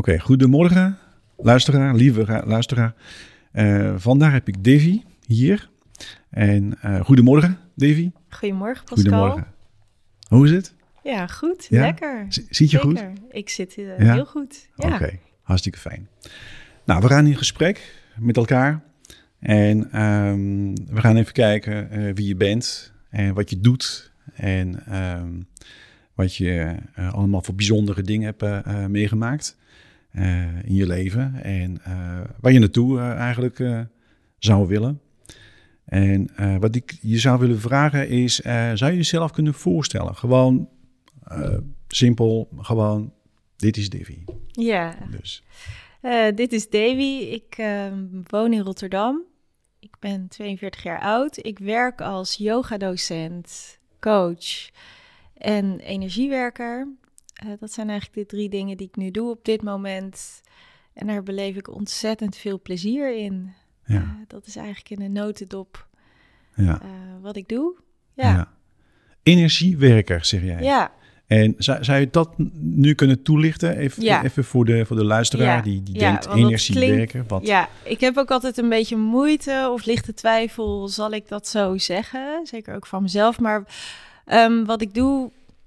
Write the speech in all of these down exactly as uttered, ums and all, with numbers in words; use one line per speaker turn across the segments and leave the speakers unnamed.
okay, goedemorgen, luisteraar, lieve luisteraar. Uh, vandaag heb ik Davy hier. En uh, goedemorgen, Davy.
Goedemorgen, Pascal.
Goedemorgen. Hoe is het?
Ja, goed.
Ja?
Lekker.
Z- ziet je
Zeker.
goed?
Ik zit uh,
ja?
heel goed. Ja.
Oké, okay, hartstikke fijn. Nou, we gaan in gesprek met elkaar. En um, we gaan even kijken uh, wie je bent en wat je doet. En um, wat je uh, allemaal voor bijzondere dingen hebt uh, uh, meegemaakt uh, in je leven. En uh, waar je naartoe uh, eigenlijk uh, zou willen. En uh, wat ik je zou willen vragen is, uh, zou je jezelf kunnen voorstellen? Gewoon uh, simpel, gewoon, dit is Davy.
Ja,
dus.
uh, dit is Davy. Ik uh, woon in Rotterdam. Ik ben tweeënveertig jaar oud. Ik werk als yogadocent, coach en energiewerker. Uh, dat zijn eigenlijk de drie dingen die ik nu doe op dit moment. En daar beleef ik ontzettend veel plezier in. Ja. Uh, dat is eigenlijk in een notendop ja. uh, wat ik doe. Ja. ja.
Energiewerker, zeg jij.
Ja.
En zou, zou je dat nu kunnen toelichten? Even,
ja.
even voor, de, voor de luisteraar ja. die, die ja, denkt energiewerker. Klinkt, wat?
Ja, ik heb ook altijd een beetje moeite of lichte twijfel, zal ik dat zo zeggen? Zeker ook van mezelf. Maar um, wat ik doe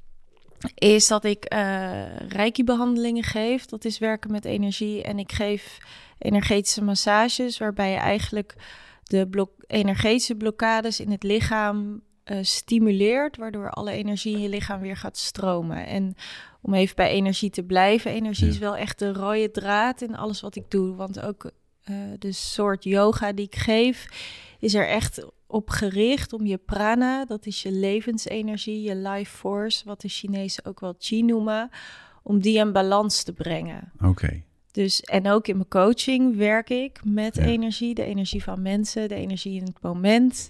is dat ik uh, reiki-behandelingen geef. Dat is werken met energie. En ik geef energetische massages waarbij je eigenlijk de blok- energetische blokkades in het lichaam uh, stimuleert, waardoor alle energie in je lichaam weer gaat stromen. En om even bij energie te blijven, energie ja. is wel echt de rode draad in alles wat ik doe. Want ook uh, de soort yoga die ik geef is er echt op gericht om je prana, dat is je levensenergie, je life force, wat de Chinezen ook wel qi noemen, om die in balans te brengen.
Oké. Okay.
Dus, en ook in mijn coaching werk ik met
ja.
energie, de energie van mensen, de energie in het moment.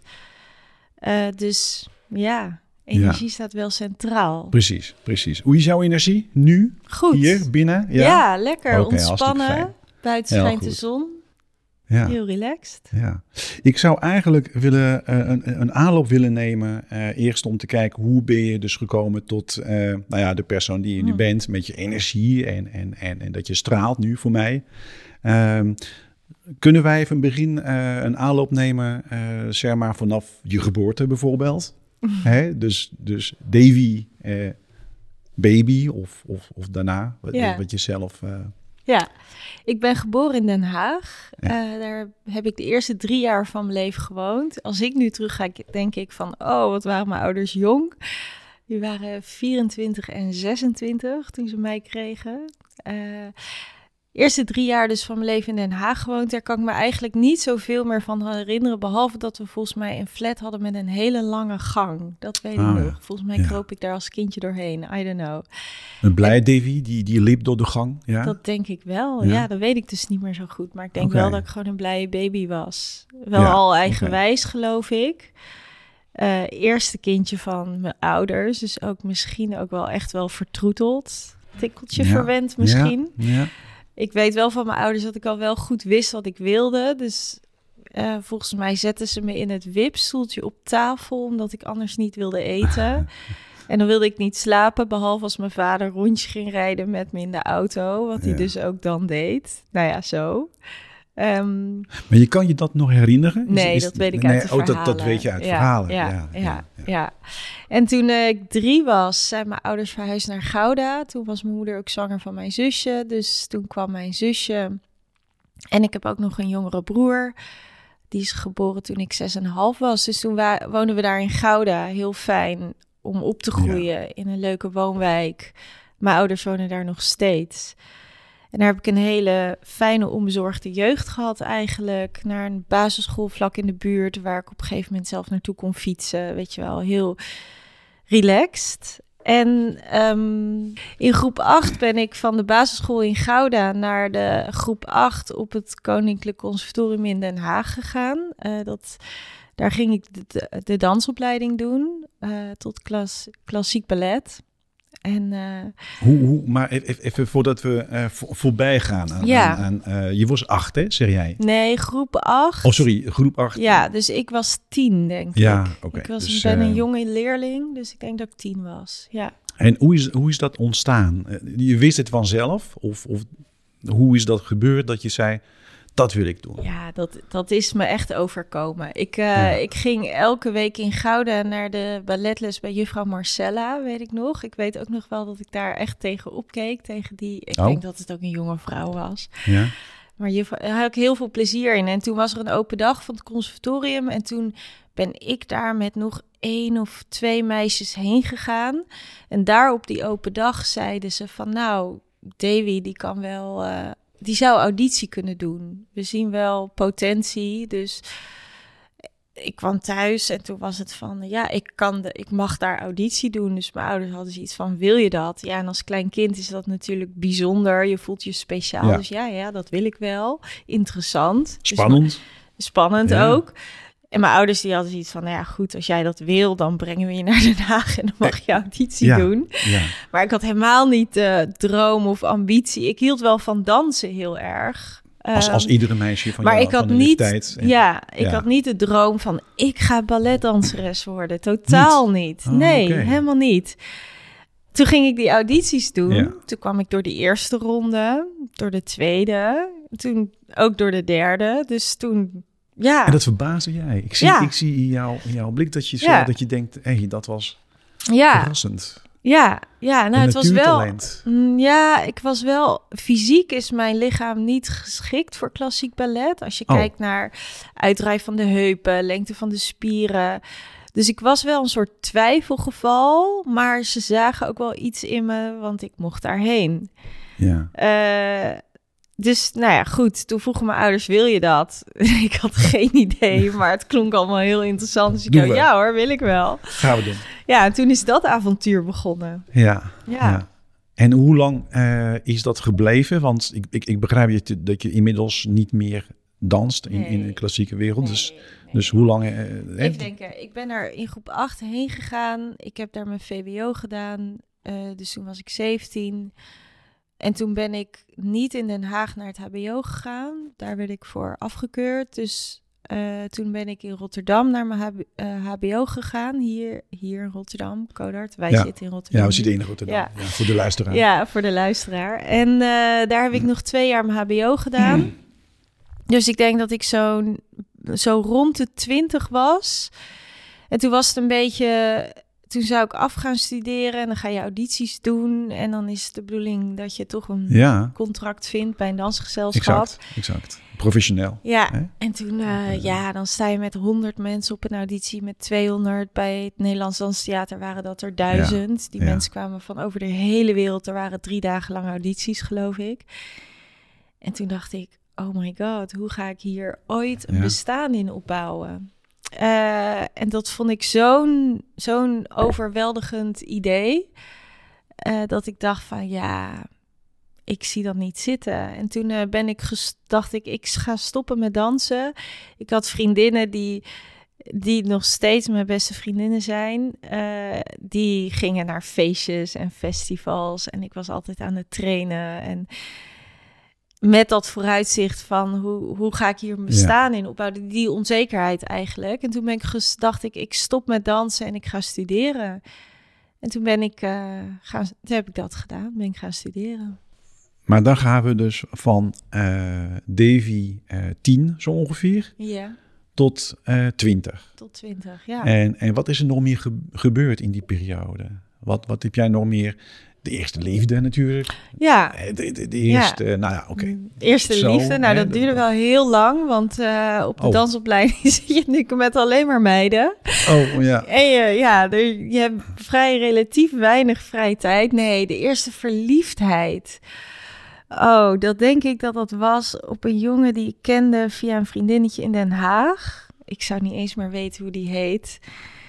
Uh, dus ja, energie ja. staat wel centraal.
Precies, precies. Hoe is jouw energie nu?
Goed.
Hier binnen?
Ja, ja lekker. Okay, ontspannen. Buiten
Heel
schijnt
goed.
de zon.
Ja.
Heel relaxed.
Ja. Ik zou eigenlijk willen, uh, een, een aanloop willen nemen. Uh, eerst om te kijken hoe ben je dus gekomen tot uh, nou ja, de persoon die je nu hmm. bent. Met je energie en, en, en, en dat je straalt nu voor mij. Um, kunnen wij even een begin uh, een aanloop nemen, uh, zeg maar vanaf je geboorte bijvoorbeeld. Hè? Dus, dus Davy, uh, baby of, of, of daarna, wat, ja. wat je zelf... Uh,
Ja, ik ben geboren in Den Haag. Ja. Uh, daar heb ik de eerste drie jaar van mijn leven gewoond. Als ik nu terug ga, denk ik van, oh, wat waren mijn ouders jong. Die waren vierentwintig en zesentwintig toen ze mij kregen. Uh, eerste drie jaar dus van mijn leven in Den Haag gewoond. Daar kan ik me eigenlijk niet zoveel meer van herinneren. Behalve dat we volgens mij een flat hadden met een hele lange gang. Dat weet
oh,
ik
ja.
nog. Volgens mij
ja.
kroop ik daar als kindje doorheen. I don't know.
Een blij Davy, die, die liep door de gang? Ja?
Dat denk ik wel. Ja? ja, dat weet ik dus niet meer zo goed. Maar ik denk
okay.
wel dat ik gewoon een blije baby was. Wel
ja,
al eigenwijs,
okay.
geloof ik. Uh, eerste kindje van mijn ouders. Dus ook misschien ook wel echt wel vertroeteld. Tikkeltje ja. verwend misschien.
Ja. Ja.
Ik weet wel van mijn ouders dat ik al wel goed wist wat ik wilde. Dus uh, volgens mij zetten ze me in het wipstoeltje op tafel, omdat ik anders niet wilde eten. En dan wilde ik niet slapen, behalve als mijn vader rondjes ging rijden met me in de auto. Wat hij ja. dus ook dan deed. Nou ja, zo. Um,
maar je kan je dat nog herinneren?
Nee,
is, is,
dat weet ik
nee,
uit de
oh,
verhalen.
Dat, dat weet je uit
ja,
verhalen.
Ja,
ja,
ja,
ja,
ja, ja. En toen uh, ik drie was, zijn mijn ouders verhuisd naar Gouda. Toen was mijn moeder ook zwanger van mijn zusje. Dus toen kwam mijn zusje. En ik heb ook nog een jongere broer. Die is geboren toen ik zes en een half was. Dus toen wa- woonden we daar in Gouda. Heel fijn om op te groeien ja. in een leuke woonwijk. Mijn ouders wonen daar nog steeds. En daar heb ik een hele fijne, onbezorgde jeugd gehad eigenlijk. Naar een basisschool vlak in de buurt, waar ik op een gegeven moment zelf naartoe kon fietsen. Weet je wel, heel relaxed. En um, in groep acht ben ik van de basisschool in Gouda naar de groep acht op het Koninklijk Conservatorium in Den Haag gegaan. Uh, dat, daar ging ik de, de dansopleiding doen uh, tot klas, klassiek ballet. En, uh,
hoe, hoe, maar even, even voordat we uh, vo- voorbij gaan aan,
ja.
aan, aan uh, je was acht, hè, zeg jij?
Nee, groep acht.
Oh, sorry, groep acht.
Ja, dus ik was tien, denk
ja,
ik.
Okay,
ik was,
dus,
ben een
uh,
jonge leerling, dus ik denk dat ik tien was. Ja.
En hoe is, hoe is dat ontstaan? Je wist het vanzelf? Of, of hoe is dat gebeurd dat je zei, dat wil ik doen?
Ja, dat, dat is me echt overkomen. Ik, uh,
Ja.
ik ging elke week in Gouda naar de balletles bij juffrouw Marcella, weet ik nog. Ik weet ook nog wel dat ik daar echt tegen opkeek, tegen die... Ik
Oh.
denk dat het ook een jonge vrouw was.
Ja.
Maar juffrouw, daar had ik heel veel plezier in. En toen was er een open dag van het conservatorium. En toen ben ik daar met nog één of twee meisjes heen gegaan. En daar op die open dag zeiden ze van... nou, Davy, die kan wel... Uh, die zou auditie kunnen doen. We zien wel potentie, dus... Ik kwam thuis en toen was het van, ja, ik kan de, ik mag daar auditie doen. Dus mijn ouders hadden zoiets van, wil je dat? Ja, en als klein kind is dat natuurlijk bijzonder. Je voelt je speciaal.
Ja.
Dus ja, ja, dat wil ik wel. Interessant.
Spannend.
Dus, spannend
Ja.
ook. En mijn ouders die hadden zoiets van, nou ja, goed, als jij dat wil, dan brengen we je naar Den Haag en dan mag je auditie
Ja.
doen.
Ja.
Maar ik had helemaal niet de droom of ambitie. Ik hield wel van dansen heel erg.
Als, als
Um,
iedere meisje van
maar
jou,
ik had
van de
niet,
leeftijd. En-
ja, ik
ja.
had niet de droom van ik ga balletdanseres worden. Totaal niet.
Oh,
nee,
oké.
helemaal niet. Toen ging ik die audities doen.
Ja.
Toen kwam ik door de eerste ronde, door de tweede, toen ook door de derde. Dus toen, ja,
En dat verbaasde jij. Ik zie,
Ja.
ik zie in, jouw, in jouw blik dat je, zo,
Ja.
dat je denkt, hé, hey, dat was
ja,
verrassend.
ja, ja. Nou,
Een
het was wel.
natuurtalent.
Mm, Ja, ik was wel... Fysiek is mijn lichaam niet geschikt voor klassiek ballet. Als je
Oh.
kijkt naar uitdraai van de heupen, lengte van de spieren. Dus ik was wel een soort twijfelgeval. Maar ze zagen ook wel iets in me, want ik mocht daarheen.
Ja.
Eh, dus, nou ja, goed. Toen vroegen mijn ouders, wil je dat? Ik had geen idee, maar het klonk allemaal heel interessant. Dus ik
Doen
dacht,
we.
ja hoor, wil ik wel.
Gaan we doen.
Ja, en toen is dat avontuur begonnen.
Ja.
Ja.
ja. En hoe lang eh, is dat gebleven? Want ik, ik, ik begrijp dat je, dat je inmiddels niet meer danst in, in de
Nee.
klassieke wereld. Dus,
Nee, nee.
dus hoe lang... eh,
Even
eh,
denken, ik ben er in groep acht heen gegaan. Ik heb daar mijn V W O gedaan. Uh, dus toen was ik zeventien. En toen ben ik niet in Den Haag naar het H B O gegaan. Daar werd ik voor afgekeurd. Dus uh, toen ben ik in Rotterdam naar mijn H B, uh, H B O gegaan. Hier, hier in Rotterdam, Codart. Wij
Ja.
zitten in Rotterdam.
Ja, we zitten in Rotterdam.
Ja.
Ja, voor de luisteraar.
Ja, voor de luisteraar. En uh, daar heb ik nog twee jaar mijn H B O gedaan. Dus ik denk dat ik zo'n zo rond de twintig was. En toen was het een beetje... Toen zou ik af gaan studeren en dan ga je audities doen. En dan is het de bedoeling dat je toch een
Ja,
contract vindt bij een dansgezelschap.
exact. exact. Professioneel.
Ja,
Hè?
en toen uh, ja, dan sta je met honderd mensen op een auditie, met tweehonderd. Bij het Nederlands Danstheater waren dat er duizend. Die
ja.
mensen kwamen van over de hele wereld. Er waren drie dagen lang audities, geloof ik. En toen dacht ik, oh my god, hoe ga ik hier ooit een
Ja.
bestaan in opbouwen? Uh, en dat vond ik zo'n, zo'n overweldigend idee, uh, dat ik dacht van ja, ik zie dat niet zitten. En toen uh, ben ik ges- dacht ik, ik ga stoppen met dansen. Ik had vriendinnen die, die nog steeds mijn beste vriendinnen zijn. Uh, die gingen naar feestjes en festivals en ik was altijd aan het trainen en met dat vooruitzicht van hoe, hoe ga ik hier mijn bestaan ja. in opbouwen, die onzekerheid eigenlijk. En toen ben ik ges- dacht ik, ik stop met dansen en ik ga studeren. En toen ben ik uh, gaan, toen heb ik dat gedaan, ben ik gaan studeren.
Maar dan gaan we dus van uh, Davy uh, tien, zo ongeveer,
ja.
tot uh, twintig.
Tot twintig, ja.
En, en wat is er nog meer ge- gebeurd in die periode? Wat, wat heb jij nog meer... De eerste liefde natuurlijk.
Ja.
De, de, de eerste,
ja.
nou ja, oké. Okay.
Eerste Zo, liefde, nou hè, dat duurde wel heel lang. Want uh, op de oh. dansopleiding zit je nu met alleen maar meiden.
Oh, ja.
En je, ja, er, je hebt vrij relatief weinig vrije tijd. Nee, de eerste verliefdheid. Oh, dat denk ik dat dat was op een jongen die ik kende via een vriendinnetje in Den Haag. Ik zou niet eens meer weten hoe die heet.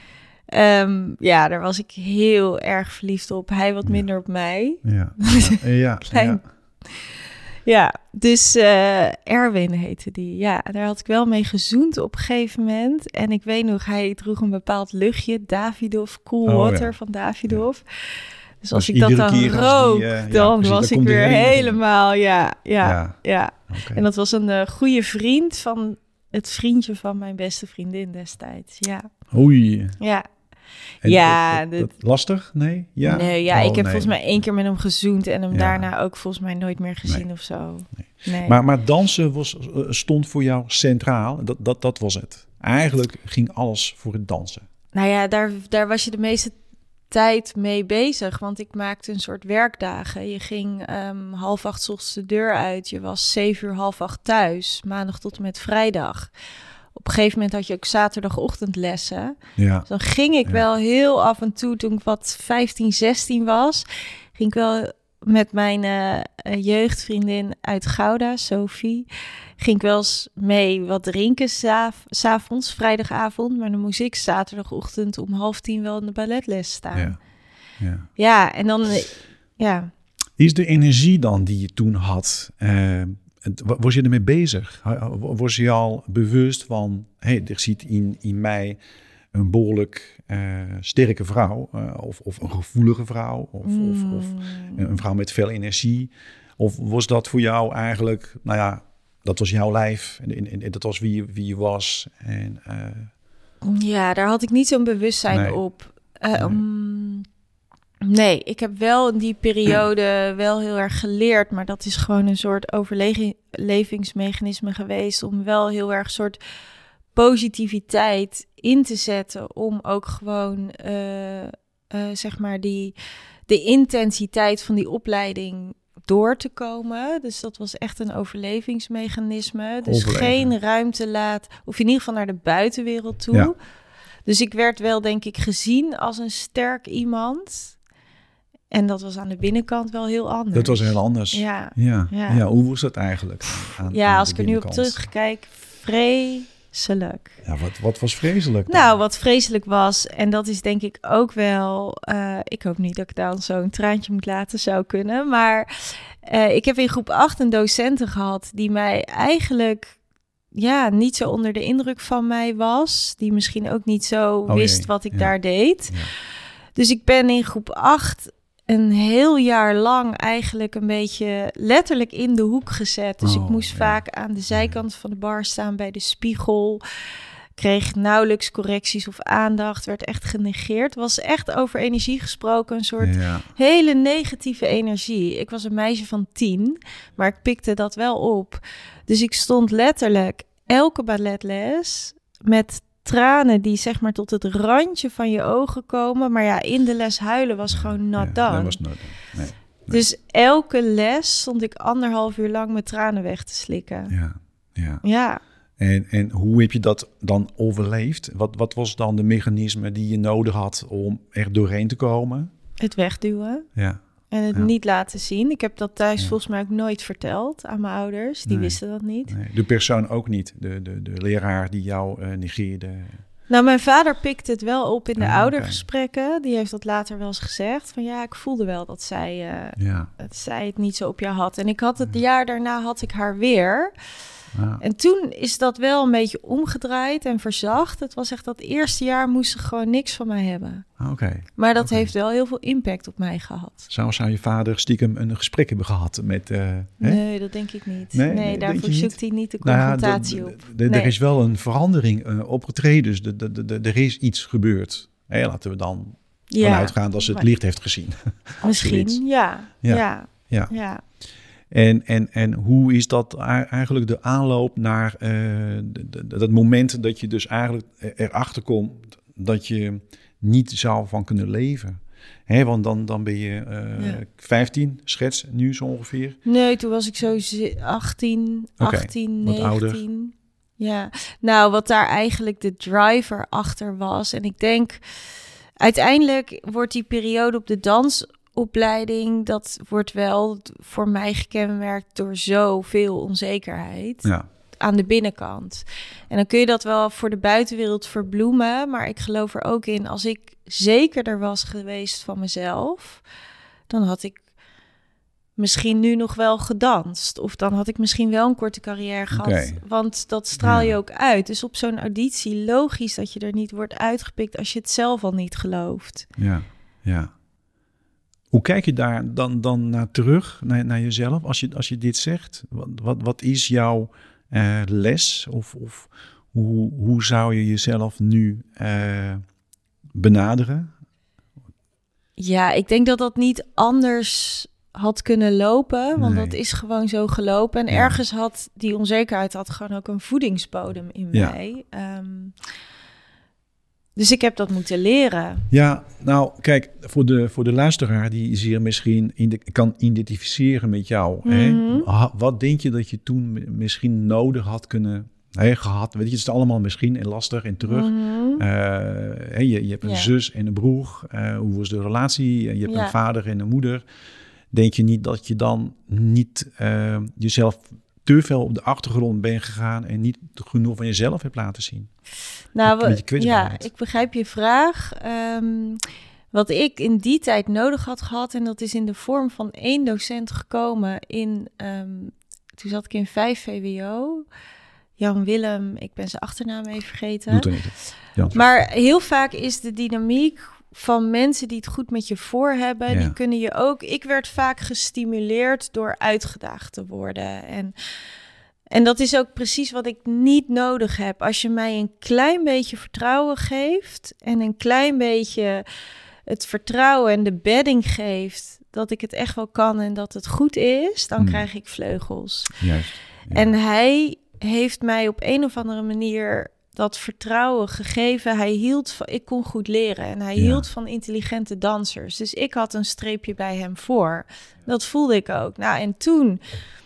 Um, ja, daar was ik heel erg verliefd op. Hij wat minder
ja.
op mij.
Ja, ja, ja.
Klein... ja. ja dus uh, Erwin heette die. Ja, daar had ik wel mee gezoend op een gegeven moment. En ik weet nog, hij droeg een bepaald luchtje. Davidoff, Cool oh, Water ja. van Davidoff. Ja. Dus als dus ik dat dan rook, die, uh, dan ja, was ik weer helemaal... Ja, ja, ja. ja. Okay. En dat was een uh, goede vriend van het vriendje van mijn beste vriendin destijds. Ja.
Oei.
Ja.
En
ja.
Dat, dat,
Dat,
dat lastig? Nee? Ja?
Nee, ja,
oh,
ik heb
nee.
volgens mij één keer met hem gezoend en hem
Ja.
daarna ook volgens mij nooit meer gezien
Nee.
of zo.
Nee.
Nee.
Maar, maar dansen was, stond voor jou centraal. Dat, dat, dat was het. Eigenlijk ging alles voor het dansen.
Nou ja, daar, daar was je de meeste tijd mee bezig. Want ik maakte een soort werkdagen. Je ging um, half acht 's ochtends de deur uit. Je was zeven uur, half acht thuis. Maandag tot en met vrijdag. Op een gegeven moment had je ook zaterdagochtendlessen.
Ja.
Dus dan ging ik
Ja.
wel heel af en toe, toen ik wat vijftien, zestien was, ging ik wel met mijn uh, jeugdvriendin uit Gouda, Sophie, ging ik wel eens mee wat drinken s'av- s'avonds, vrijdagavond. Maar dan moest ik zaterdagochtend om half tien wel in de balletles staan.
Ja. Ja.
Ja, en dan, uh, ja.
Is de energie dan die je toen had, uh, was je ermee bezig? Was je al bewust van, hé, hey, er zit in, in mij een behoorlijk uh, sterke vrouw, uh, of, of een gevoelige vrouw, of, mm. of, of een vrouw met veel energie? Of was dat voor jou eigenlijk, nou ja, dat was jouw lijf en, en, en dat was wie je, wie je was? En, uh...
Ja, daar had ik niet zo'n bewustzijn nee. op. Uh, nee. Um, nee, ik heb wel in die periode wel heel erg geleerd, maar dat is gewoon een soort overlevingsmechanisme geweest om wel heel erg soort positiviteit in te zetten om ook gewoon uh, uh, zeg maar die de intensiteit van die opleiding door te komen. Dus dat was echt een overlevingsmechanisme. Dus Overleven. geen ruimte laat, of in ieder geval naar de buitenwereld toe. Ja. Dus ik werd wel, denk ik, gezien als een sterk iemand. En dat was aan de binnenkant wel heel anders.
Dat was heel anders.
Ja.
Ja. Ja. ja. Hoe was dat eigenlijk? Aan,
ja,
aan
als ik er nu op terugkijk, vreselijk.
Ja, wat, wat was vreselijk dan?
Nou, wat vreselijk was, en dat is denk ik ook wel... Uh, ik hoop niet dat ik dan zo'n traantje moet laten zou kunnen. Maar uh, ik heb in groep acht een docenten gehad die mij eigenlijk... ja, niet zo onder de indruk van mij was. Die misschien ook niet zo oh, wist jee. wat ik ja. daar deed. Ja. Dus ik ben in groep acht een heel jaar lang eigenlijk een beetje letterlijk in de hoek gezet. Dus oh, ik moest ja. vaak aan de zijkant van de bar staan bij de spiegel. Kreeg nauwelijks correcties of aandacht. Werd echt genegeerd. Was echt over energie gesproken. Een soort ja. hele negatieve energie. Ik was een meisje van tien, maar ik pikte dat wel op. Dus ik stond letterlijk elke balletles met tranen die zeg maar tot het randje van je ogen komen. Maar ja, in de les huilen was gewoon not done.
Ja, dat was not done. Nee, nee.
Dus elke les stond ik anderhalf uur lang met tranen weg te slikken.
Ja, ja.
Ja.
En, en hoe heb je dat dan overleefd? Wat, wat was dan de mechanisme die je nodig had om er doorheen te komen?
Het wegduwen.
Ja.
En het
ja.
niet laten zien. Ik heb dat thuis
ja.
volgens mij ook nooit verteld aan mijn ouders. Die nee. wisten dat niet.
Nee. De persoon ook niet. De, de, de leraar die jou uh, negeerde.
Nou, mijn vader pikte het wel op in de
ah,
oudergesprekken. Okay. Die heeft dat later wel eens gezegd. Van ja, ik voelde wel dat zij, uh,
ja.
dat zij het niet zo op jou had. En ik had het ja. jaar daarna had ik haar weer.
Ah.
En toen is dat wel een beetje omgedraaid en verzacht. Het was echt dat eerste jaar moest ze gewoon niks van mij hebben.
Oké. Okay.
Maar dat
okay.
heeft wel heel veel impact op mij gehad.
Zou, zou je vader stiekem een gesprek hebben gehad met... Uh,
nee, hè? Dat denk ik niet. Nee, nee, nee daarvoor zoekt hij niet de confrontatie
nou ja,
op.
De, de,
nee.
Er is wel een verandering uh, opgetreden. Dus de, de, de, de, er is iets gebeurd. Hey, laten we dan ja. vanuit gaan dat ze het licht heeft gezien.
Misschien, ja. Ja.
ja.
ja. ja.
En, en, en hoe is dat eigenlijk de aanloop naar uh, de, de, dat moment dat je dus eigenlijk erachter komt dat je niet zou van kunnen leven? Hè, want dan, dan ben je uh, ja. vijftien, schets nu zo ongeveer.
Nee, toen was ik zo achttien, achttien, okay, negentien. Ouder. Ja, nou wat daar eigenlijk de driver achter was. En ik denk, uiteindelijk wordt die periode op de dans... opleiding, dat wordt wel voor mij gekenmerkt door zoveel onzekerheid
ja.
aan de binnenkant. En dan kun je dat wel voor de buitenwereld verbloemen, maar ik geloof er ook in, als ik zekerder was geweest van mezelf, dan had ik misschien nu nog wel gedanst. Of dan had ik misschien wel een korte carrière gehad. Okay. Want dat straal je ja. ook uit. Dus op zo'n auditie, logisch dat je er niet wordt uitgepikt als je het zelf al niet gelooft.
Ja, ja. Hoe kijk je daar dan, dan naar terug, naar, naar jezelf, als je, als je dit zegt? Wat, wat, wat is jouw uh, les? Of, of hoe, hoe zou je jezelf nu uh, benaderen?
Ja, ik denk dat dat niet anders had kunnen lopen, want
Nee.
dat is gewoon zo gelopen. En
Ja.
ergens had die onzekerheid had gewoon ook een voedingsbodem in
Ja.
mij. Um, dus ik heb dat moeten leren.
Ja, nou kijk, voor de, voor de luisteraar die zich misschien in de, kan identificeren met jou.
Mm-hmm.
Hè? Ha, wat denk je dat je toen misschien nodig had kunnen, hè, gehad? Weet je, het is allemaal misschien en lastig en terug.
Mm-hmm.
Uh, hè, je, je hebt een
Ja.
zus en een broer. Uh, hoe was de relatie? Je hebt
Ja.
een vader en een moeder. Denk je niet dat je dan niet uh, jezelf te veel op de achtergrond bent gegaan en niet genoeg van jezelf hebt laten zien?
Nou,
Met je kwetsbaarheid.
ja, ik begrijp je vraag. Um, wat ik in die tijd nodig had gehad, en dat is in de vorm van één docent gekomen in, um, toen zat ik in vijf V W O. Jan Willem, ik ben zijn achternaam even vergeten.
Doet er niet. Jan.
Maar heel vaak is de dynamiek van mensen die het goed met je voor hebben,
Ja.
die kunnen je ook... Ik werd vaak gestimuleerd door uitgedaagd te worden. En, en dat is ook precies wat ik niet nodig heb. Als je mij een klein beetje vertrouwen geeft en een klein beetje het vertrouwen en de bedding geeft dat ik het echt wel kan en dat het goed is, dan
Hmm.
krijg ik vleugels.
Juist. Ja.
En hij heeft mij op een of andere manier dat vertrouwen gegeven. Hij hield van, ik kon goed leren en hij
Ja.
hield van intelligente dansers. Dus ik had een streepje bij hem voor. Dat voelde ik ook. Nou, en toen,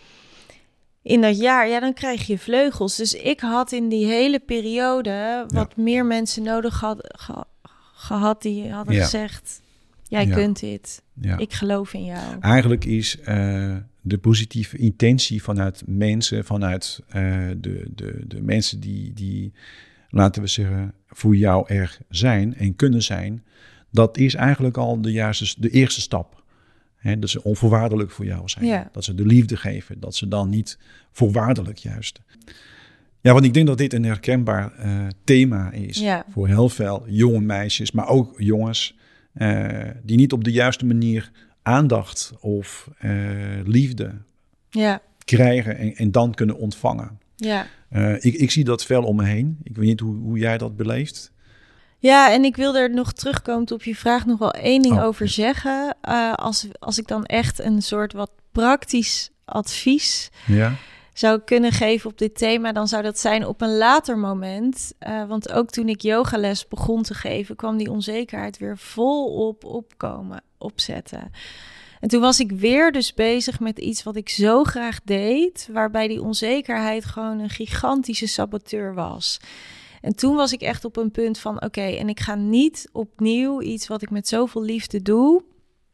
in dat jaar, ja, dan krijg je vleugels. Dus ik had in die hele periode wat
Ja.
meer mensen nodig had, ge, gehad die hadden
Ja.
gezegd, jij
Ja.
kunt dit.
Ja.
Ik geloof in jou.
Eigenlijk is uh, de positieve intentie vanuit mensen, vanuit uh, de, de, de mensen die, die, laten we zeggen, voor jou er zijn en kunnen zijn, dat is eigenlijk al de, juiste, de eerste stap. He, dat ze onvoorwaardelijk voor jou zijn.
Ja.
Dat ze de liefde geven. Dat ze dan niet voorwaardelijk juist. Ja, want ik denk dat dit een herkenbaar uh, thema is.
Ja.
Voor heel veel jonge meisjes, maar ook jongens, Uh, die niet op de juiste manier aandacht of uh, liefde
Ja.
krijgen en, en dan kunnen ontvangen.
Ja.
Uh, ik, ik zie dat veel om me heen. Ik weet niet hoe, hoe jij dat beleeft.
Ja, en ik wil er nog terugkomen op je vraag nog wel één ding
oh,
over
ja.
zeggen. Uh, als, als ik dan echt een soort wat praktisch advies
Ja.
zou kunnen geven op dit thema, dan zou dat zijn op een later moment. Uh, want ook toen ik yogales begon te geven, kwam die onzekerheid weer volop opkomen, opzetten. En toen was ik weer dus bezig met iets wat ik zo graag deed, waarbij die onzekerheid gewoon een gigantische saboteur was. En toen was ik echt op een punt van, oké, okay, en ik ga niet opnieuw iets wat ik met zoveel liefde doe,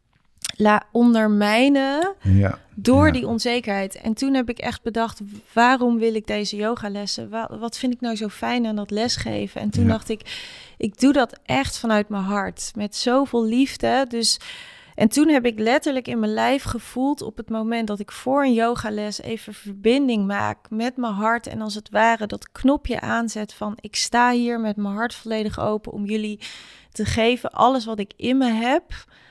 la ondermijnen
Ja.
door
ja.
die onzekerheid. En toen heb ik echt bedacht, waarom wil ik deze yogalessen? Wat vind ik nou zo fijn aan dat lesgeven? En toen
ja.
dacht ik, ik doe dat echt vanuit mijn hart, met zoveel liefde. Dus, en toen heb ik letterlijk in mijn lijf gevoeld op het moment dat ik voor een yogales even verbinding maak met mijn hart en als het ware dat knopje aanzet van ik sta hier met mijn hart volledig open om jullie te geven alles wat ik in me heb.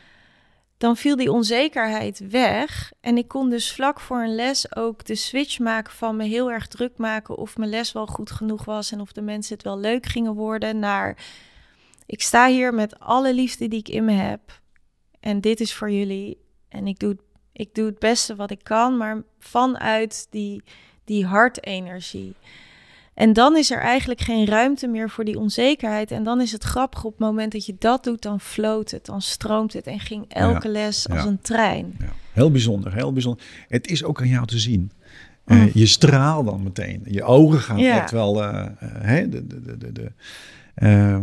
Dan viel die onzekerheid weg. En ik kon dus vlak voor een les ook de switch maken van me heel erg druk maken of mijn les wel goed genoeg was en of de mensen het wel leuk gingen worden, naar ik sta hier met alle liefde die ik in me heb. En dit is voor jullie. En ik doe, ik doe het beste wat ik kan, maar vanuit die, die hartenergie. En dan is er eigenlijk geen ruimte meer voor die onzekerheid. En dan is het grappig, op het moment dat je dat doet, dan floot het, dan stroomt het. En ging elke ja, les als ja. een trein.
Ja. Heel bijzonder, heel bijzonder. Het is ook aan jou te zien. Mm. Uh, je straalt dan meteen. Je ogen gaan ja. echt wel... Uh, uh, hè, de, de, de, de, de, uh,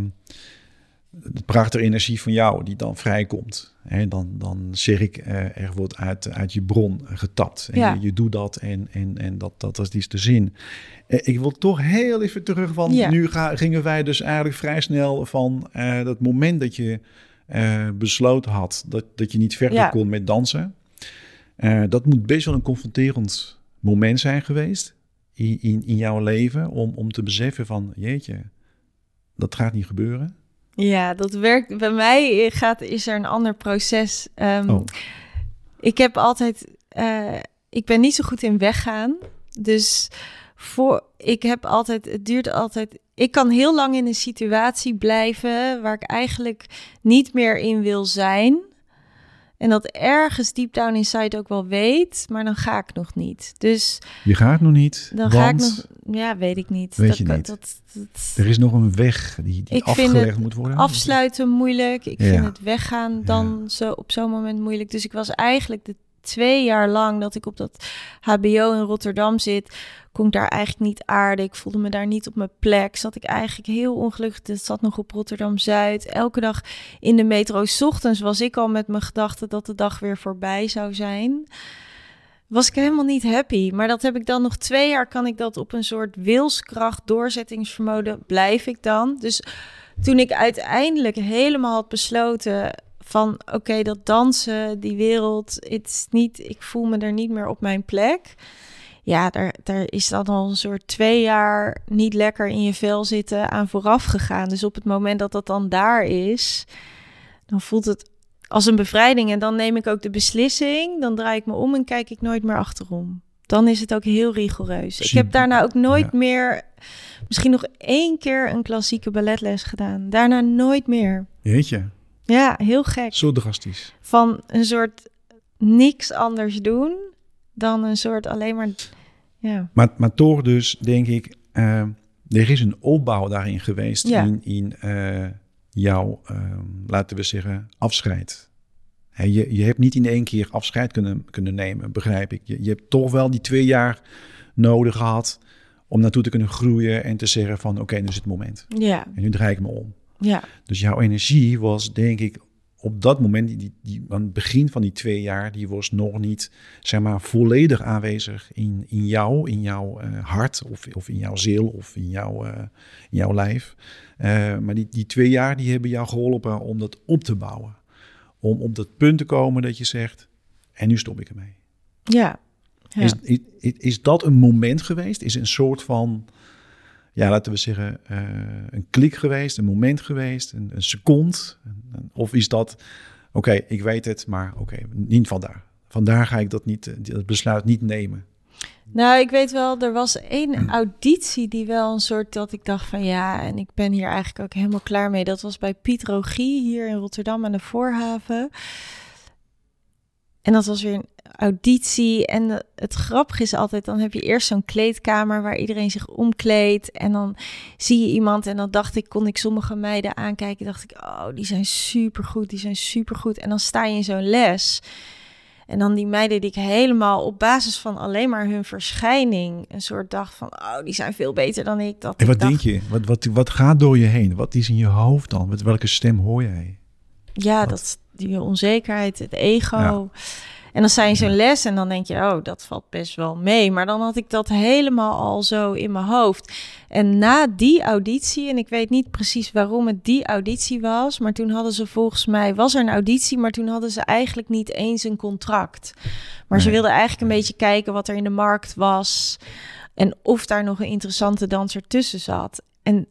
de prachtige energie van jou die dan vrijkomt. Hè, dan, dan zeg ik, uh, er wordt uit, uit je bron getapt. En ja. je, je doet dat en, en, en dat, dat, dat is de zin. Uh, ik wil toch heel even terug, want ja. nu ga, gingen wij dus eigenlijk vrij snel van uh, dat moment dat je uh, besloten had dat, dat je niet verder ja. kon met dansen. Uh, dat moet best wel een confronterend moment zijn geweest in, in, in jouw leven om, om te beseffen van jeetje, dat gaat niet gebeuren.
Ja, dat werkt. Bij mij gaat, is er een ander proces. Um, oh. Ik heb altijd... Uh, ik ben niet zo goed in weggaan. Dus voor, ik heb altijd, het duurt altijd, ik kan heel lang in een situatie blijven waar ik eigenlijk niet meer in wil zijn. En dat ergens deep down inside ook wel weet, maar dan ga ik nog niet. Dus
je gaat nog niet,
dan
want...
ga ik nog, ja, weet ik niet.
Weet
dat,
je niet.
Dat, dat,
er is nog een weg die, die
ik
afgelegd
vind
moet worden.
Afsluiten moeilijk. Ik
Ja.
vind het weggaan dan
Ja.
zo op zo'n moment moeilijk. Dus ik was eigenlijk de twee jaar lang dat ik op dat H B O in Rotterdam zit, kon ik daar eigenlijk niet aarden. Ik voelde me daar niet op mijn plek. Zat ik eigenlijk heel ongelukkig. Het zat nog op Rotterdam-Zuid. Elke dag in de metro. 's Ochtends was ik al met mijn gedachten dat de dag weer voorbij zou zijn. Was ik helemaal niet happy. Maar dat heb ik dan nog twee jaar. Kan ik dat op een soort wilskracht, doorzettingsvermogen blijf ik dan. Dus toen ik uiteindelijk helemaal had besloten van oké, okay, dat dansen, die wereld, het is niet, ik voel me er niet meer op mijn plek. Ja, daar, daar is dan al een soort twee jaar niet lekker in je vel zitten aan vooraf gegaan. Dus op het moment dat dat dan daar is, dan voelt het als een bevrijding. En dan neem ik ook de beslissing, dan draai ik me om en kijk ik nooit meer achterom. Dan is het ook heel rigoureus. Ik heb daarna ook nooit ja. meer, misschien nog één keer een klassieke balletles gedaan. Daarna nooit meer.
Jeetje.
Ja, heel gek.
Zo drastisch.
Van een soort niks anders doen dan een soort alleen maar... Ja.
Maar, maar toch dus, denk ik, uh, er is een opbouw daarin geweest ja. in, in uh, jouw, uh, laten we zeggen, afscheid. He, je, je hebt niet in één keer afscheid kunnen, kunnen nemen, begrijp ik. Je, je hebt toch wel die twee jaar nodig gehad om naartoe te kunnen groeien en te zeggen van oké, okay, nu is het moment.
Ja.
En nu draai ik me om.
Ja.
Dus jouw energie was, denk ik, op dat moment, die, die, aan het begin van die twee jaar, die was nog niet, zeg maar, volledig aanwezig in, in jou, in jouw uh, hart of, of in jouw ziel of in jouw, uh, in jouw lijf. Uh, maar die, die twee jaar, die hebben jou geholpen om dat op te bouwen. Om op dat punt te komen dat je zegt, en nu stop ik ermee.
Ja. ja.
Is, is, is dat een moment geweest? Is een soort van... Ja, laten we zeggen, uh, een klik geweest, een moment geweest, een, een seconde? Of is dat, oké, okay, ik weet het, maar oké, okay, niet vandaar. Vandaar ga ik dat, niet, dat besluit niet nemen.
Nou, ik weet wel, er was één auditie die wel een soort dat ik dacht van ja, en ik ben hier eigenlijk ook helemaal klaar mee. Dat was bij Piet Rogie hier in Rotterdam aan de Voorhaven. En dat was weer een auditie. En het grappige is altijd, dan heb je eerst zo'n kleedkamer waar iedereen zich omkleedt. En dan zie je iemand en dan dacht ik, kon ik sommige meiden aankijken. Dacht ik, oh, die zijn supergoed, die zijn supergoed. En dan sta je in zo'n les. En dan die meiden die ik helemaal op basis van alleen maar hun verschijning een soort dacht van, oh, die zijn veel beter dan ik. Dat
en wat
ik dacht,
denk je? Wat, wat, wat gaat door je heen? Wat is in je hoofd dan? Met welke stem hoor jij?
Ja,
wat?
dat die onzekerheid, het ego. Ja. En dan sta je zo'n les en dan denk je, oh, dat valt best wel mee. Maar dan had ik dat helemaal al zo in mijn hoofd. En na die auditie, en ik weet niet precies waarom het die auditie was, maar toen hadden ze volgens mij, was er een auditie, maar toen hadden ze eigenlijk niet eens een contract. Maar nee. ze wilden eigenlijk een beetje kijken wat er in de markt was en of daar nog een interessante danser tussen zat. En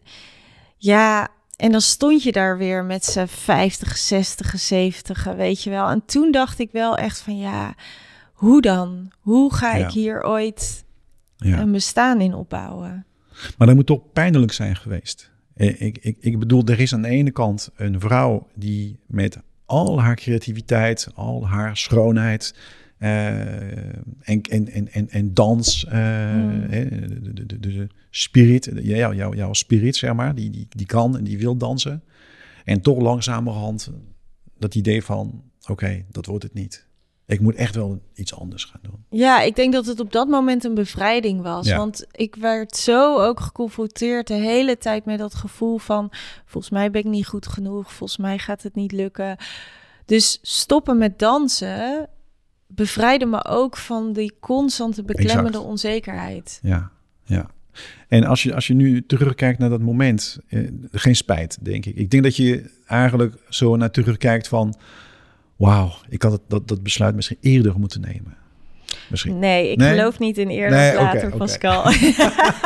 ja... En dan stond je daar weer met z'n vijftig, zestig, zeventig, weet je wel. En toen dacht ik wel echt van ja, hoe dan? Hoe ga ja. ik hier ooit ja. een bestaan in opbouwen?
Maar dat moet toch pijnlijk zijn geweest. Ik, ik, ik bedoel, er is aan de ene kant een vrouw die met al haar creativiteit, al haar schoonheid uh, en, en, en, en dans, uh, hmm. de, de, de, de spirit, ja, jouw, jouw spirit, zeg maar, die, die, die kan en die wil dansen. En toch langzamerhand dat idee van, oké, okay, dat wordt het niet. Ik moet echt wel iets anders gaan doen.
Ja, ik denk dat het op dat moment een bevrijding was. Ja. Want ik werd zo ook geconfronteerd de hele tijd met dat gevoel van, volgens mij ben ik niet goed genoeg, volgens mij gaat het niet lukken. Dus stoppen met dansen bevrijdde me ook van die constante beklemmende exact. onzekerheid.
Ja, ja. En als je, als je nu terugkijkt naar dat moment, eh, geen spijt, denk ik. Ik denk dat je eigenlijk zo naar terugkijkt van, wauw, ik had het, dat, dat besluit misschien eerder moeten nemen. Misschien.
Nee, ik nee? geloof niet in eerder nee, of later, okay, Pascal.
Okay.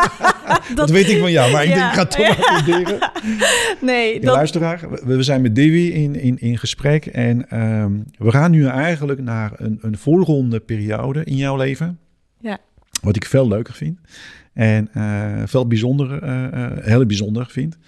dat, dat weet ik van jou, maar ik ja. denk, ik ga het toch maar proberen.
Nee,
ja,
dat...
Luisteraar, we, we zijn met Davy in, in, in gesprek en um, we gaan nu eigenlijk naar een, een volgende periode in jouw leven.
Ja.
Wat ik veel leuker vind. En uh, veel bijzonder, uh, uh, heel bijzonder vind.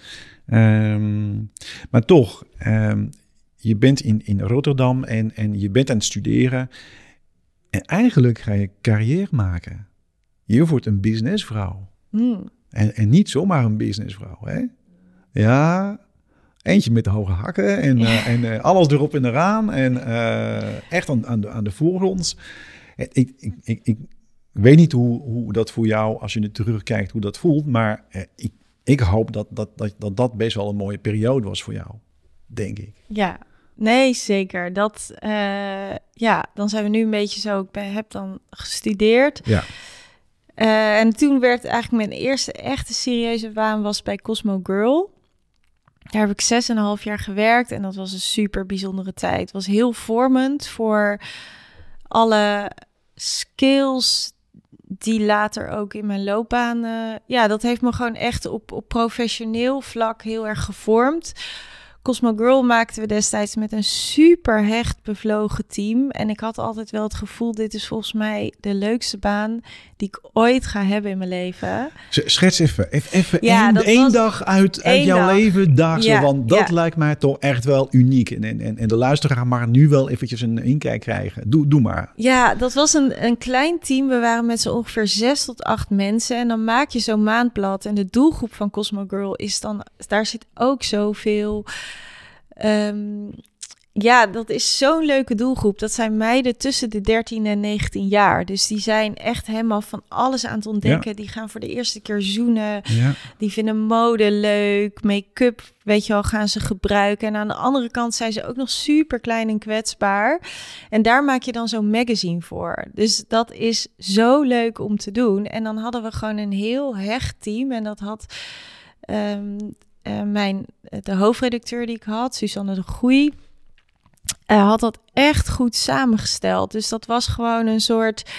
Um, maar toch, um, je bent in, in Rotterdam en, en je bent aan het studeren. En eigenlijk ga je carrière maken. Je wordt een businessvrouw. Mm. En, en niet zomaar een businessvrouw, hè? Ja, eentje met de hoge hakken en, uh, en uh, alles erop en eraan. En uh, echt aan, aan, de, aan de voorgrond. Ik, ik, ik, ik weet niet hoe, hoe dat voor jou, als je er terugkijkt, hoe dat voelt. Maar uh, ik, ik hoop dat dat, dat, dat dat best wel een mooie periode was voor jou, denk ik.
Ja, nee, zeker. Dat, uh, ja, dan zijn we nu een beetje zo. Ik ben, heb dan gestudeerd.
Ja.
Uh, en toen werd eigenlijk mijn eerste echte serieuze baan was bij Cosmo Girl. Daar heb ik zes en een half jaar gewerkt en dat was een super bijzondere tijd. Het was heel vormend voor alle skills die later ook in mijn loopbaan... Uh, ja, dat heeft me gewoon echt op, op professioneel vlak heel erg gevormd. Cosmo Girl maakten we destijds met een super hecht bevlogen team. En ik had altijd wel het gevoel, dit is volgens mij de leukste baan die ik ooit ga hebben in mijn leven.
Schets even, even, even ja, één, één dag uit, uit jouw dag. leven, dag ja, want dat ja. lijkt mij toch echt wel uniek. En, en, en de luisteraar mag nu wel eventjes een inkijk krijgen. Doe, doe maar.
Ja, dat was een, een klein team. We waren met z'n ongeveer zes tot acht mensen. En dan maak je zo'n maandblad. En de doelgroep van Cosmo Girl is dan, daar zit ook zoveel... Um, ja, dat is zo'n leuke doelgroep. Dat zijn meiden tussen de dertien en negentien jaar. Dus die zijn echt helemaal van alles aan het ontdekken. Ja. Die gaan voor de eerste keer zoenen. Ja. Die vinden mode leuk. Make-up, weet je wel, gaan ze gebruiken. En aan de andere kant zijn ze ook nog super klein en kwetsbaar. En daar maak je dan zo'n magazine voor. Dus dat is zo leuk om te doen. En dan hadden we gewoon een heel hecht team. En dat had... Um, Uh, mijn, de hoofdredacteur die ik had, Suzanne de Goeie, uh, had dat echt goed samengesteld. Dus dat was gewoon een soort,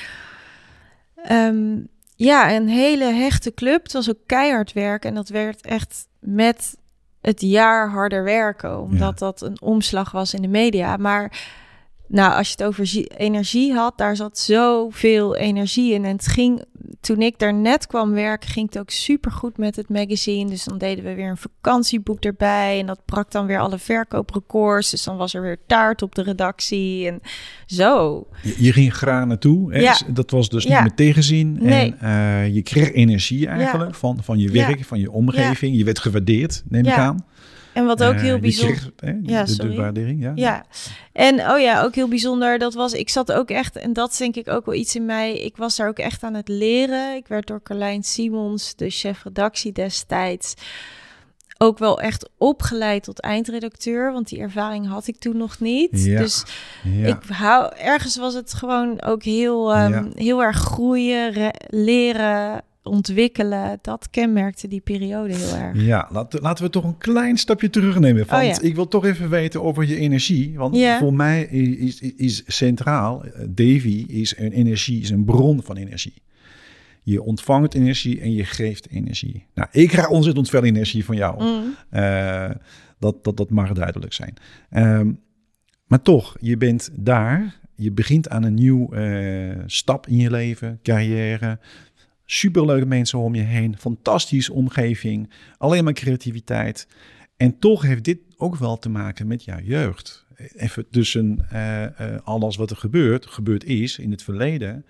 um, ja, een hele hechte club. Het was ook keihard werken en dat werd echt met het jaar harder werken, omdat ja. dat een omslag was in de media. Maar nou, als je het over energie had, daar zat zoveel energie in. En het ging, toen ik daar net kwam werken, ging het ook supergoed met het magazine. Dus dan deden we weer een vakantieboek erbij. En dat brak dan weer alle verkooprecords. Dus dan was er weer taart op de redactie en zo.
Je, je ging graag naartoe. Hè? Ja. Dat was dus niet ja. met tegenzin.
Nee.
En uh, je kreeg energie eigenlijk ja. van, van je werk, ja. van je omgeving. Ja. Je werd gewaardeerd, neem ik ja. aan.
En wat ook heel uh, bijzonder...
Kreeg, hè,
ja,
de, de waardering, ja.
ja. En oh ja, ook heel bijzonder, dat was... Ik zat ook echt, en dat is denk ik ook wel iets in mij... Ik was daar ook echt aan het leren. Ik werd door Carlijn Simons, de chefredactie destijds... ook wel echt opgeleid tot eindredacteur. Want die ervaring had ik toen nog niet. Ja. Dus ja. ik hou... Ergens was het gewoon ook heel, um, ja. heel erg groeien, re- leren... ontwikkelen, dat kenmerkte die periode heel erg.
Ja, laten, laten we toch een klein stapje terugnemen. Want oh ja. ik wil toch even weten over je energie. Want ja. voor mij is, is, is centraal, Davy is een energie, is een bron van energie. Je ontvangt energie en je geeft energie. Nou, ik krijg ontzettend veel energie van jou. Mm. Uh, dat, dat, dat mag duidelijk zijn. Um, maar toch, je bent daar. Je begint aan een nieuw uh, stap in je leven, carrière. Superleuke mensen om je heen. Fantastische omgeving. Alleen maar creativiteit. En toch heeft dit ook wel te maken met jouw jeugd. Even tussen uh, uh, alles wat er gebeurt, gebeurd is in het verleden.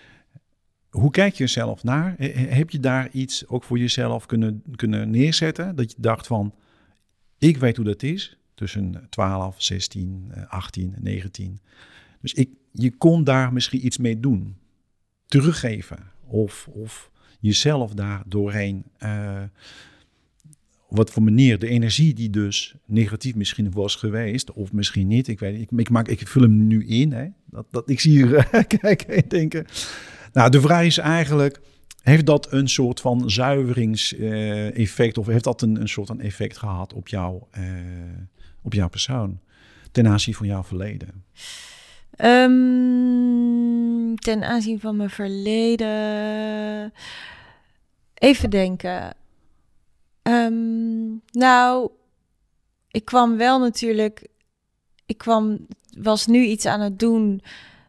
Hoe kijk je jezelf naar? Heb je daar iets ook voor jezelf kunnen, kunnen neerzetten? Dat je dacht van, ik weet hoe dat is. Tussen twaalf, zestien, achttien, negentien. Dus ik, je kon daar misschien iets mee doen. Teruggeven. Of, of jezelf daar doorheen, uh, op wat voor manier, de energie die dus negatief misschien was geweest, of misschien niet, ik weet niet, ik, ik, maak, ik vul hem nu in, hè? Dat, dat, ik zie hier uh, kijken en denken. Nou, de vraag is eigenlijk, heeft dat een soort van zuiveringseffect, uh, of heeft dat een, een soort van effect gehad op, jou, uh, op jouw persoon, ten aanzien van jouw verleden?
Um, ten aanzien van mijn verleden... Even denken. Um, nou, ik kwam wel natuurlijk... Ik kwam, was nu iets aan het doen...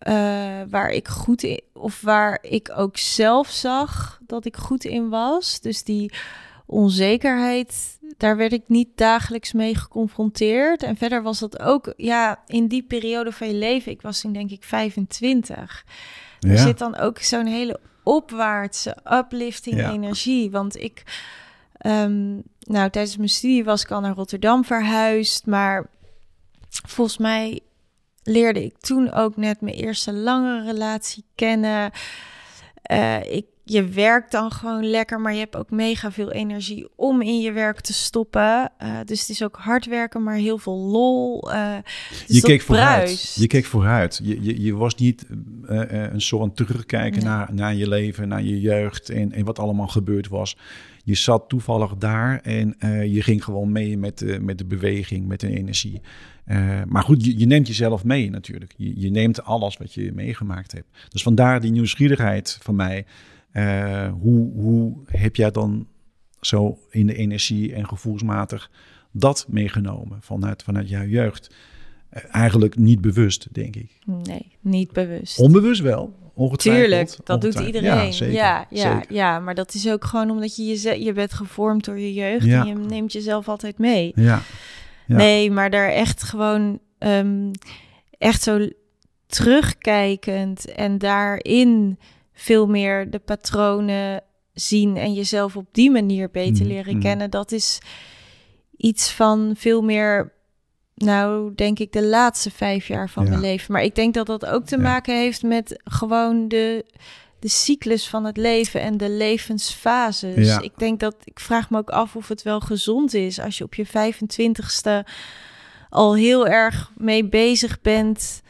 uh, waar ik goed in, of waar ik ook zelf zag dat ik goed in was. Dus die onzekerheid, daar werd ik niet dagelijks mee geconfronteerd. En verder was dat ook, ja, in die periode van je leven, ik was toen denk ik vijfentwintig. Ja. Er zit dan ook zo'n hele opwaartse, uplifting ja. energie. Want ik, um, nou, tijdens mijn studie was ik al naar Rotterdam verhuisd, maar volgens mij leerde ik toen ook net mijn eerste lange relatie kennen. Uh, ik, je werkt dan gewoon lekker, maar je hebt ook mega veel energie om in je werk te stoppen. Uh, dus het is ook hard werken, maar heel veel lol. Uh, dus
je, keek vooruit. je keek vooruit. Je, je, je was niet uh, een soort terugkijken nee. naar, naar je leven, naar je jeugd en, en wat allemaal gebeurd was. Je zat toevallig daar en uh, je ging gewoon mee met de, met de beweging, met de energie. Uh, maar goed, je, je neemt jezelf mee natuurlijk. Je, je neemt alles wat je meegemaakt hebt. Dus vandaar die nieuwsgierigheid van mij. Uh, hoe, hoe heb jij dan zo in de energie en gevoelsmatig dat meegenomen vanuit, vanuit jouw jeugd? Uh, eigenlijk niet bewust, denk ik.
Nee, niet bewust.
Onbewust wel. Ongetwijfeld.
Tuurlijk, dat
ongetwijfeld.
doet iedereen.
Ja, zeker,
ja, ja,
zeker.
ja, maar dat is ook gewoon omdat je je, je bent gevormd door je jeugd
ja.
en je neemt jezelf altijd mee.
Ja. Ja.
Nee, maar daar echt gewoon um, echt zo terugkijkend en daarin veel meer de patronen zien en jezelf op die manier beter leren mm. kennen. Dat is iets van veel meer, nou denk ik de laatste vijf jaar van ja. mijn leven. Maar ik denk dat dat ook te ja. maken heeft met gewoon de, de cyclus van het leven en de levensfases. Ja. Ik denk dat, ik vraag me ook af of het wel gezond is als je op je vijfentwintigste al heel erg mee bezig bent.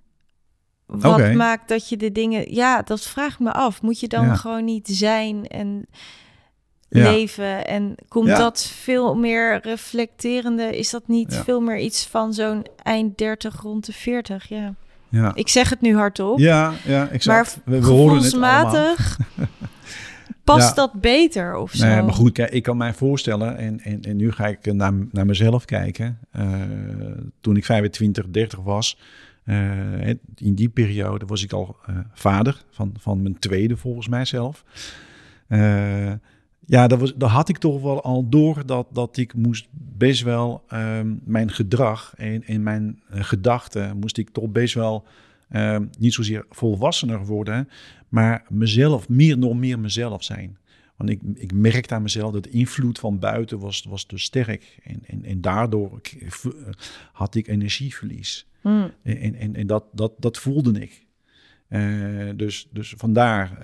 Wat okay. maakt dat je de dingen... Ja, dat vraag ik me af. Moet je dan ja. gewoon niet zijn en ja. leven? En komt ja. dat veel meer reflecterende? Is dat niet ja. veel meer iets van zo'n eind dertig, rond de veertig? Ja. ja. Ik zeg het nu hardop.
Ja, ja, exact.
Maar
we, we
gevoelsmatig past ja. dat beter of zo?
Nee, maar goed, kijk, ik kan mij voorstellen... en, en, en nu ga ik naar, naar mezelf kijken. Uh, toen ik vijfentwintig, dertig was... Uh, in die periode was ik al uh, vader van, van mijn tweede, volgens mij zelf. Uh, ja, dat was, daar had ik toch wel al door dat, dat ik moest best wel um, mijn gedrag en, en mijn uh, gedachten moest ik toch best wel uh, niet zozeer volwassener worden, maar mezelf, meer nog meer mezelf zijn. Want ik, ik merkte aan mezelf dat de invloed van buiten was, was te sterk. En, en, en daardoor had ik energieverlies. Mm. En, en, en dat, dat, dat voelde ik. Uh, dus, dus vandaar.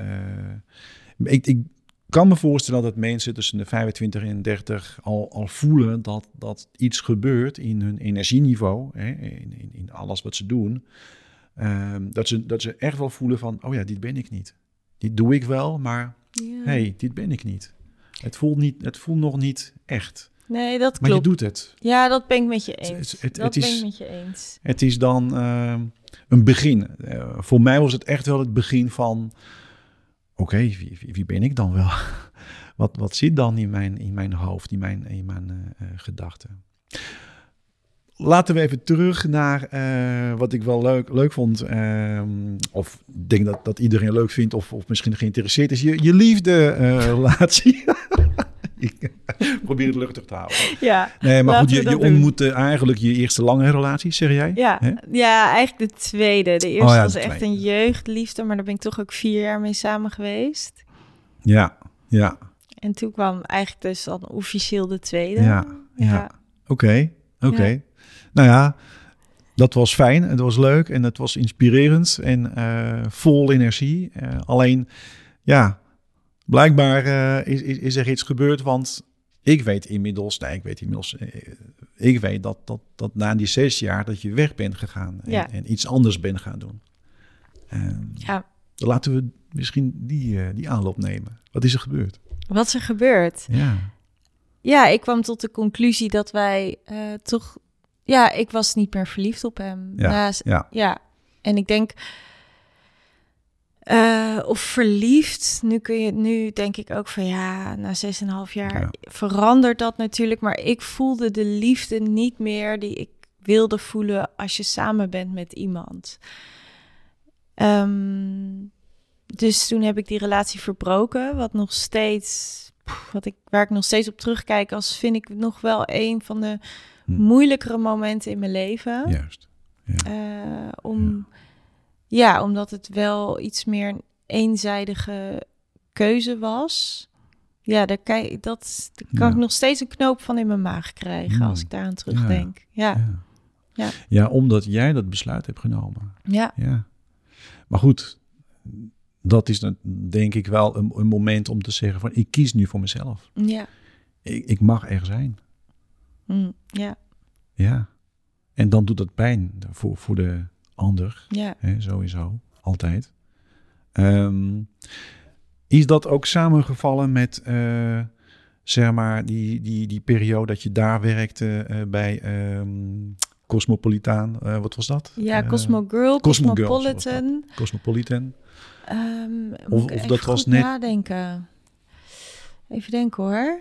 Uh, ik, ik kan me voorstellen dat mensen tussen de vijfentwintig en dertig al, al voelen dat, dat iets gebeurt in hun energieniveau. Hè, in, in, in alles wat ze doen. Uh, dat, ze, dat ze echt wel voelen van, oh ja, dit ben ik niet. Dit doe ik wel, maar... Ja. hey, dit ben ik niet. Het voelt, niet. het voelt nog niet echt.
Nee, dat
maar
klopt.
Maar je doet het.
Ja, dat ben ik met je eens.
Het, het,
dat
het
ben
is,
ik met je eens.
Het is dan uh, een begin. Uh, voor mij was het echt wel het begin van... Oké, okay, wie, wie, wie ben ik dan wel? wat, wat zit dan in mijn, in mijn hoofd, in mijn, in mijn uh, uh, gedachten? Laten we even terug naar uh, wat ik wel leuk, leuk vond. Uh, of ik denk dat, dat iedereen leuk vindt. Of, of misschien geïnteresseerd is. Je, je liefde-relatie. Uh, ik probeer het luchtig te houden.
Ja,
nee, maar goed, je, je ontmoette eigenlijk je eerste lange relatie, zeg jij?
Ja, ja, eigenlijk de tweede. De eerste oh ja, was echt tweede. Een jeugdliefde. Maar daar ben ik toch ook vier jaar mee samen geweest.
Ja, ja.
En toen kwam eigenlijk dus dan officieel de tweede.
Ja, ja. ja. Oké, okay, oké. Okay. Ja. Nou ja, dat was fijn, het was leuk en het was inspirerend en uh, vol energie. Uh, alleen, ja, blijkbaar uh, is, is, is er iets gebeurd, want ik weet inmiddels, nee, ik weet inmiddels, uh, ik weet dat, dat, dat na die zes jaar dat je weg bent gegaan en, ja. en iets anders bent gaan doen. Uh,
ja.
Laten we misschien die, uh, die aanloop nemen. Wat is er gebeurd?
Wat is er gebeurd?
Ja.
Ja, ik kwam tot de conclusie dat wij uh, toch... Ja, ik was niet meer verliefd op hem.
Ja,
Na,
ja.
ja. En ik denk... Uh, of verliefd. Nu kun je... Nu denk ik ook van ja, na zes en een half jaar ja. verandert dat natuurlijk. Maar ik voelde de liefde niet meer die ik wilde voelen als je samen bent met iemand. Um, dus toen heb ik die relatie verbroken, wat nog steeds, wat ik, waar ik nog steeds op terugkijk, als vind ik nog wel een van de hm. moeilijkere momenten in mijn leven.
Juist. Ja.
Uh, om, ja. ja, omdat het wel iets meer een eenzijdige keuze was. Ja, daar, kijk, dat, daar kan ja. ik nog steeds een knoop van in mijn maag krijgen hmm. als ik daaraan terugdenk. Ja. Ja.
Ja. Ja. ja, omdat jij dat besluit hebt genomen.
Ja.
ja. Maar goed, dat is dan denk ik wel een, een moment om te zeggen van ik kies nu voor mezelf.
Ja.
Ik, ik mag er zijn.
Mm, ja.
Ja. En dan doet dat pijn voor, voor de ander.
Ja.
Hè, sowieso. Altijd. Um, is dat ook samengevallen met, uh, zeg maar, die, die, die periode dat je daar werkte uh, bij um, Cosmopolitaan? Uh, wat was dat?
Ja, Cosmo Girl,
Cosmo
Cosmopolitan.
Girls, Cosmopolitan.
Um,
of of dat was net...
nadenken. Even denken hoor.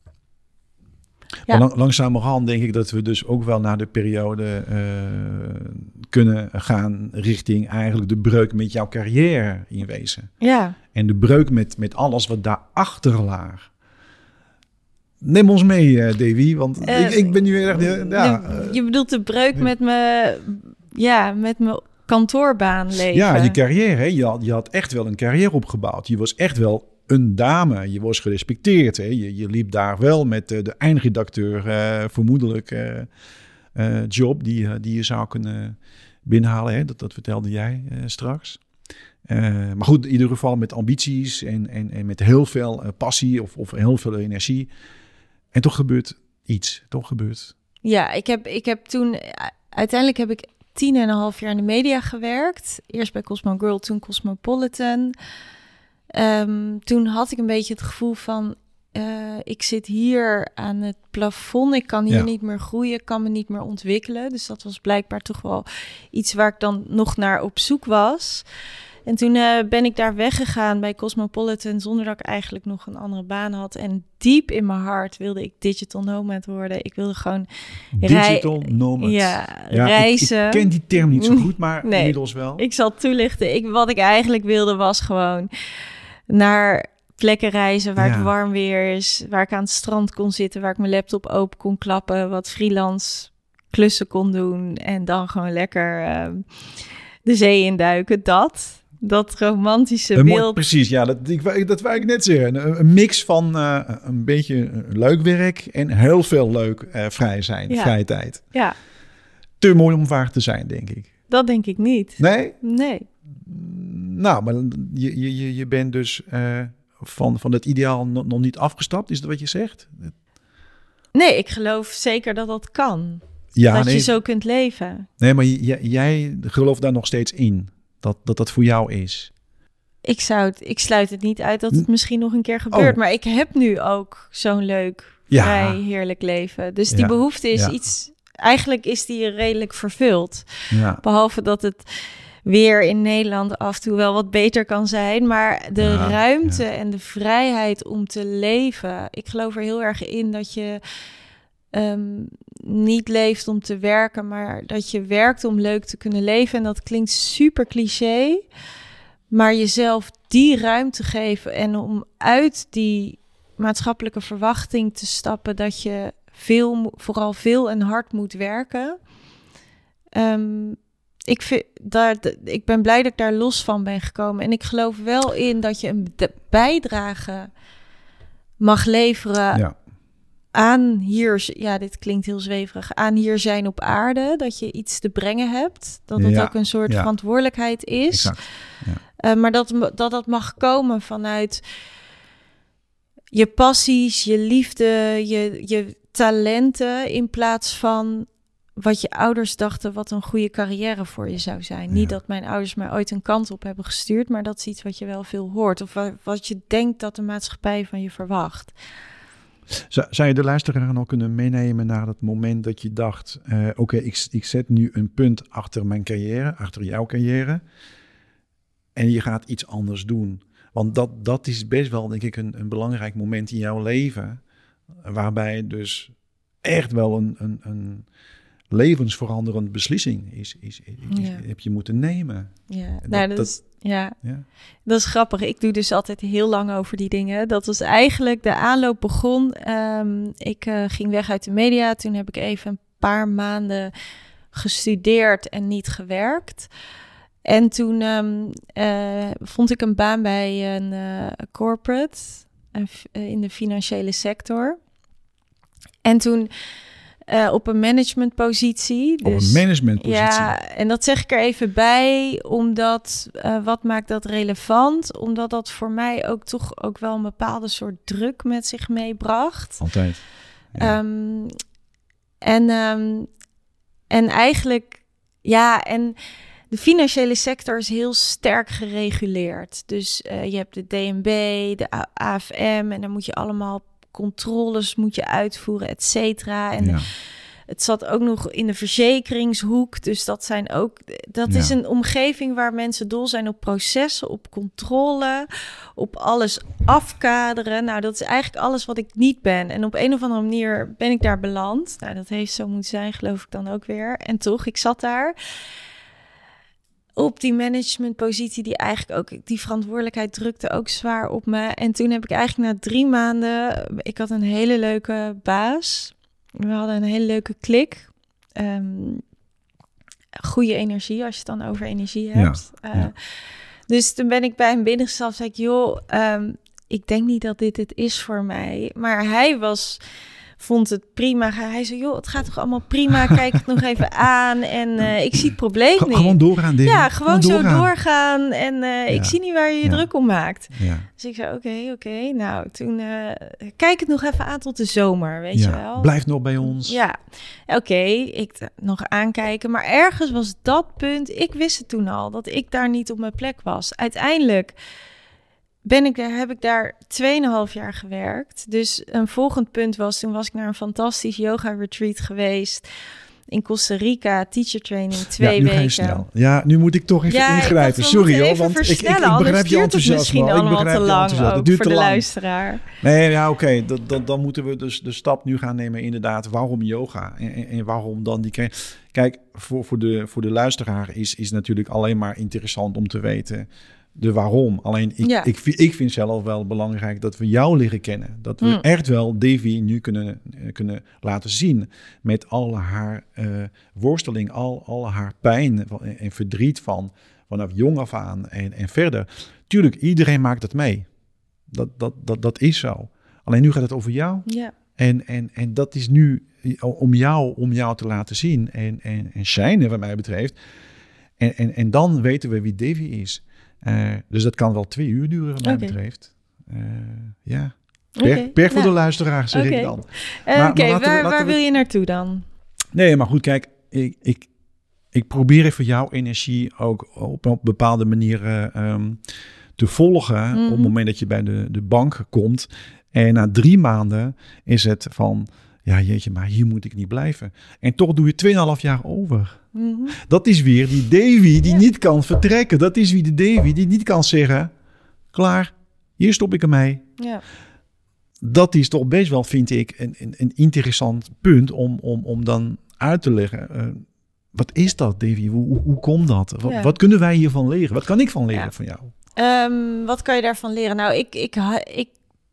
Ja. Lang, langzamerhand denk ik dat we dus ook wel naar de periode uh, kunnen gaan richting eigenlijk de breuk met jouw carrière in wezen.
Ja.
En de breuk met, met alles wat daarachter lag. Neem ons mee, uh, Davy, want uh, ik, ik ben nu erg... Uh, ja,
de, je bedoelt de breuk uh, met mijn ja, met mijn kantoorbaanleven.
Ja, je carrière. Hè? Je, had, je had echt wel een carrière opgebouwd. Je was echt wel een dame. Je was gerespecteerd. Hè? Je, je liep daar wel met uh, de eindredacteur, uh, vermoedelijk uh, uh, job die, uh, die je zou kunnen binnenhalen. Hè? Dat, dat vertelde jij uh, straks. Uh, maar goed, in ieder geval met ambities en, en, en met heel veel uh, passie of, of heel veel energie. En toch gebeurt iets. Toch gebeurt.
Ja, ik heb, ik heb toen... Uiteindelijk heb ik tien en een half jaar in de media gewerkt. Eerst bij Cosmo Girl, toen Cosmopolitan. Um, toen had ik een beetje het gevoel van... Uh, ik zit hier aan het plafond. Ik kan hier ja. niet meer groeien. Ik kan me niet meer ontwikkelen. Dus dat was blijkbaar toch wel iets waar ik dan nog naar op zoek was. En toen uh, ben ik daar weggegaan bij Cosmopolitan... zonder dat ik eigenlijk nog een andere baan had. En diep in mijn hart wilde ik digital nomad worden. Ik wilde gewoon...
Digital rei- nomad.
Ja, ja reizen.
Ik, ik ken die term niet zo goed, maar
nee,
inmiddels wel.
Ik zal toelichten. Ik, wat ik eigenlijk wilde was gewoon naar plekken reizen... waar ja. het warm weer is, waar ik aan het strand kon zitten... waar ik mijn laptop open kon klappen... wat freelance klussen kon doen... en dan gewoon lekker uh, de zee induiken, dat... Dat romantische
een
beeld.
Mooi, precies, ja, dat, ik, dat wou ik net zeggen. Een, een mix van uh, een beetje leuk werk en heel veel leuk uh, vrij zijn, ja. vrije tijd.
Ja.
Te mooi om waar te zijn, denk ik.
Dat denk ik niet.
Nee?
Nee.
Nou, maar je, je, je bent dus uh, van, van het ideaal nog, nog niet afgestapt, is dat wat je zegt?
Nee, ik geloof zeker dat dat kan.
Ja,
dat
nee,
je zo kunt leven.
Nee, maar j, jij gelooft daar nog steeds in. Dat, dat dat voor jou is.
Ik, zou het, ik sluit het niet uit dat het misschien nog een keer gebeurt. Oh. Maar ik heb nu ook zo'n leuk, ja. vrij, heerlijk leven. Dus die ja. behoefte is ja. iets... Eigenlijk is die redelijk vervuld.
Ja.
Behalve dat het weer in Nederland af en toe wel wat beter kan zijn. Maar de ja. ruimte ja. en de vrijheid om te leven... Ik geloof er heel erg in dat je... Um, niet leeft om te werken, maar dat je werkt om leuk te kunnen leven. En dat klinkt super cliché, maar jezelf die ruimte geven en om uit die maatschappelijke verwachting te stappen dat je veel, vooral veel en hard moet werken. Um, ik, vind, daar, ik ben blij dat ik daar los van ben gekomen. En ik geloof wel in dat je een bijdrage mag leveren...
Ja.
aan hier, ja, dit klinkt heel zweverig, aan hier zijn op aarde, dat je iets te brengen hebt, dat het ja, ook een soort ja. verantwoordelijkheid is.
Exact. Ja.
Uh, maar dat, dat dat mag komen vanuit je passies, je liefde, je, je talenten, in plaats van wat je ouders dachten wat een goede carrière voor je zou zijn. Ja. Niet dat mijn ouders mij ooit een kant op hebben gestuurd, maar dat is iets wat je wel veel hoort, of wat je denkt dat de maatschappij van je verwacht.
Zou je de luisteraar nog kunnen meenemen naar het moment dat je dacht... Uh, oké, okay, ik, ik zet nu een punt achter mijn carrière, achter jouw carrière... en je gaat iets anders doen. Want dat, dat is best wel, denk ik, een, een belangrijk moment in jouw leven... waarbij dus echt wel een, een, een levensveranderende beslissing is, is, is, is
Ja.
heb je moeten nemen.
Ja,
dat-
nou, dat,
dat-
is, ja.
Ja.
Dat is grappig. Ik doe dus altijd heel lang over die dingen. Dat was eigenlijk de aanloop begon. Ehm, ik uh, ging weg uit de media. Toen heb ik even een paar maanden gestudeerd en niet gewerkt. En toen um, uh, vond ik een baan bij een uh, corporate uh, in de financiële sector. En toen uh, op een managementpositie. Dus,
Op een managementpositie.
Ja, en dat zeg ik er even bij, omdat uh, wat maakt dat relevant? Omdat dat voor mij ook toch ook wel een bepaalde soort druk met zich meebracht.
Altijd. Ja.
Um, en, um, en eigenlijk, ja, en de financiële sector is heel sterk gereguleerd. Dus uh, je hebt de D N B, de A F M en dan moet je allemaal controles moet je uitvoeren, et cetera. En
ja.
het zat ook nog in de verzekeringshoek. Dus dat zijn ook. Dat ja. is een omgeving waar mensen dol zijn op processen, op controle, op alles afkaderen. Nou, dat is eigenlijk alles wat ik niet ben. En op een of andere manier ben ik daar beland. Nou, dat heeft zo moeten zijn, geloof ik dan ook weer. En toch, ik zat daar op die managementpositie die eigenlijk ook, die verantwoordelijkheid drukte ook zwaar op me. En toen heb ik eigenlijk na drie maanden, ik had een hele leuke baas. We hadden een hele leuke klik. Um, goede energie, als je het dan over energie hebt. Ja, uh, ja. Dus toen ben ik bij hem binnengestapt. Zei ik, joh, um, ik denk niet dat dit het is voor mij. Maar hij was, vond het prima. Hij zei, joh, het gaat toch allemaal prima. Kijk het nog even aan. En uh, ik zie het probleem
G-
niet.
Gewoon doorgaan, Davy.
Ja, gewoon, gewoon doorgaan. zo doorgaan. En uh, ja. ik zie niet waar je je ja. druk om maakt.
Ja.
Dus ik zei, oké, okay, oké. Okay. Nou, toen uh, kijk het nog even aan tot de zomer, weet
ja.
je wel.
Blijf nog bij ons.
Ja, oké. Okay, ik t- nog aankijken. Maar ergens was dat punt, ik wist het toen al, dat ik daar niet op mijn plek was. Uiteindelijk ben ik daar, heb ik daar tweeënhalf jaar gewerkt. Dus een volgend punt was, toen was ik naar een fantastisch yoga retreat geweest in Costa Rica, teacher training, twee
ja, nu
weken.
Ga je snel. Ja, nu moet ik toch even
ja,
ingrijpen. Sorry hoor, want ik, ik, ik begrijp je enthousiasme.
Misschien
ik
allemaal
begrijp
te
je
lang
enthousiasme.
ook
duurt
voor
te
de
lang.
luisteraar.
Nee, ja, oké. Okay. Dan, dan moeten we dus de stap nu gaan nemen inderdaad. Waarom yoga? En, en, en waarom dan die... Kijk, voor, voor, de, voor de luisteraar is, is natuurlijk alleen maar interessant om te weten de waarom. Alleen ik, ja. ik, ik vind zelf wel belangrijk dat we jou leren kennen. Dat we mm. echt wel Davy nu kunnen, kunnen laten zien met al haar uh, worsteling, al, al haar pijn en, en verdriet van vanaf jong af aan en, en verder. Tuurlijk, iedereen maakt het mee. Dat, dat, dat, dat is zo. Alleen nu gaat het over jou.
Ja.
En, en, en dat is nu om jou, om jou te laten zien en, en, en shinen wat mij betreft. En, en, en dan weten we wie Davy is. Uh, dus dat kan wel twee uur duren wat mij okay. betreft. Uh, ja, per, okay. per voor nou. de luisteraar zeg okay. ik dan.
Uh, Oké, okay. waar, waar we... wil je naartoe dan?
Nee, maar goed, kijk, ik, ik, ik probeer even jouw energie ook op een bepaalde manier uh, um, te volgen. Mm-hmm. Op het moment dat je bij de, de bank komt. En na drie maanden is het van, ja jeetje, maar hier moet ik niet blijven. En toch doe je tweeënhalf jaar over. Mm-hmm. Dat is weer die Davy die ja. niet kan vertrekken. Dat is wie de Davy die niet kan zeggen, klaar, hier stop ik ermee.
Ja.
Dat is toch best wel, vind ik, een, een, een interessant punt om, om, om dan uit te leggen. Uh, wat is dat, Davy? Hoe, hoe, hoe komt dat? Wat, ja. wat kunnen wij hiervan leren? Wat kan ik van leren ja. van jou?
Um, wat kan je daarvan leren? Nou, ik, ik, ik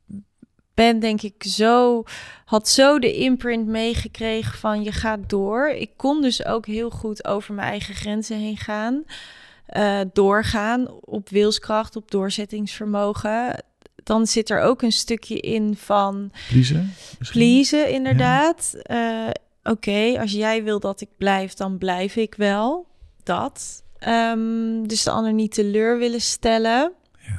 ben denk ik zo, had zo de imprint meegekregen van je gaat door. Ik kon dus ook heel goed over mijn eigen grenzen heen gaan. Uh, doorgaan op wilskracht, op doorzettingsvermogen. Dan zit er ook een stukje in van
pleasen,
pleasen inderdaad. Ja. Uh, Oké, okay, als jij wil dat ik blijf, dan blijf ik wel. Dat. Um, dus de ander niet teleur willen stellen.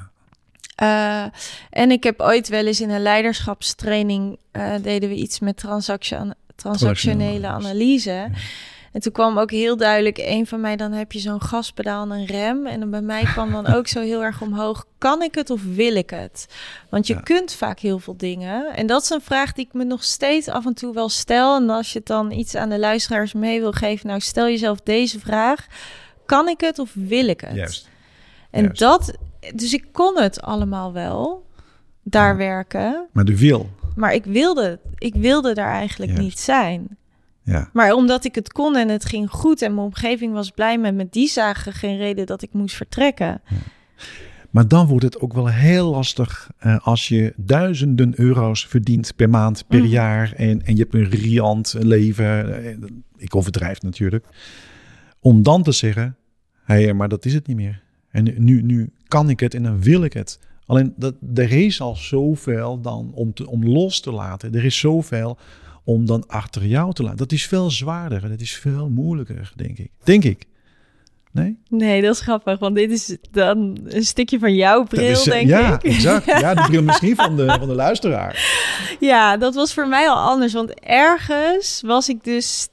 Uh, en ik heb ooit wel eens in een leiderschapstraining uh, deden we iets met transaction, transactionele analyse. Ja. En toen kwam ook heel duidelijk een van mij, dan heb je zo'n gaspedaal en een rem. En dan bij mij kwam dan ook zo heel erg omhoog, kan ik het of wil ik het? Want je ja. kunt vaak heel veel dingen. En dat is een vraag die ik me nog steeds af en toe wel stel. En als je het dan iets aan de luisteraars mee wil geven, nou stel jezelf deze vraag. Kan ik het of wil ik het?
Juist.
En
Juist.
dat... Dus ik kon het allemaal wel, daar ja. werken.
Maar de wil.
Maar ik wilde, ik wilde daar eigenlijk Juist. niet zijn.
Ja.
Maar omdat ik het kon en het ging goed en mijn omgeving was blij met me, die zagen geen reden dat ik moest vertrekken.
Ja. Maar dan wordt het ook wel heel lastig uh, als je duizenden euro's verdient per maand, per mm. jaar. En, en je hebt een riant leven. Uh, ik overdrijf natuurlijk. Om dan te zeggen, hé, hey, maar dat is het niet meer. En nu, nu kan ik het en dan wil ik het. Alleen, dat, er is al zoveel dan om, te, om los te laten. Er is zoveel om dan achter jou te laten. Dat is veel zwaarder. Dat is veel moeilijker, denk ik. Denk ik. Nee?
Nee, dat is grappig. Want dit is dan een stukje van jouw bril, is, denk
ja,
ik.
Exact. Ja, de bril misschien van de, van de luisteraar.
Ja, dat was voor mij al anders. Want ergens was ik dus...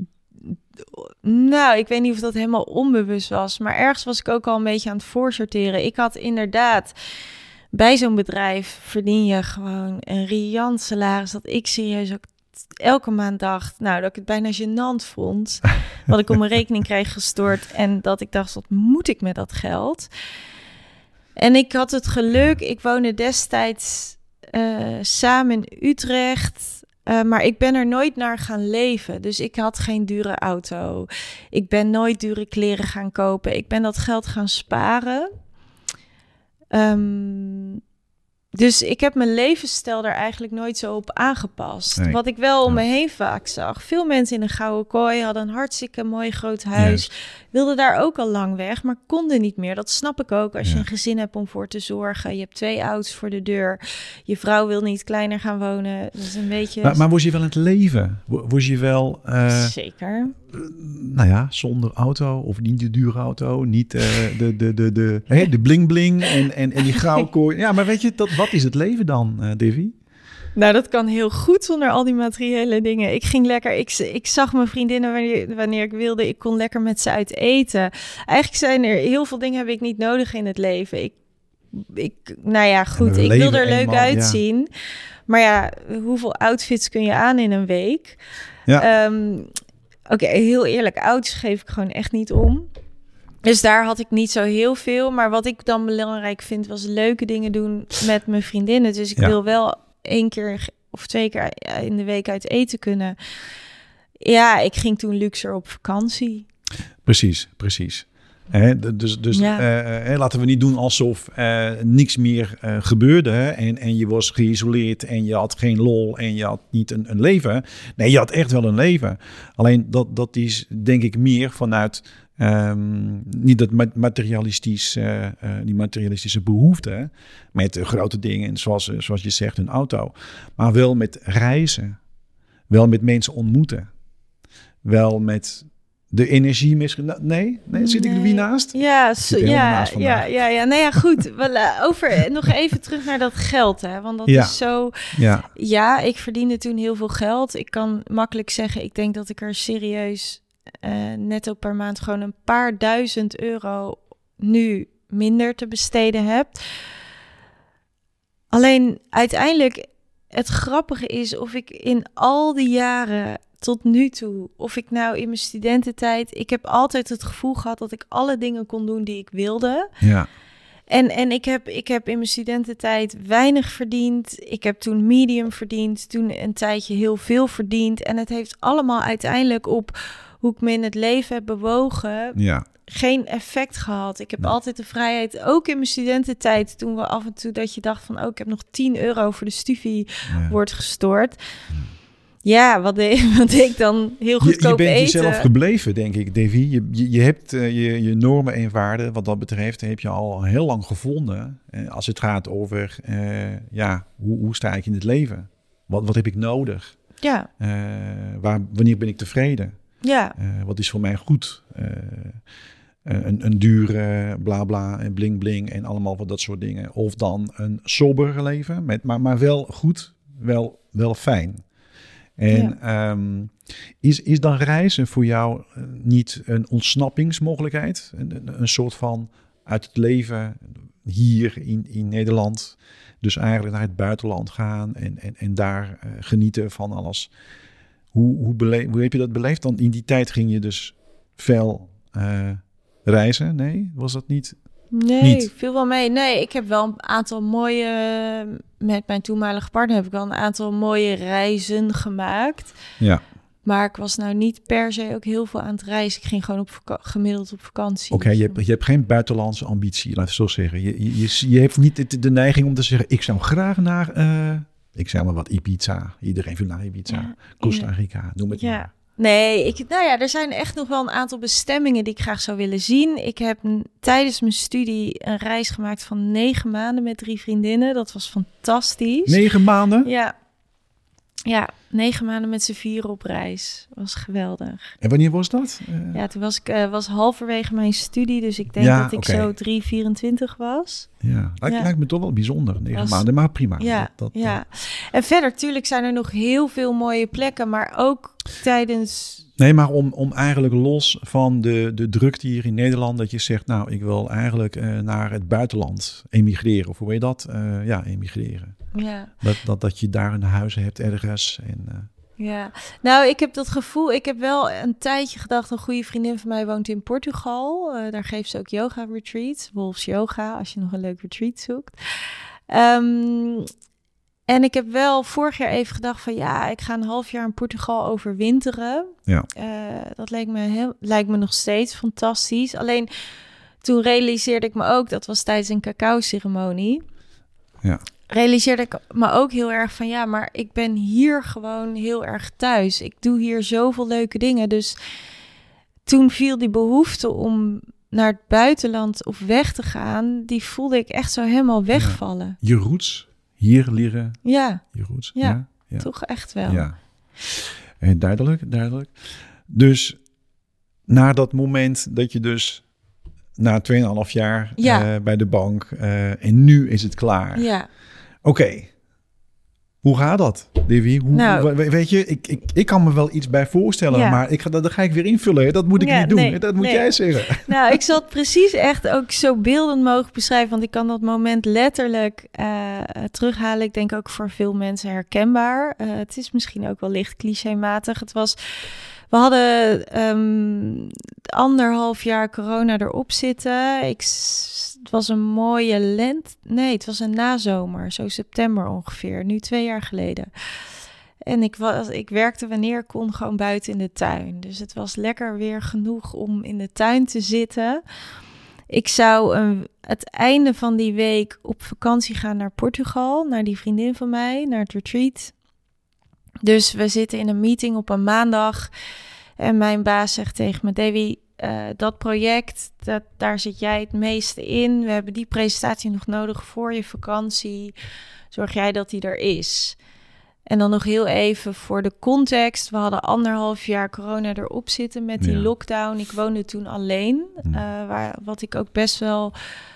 Nou, ik weet niet of dat helemaal onbewust was. Maar ergens was ik ook al een beetje aan het voorsorteren. Ik had inderdaad... Bij zo'n bedrijf verdien je gewoon een riant salaris... dat ik serieus ook elke maand dacht... nou, dat ik het bijna gênant vond... wat ik op mijn rekening kreeg gestort... en dat ik dacht, wat moet ik met dat geld? En ik had het geluk... ik woonde destijds uh, samen in Utrecht... Uh, maar ik ben er nooit naar gaan leven. Dus ik had geen dure auto. Ik ben nooit dure kleren gaan kopen. Ik ben dat geld gaan sparen... Um, dus ik heb mijn levensstijl daar eigenlijk nooit zo op aangepast. Nee. Wat ik wel om me heen vaak zag. Veel mensen in een gouden kooi hadden een hartstikke mooi groot huis. Yes. Wilden daar ook al lang weg, maar konden niet meer. Dat snap ik ook als ja. je een gezin hebt om voor te zorgen. Je hebt twee auto's voor de deur. Je vrouw wil niet kleiner gaan wonen. Dat is een beetje...
Maar, maar was je wel in het leven? Was je wel... Uh...
Zeker.
Nou ja, zonder auto of niet de dure auto, niet uh, de, de, de, de, hè, de bling bling en, en, en die gouden kooi. Ja, maar weet je, dat, wat is het leven dan, uh, Davy?
Nou, dat kan heel goed zonder al die materiële dingen. Ik ging lekker, ik, ik zag mijn vriendinnen wanneer, wanneer ik wilde. Ik kon lekker met ze uit eten. Eigenlijk zijn er heel veel dingen heb ik niet nodig in het leven. Ik, ik nou ja, goed, ik wil er leuk eenmaal, uitzien. Ja. Maar ja, hoeveel outfits kun je aan in een week? Ja. Um, Oké, okay, heel eerlijk, auto's geef ik gewoon echt niet om. Dus daar had ik niet zo heel veel. Maar wat ik dan belangrijk vind, was leuke dingen doen met mijn vriendinnen. Dus ik ja. wil wel één keer of twee keer in de week uit eten kunnen. Ja, ik ging toen luxer op vakantie.
Precies, precies. He, dus dus ja. uh, laten we niet doen alsof uh, niks meer uh, gebeurde. Hè? En, en je was geïsoleerd en je had geen lol en je had niet een, een leven. Nee, je had echt wel een leven. Alleen dat, dat is denk ik meer vanuit um, niet dat materialistisch, uh, uh, die materialistische behoefte met uh, grote dingen zoals, uh, zoals je zegt een auto. Maar wel met reizen. Wel met mensen ontmoeten. Wel met... De energie misschien... Nee? Nee, zit nee. ik er wie naast?
Ja, so, ja, ja, ja, ja. Nou ja, goed. Over, nog even terug naar dat geld, hè. Want dat ja. is zo... Ja. ja, ik verdiende toen heel veel geld. Ik kan makkelijk zeggen, ik denk dat ik er serieus uh, netto per maand gewoon een paar duizend euro nu minder te besteden heb. Alleen uiteindelijk, het grappige is of ik in al die jaren... tot nu toe, of ik nou in mijn studententijd... ik heb altijd het gevoel gehad dat ik alle dingen kon doen die ik wilde.
Ja.
En, en ik, heb, ik heb in mijn studententijd weinig verdiend. Ik heb toen medium verdiend. Toen een tijdje heel veel verdiend. En het heeft allemaal uiteindelijk op hoe ik me in het leven heb bewogen...
Ja.
geen effect gehad. Ik heb nee. altijd de vrijheid, ook in mijn studententijd... toen we af en toe dat je dacht van... oh, ik heb nog tien euro voor de studie ja. wordt gestort... Ja, wat deed, wat deed ik dan heel goedkoop eten? Je, je bent
eten. jezelf gebleven, denk ik, Davy. Je, je, je hebt uh, je, je normen en waarden, wat dat betreft, heb je al heel lang gevonden. Uh, als het gaat over, uh, ja, hoe, hoe sta ik in het leven? Wat, wat heb ik nodig?
Ja.
Uh, waar, wanneer ben ik tevreden?
Ja.
Uh, wat is voor mij goed? Uh, uh, een, een dure bla bla en bling bling en allemaal van dat soort dingen. Of dan een sober leven, met, maar, maar wel goed, wel, wel fijn. En ja. um, is, is dan reizen voor jou niet een ontsnappingsmogelijkheid? Een, een soort van uit het leven hier in, in Nederland. Dus eigenlijk naar het buitenland gaan en, en, en daar uh, genieten van alles. Hoe, hoe, bele- hoe heb je dat beleefd? Dan in die tijd ging je dus veel uh, reizen. Nee, was dat niet...
Nee,
niet.
viel wel mee. Nee, ik heb wel een aantal mooie... Met mijn toenmalige partner heb ik wel een aantal mooie reizen gemaakt.
Ja.
Maar ik was nou niet per se ook heel veel aan het reizen. Ik ging gewoon op vaka- gemiddeld op vakantie.
Oké, okay, je, je hebt geen buitenlandse ambitie, laat ik zo zeggen. Je, je, je, je hebt niet de, de neiging om te zeggen, ik zou graag naar, uh, ik zeg maar wat, Ibiza. Iedereen wil naar Ibiza, ja, Costa Rica, noem het
ja.
maar.
Nee, ik, nou ja, er zijn echt nog wel een aantal bestemmingen die ik graag zou willen zien. Ik heb n- tijdens mijn studie een reis gemaakt van negen maanden met drie vriendinnen. Dat was fantastisch.
Negen maanden?
Ja. Ja, negen maanden met z'n vieren op reis. Was geweldig.
En wanneer was dat? Uh...
Ja, toen was ik uh, was halverwege mijn studie. Dus ik denk
ja,
dat ik
okay.
zo drie, vierentwintig was.
Ja, lijkt,
ja.
lijkt me toch wel bijzonder. Negen
was...
maanden, maar prima.
Ja,
dat, dat,
ja.
Uh...
En verder, tuurlijk zijn er nog heel veel mooie plekken. Maar ook tijdens...
Nee, maar om, om eigenlijk los van de, de drukte hier in Nederland... dat je zegt, nou, ik wil eigenlijk uh, naar het buitenland emigreren. Of hoe weet je dat? Uh, ja, emigreren.
Ja.
Dat, dat, dat je daar een huis hebt ergens. En, uh...
Ja, nou, ik heb dat gevoel... Ik heb wel een tijdje gedacht... een goede vriendin van mij woont in Portugal. Uh, daar geeft ze ook yoga-retreats. Wolfs Yoga, als je nog een leuk retreat zoekt. Um, En ik heb wel vorig jaar even gedacht van... ja, ik ga een half jaar in Portugal overwinteren.
Ja.
Uh, dat lijkt me, heel, lijkt me nog steeds fantastisch. Alleen toen realiseerde ik me ook... dat was tijdens een cacao-ceremonie...
Ja.
realiseerde ik me ook heel erg van... ja, maar ik ben hier gewoon heel erg thuis. Ik doe hier zoveel leuke dingen. Dus toen viel die behoefte om naar het buitenland of weg te gaan... die voelde ik echt zo helemaal wegvallen.
Ja. Je roots... Hier liggen
ja.
je roots.
Ja,
ja, ja,
toch echt wel.
Ja. En duidelijk, duidelijk. Dus na dat moment dat je dus na tweeënhalf jaar
ja.
uh, bij de bank... Uh, en nu is het klaar.
Ja.
Oké. Okay. Hoe gaat dat, Divy? Hoe,
nou,
hoe, weet je, ik, ik, ik kan me wel iets bij voorstellen, ja. maar ik ga, dat ga ik weer invullen. Hè? Dat moet ik ja, niet doen. Nee, dat moet nee. jij zeggen.
Nou, ik zal het precies echt ook zo beeldend mogelijk beschrijven, want ik kan dat moment letterlijk uh, terughalen. Ik denk ook voor veel mensen herkenbaar. Uh, het is misschien ook wel licht clichématig. Het was... We hadden um, anderhalf jaar corona erop zitten. Ik, het was een mooie lent. Nee, het was een nazomer. Zo september ongeveer. Nu twee jaar geleden. En ik, was, ik werkte wanneer ik kon gewoon buiten in de tuin. Dus het was lekker weer genoeg om in de tuin te zitten. Ik zou een, het einde van die week op vakantie gaan naar Portugal. Naar die vriendin van mij. Naar het retreat. Dus we zitten in een meeting op een maandag en mijn baas zegt tegen me... Davy, uh, dat project, dat, daar zit jij het meeste in. We hebben die presentatie nog nodig voor je vakantie. Zorg jij dat die er is. En dan nog heel even voor de context. We hadden anderhalf jaar corona erop zitten met die ja. lockdown. Ik woonde toen alleen, uh, waar, wat ik ook best wel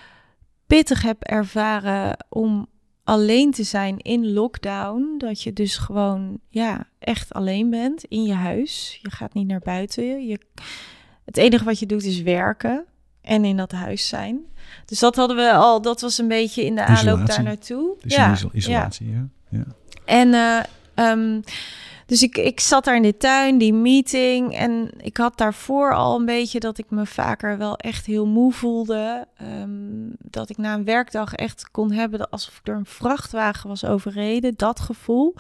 pittig heb ervaren om... alleen te zijn in lockdown, dat je dus gewoon ja echt alleen bent in je huis. Je gaat niet naar buiten. Je, het enige wat je doet is werken en in dat huis zijn. Dus dat hadden we al, dat was een beetje in de isolatie. Aanloop daar naartoe.
Dus ja, isolatie, ja. ja. ja.
En uh, um, dus ik, ik zat daar in de tuin, die meeting. En ik had daarvoor al een beetje dat ik me vaker wel echt heel moe voelde. Um, dat ik na een werkdag echt kon hebben alsof ik door een vrachtwagen was overreden. Dat gevoel.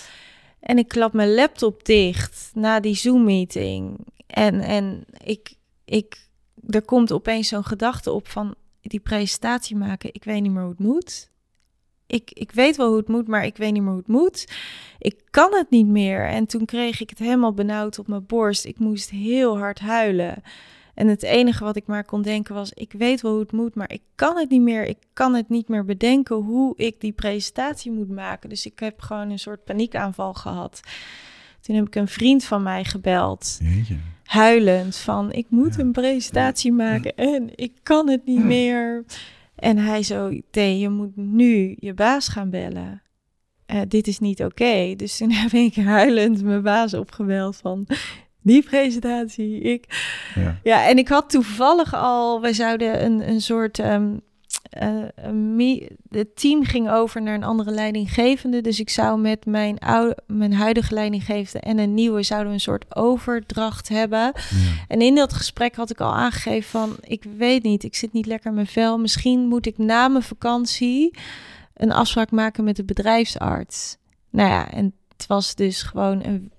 En ik klap mijn laptop dicht na die Zoom-meeting. En, en ik, ik, er komt opeens zo'n gedachte op van die presentatie maken. Ik weet niet meer hoe het moet. Ik, ik weet wel hoe het moet, maar ik weet niet meer hoe het moet. Ik kan het niet meer. En toen kreeg ik het helemaal benauwd op mijn borst. Ik moest heel hard huilen. En het enige wat ik maar kon denken was... ik weet wel hoe het moet, maar ik kan het niet meer. Ik kan het niet meer bedenken hoe ik die presentatie moet maken. Dus ik heb gewoon een soort paniekaanval gehad. Toen heb ik een vriend van mij gebeld.
Jeetje.
Huilend van, ik moet ja. een presentatie maken en ik kan het niet meer... En hij zo, Thee, je moet nu je baas gaan bellen. Uh, dit is niet oké. Okay. Dus toen heb ik huilend mijn baas opgebeld van... die presentatie, ik... Ja, ja en ik had toevallig al... We zouden een, een soort... Um, uh, me, het team ging over naar een andere leidinggevende. Dus ik zou met mijn, oude, mijn huidige leidinggevende en een nieuwe... zouden we een soort overdracht hebben. Ja. En in dat gesprek had ik al aangegeven van... ik weet niet, ik zit niet lekker in mijn vel. Misschien moet ik na mijn vakantie een afspraak maken met de bedrijfsarts. Nou ja, en het was dus gewoon een,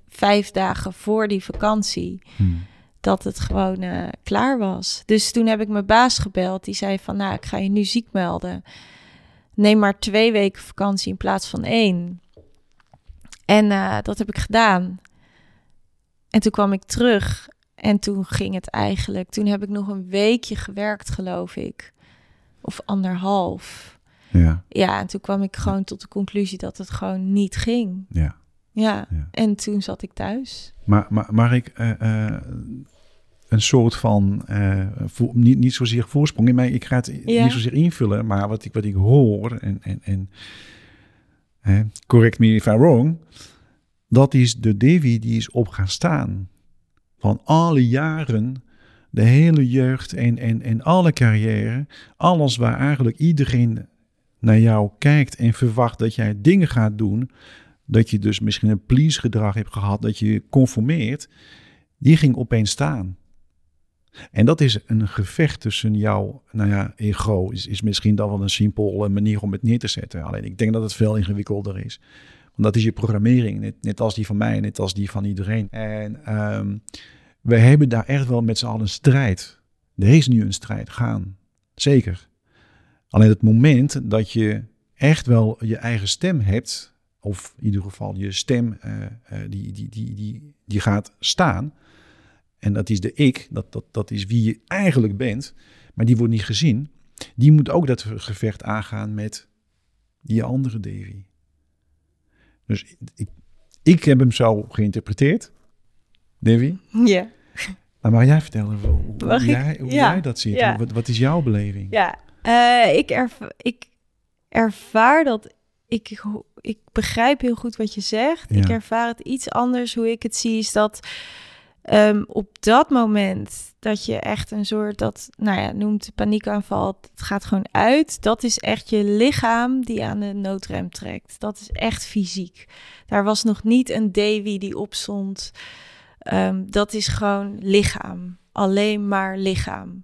vijf dagen voor die vakantie...
Hmm.
dat het gewoon uh, klaar was. Dus toen heb ik mijn baas gebeld. Die zei van, nou, ik ga je nu ziek melden. Neem maar twee weken vakantie in plaats van één. En uh, dat heb ik gedaan. En toen kwam ik terug. En toen ging het eigenlijk... Toen heb ik nog een weekje gewerkt, geloof ik. Of anderhalf.
Ja.
Ja, en toen kwam ik gewoon tot de conclusie dat het gewoon niet ging.
Ja.
Ja,
Ja.
En toen zat ik thuis.
Maar, maar, maar ik... Uh, uh, een soort van... Uh, vo- niet, niet zozeer voorsprong. Maar ik ga het
Ja.
niet zozeer invullen. Maar wat ik, wat ik hoor... En, en, en uh, correct me if I'm wrong... Dat is de Davy die is op gaan staan. Van alle jaren... De hele jeugd en, en, en alle carrière. Alles waar eigenlijk iedereen naar jou kijkt en verwacht dat jij dingen gaat doen. Dat je dus misschien een please gedrag hebt gehad. Dat je conformeert. Die ging opeens staan. En dat is een gevecht tussen jouw, nou ja, ego. Is, is misschien dan wel een simpele manier om het neer te zetten. Alleen ik denk dat het veel ingewikkelder is. Want dat is je programmering. Net, net als die van mij, net als die van iedereen. En... Um, we hebben daar echt wel met z'n allen een strijd. Er is nu een strijd gaan. Zeker. Alleen het moment dat je echt wel je eigen stem hebt... of in ieder geval je stem uh, uh, die, die, die, die, die gaat staan... en dat is de ik, dat, dat, dat is wie je eigenlijk bent... maar die wordt niet gezien... die moet ook dat gevecht aangaan met die andere Davy. Dus ik, ik heb hem zo geïnterpreteerd... Davy?
Ja.
Maar mag jij vertellen hoe, hoe,
ik?
jij, hoe
ja.
jij dat ziet?
Ja.
Wat, wat is jouw beleving?
Ja, uh, ik, erva- ik ervaar dat... Ik, ik begrijp heel goed wat je zegt.
Ja.
Ik ervaar het iets anders. Hoe ik het zie is dat um, op dat moment... dat je echt een soort... dat, nou ja, noemt paniekaanval. Het gaat gewoon uit. Dat is echt je lichaam die aan de noodrem trekt. Dat is echt fysiek. Daar was nog niet een Davy die opstond... Um, dat is gewoon lichaam. Alleen maar lichaam.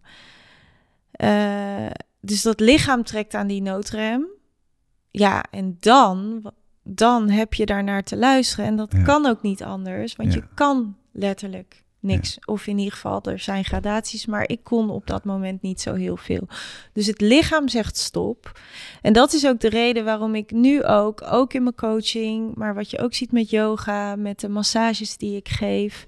Uh, dus dat lichaam trekt aan die noodrem. Ja, en dan, dan heb je daarnaar te luisteren. En dat
ja.
kan ook niet anders. Want
ja.
je kan letterlijk niks.
Ja.
Of in ieder geval, er zijn gradaties. Maar ik kon op dat moment niet zo heel veel. Dus het lichaam zegt stop. En dat is ook de reden waarom ik nu ook, ook in mijn coaching... maar wat je ook ziet met yoga, met de massages die ik geef...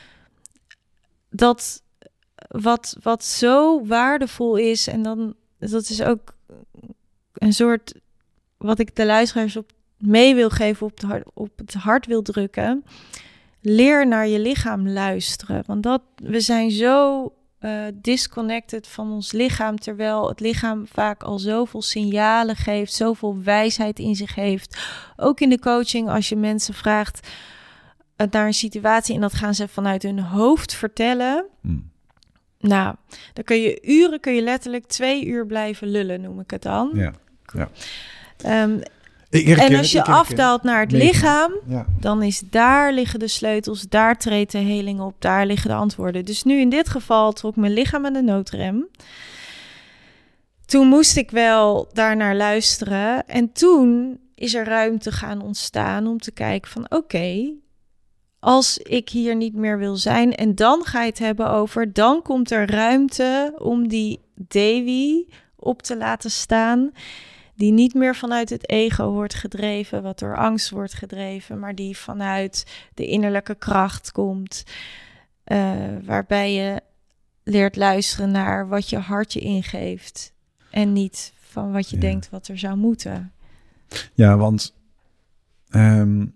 dat wat, wat zo waardevol is... en dan, dat is ook een soort... wat ik de luisteraars op mee wil geven, op het hart, op het hart wil drukken... Leer naar je lichaam luisteren. Want dat, we zijn zo uh, disconnected van ons lichaam... terwijl het lichaam vaak al zoveel signalen geeft... zoveel wijsheid in zich heeft. Ook in de coaching, als je mensen vraagt uh, naar een situatie... en dat gaan ze vanuit hun hoofd vertellen... Hmm. Nou, dan kun je uren, kun je letterlijk twee uur blijven lullen, noem ik het dan.
Ja, ja.
Um, En als je afdaalt naar het
Leven.
lichaam,
ja.
dan is daar liggen de sleutels, daar treedt de heling op, daar liggen de antwoorden. Dus nu in dit geval trok mijn lichaam aan de noodrem. Toen moest ik wel daarnaar luisteren. En toen is er ruimte gaan ontstaan om te kijken van oké, okay, als ik hier niet meer wil zijn en dan ga je het hebben over, dan komt er ruimte om die Davy op te laten staan. Die niet meer vanuit het ego wordt gedreven, wat door angst wordt gedreven, maar die vanuit de innerlijke kracht komt. Uh, waarbij je leert luisteren naar wat je hart je ingeeft. En niet van wat je ja. denkt wat er zou moeten.
Ja, want um,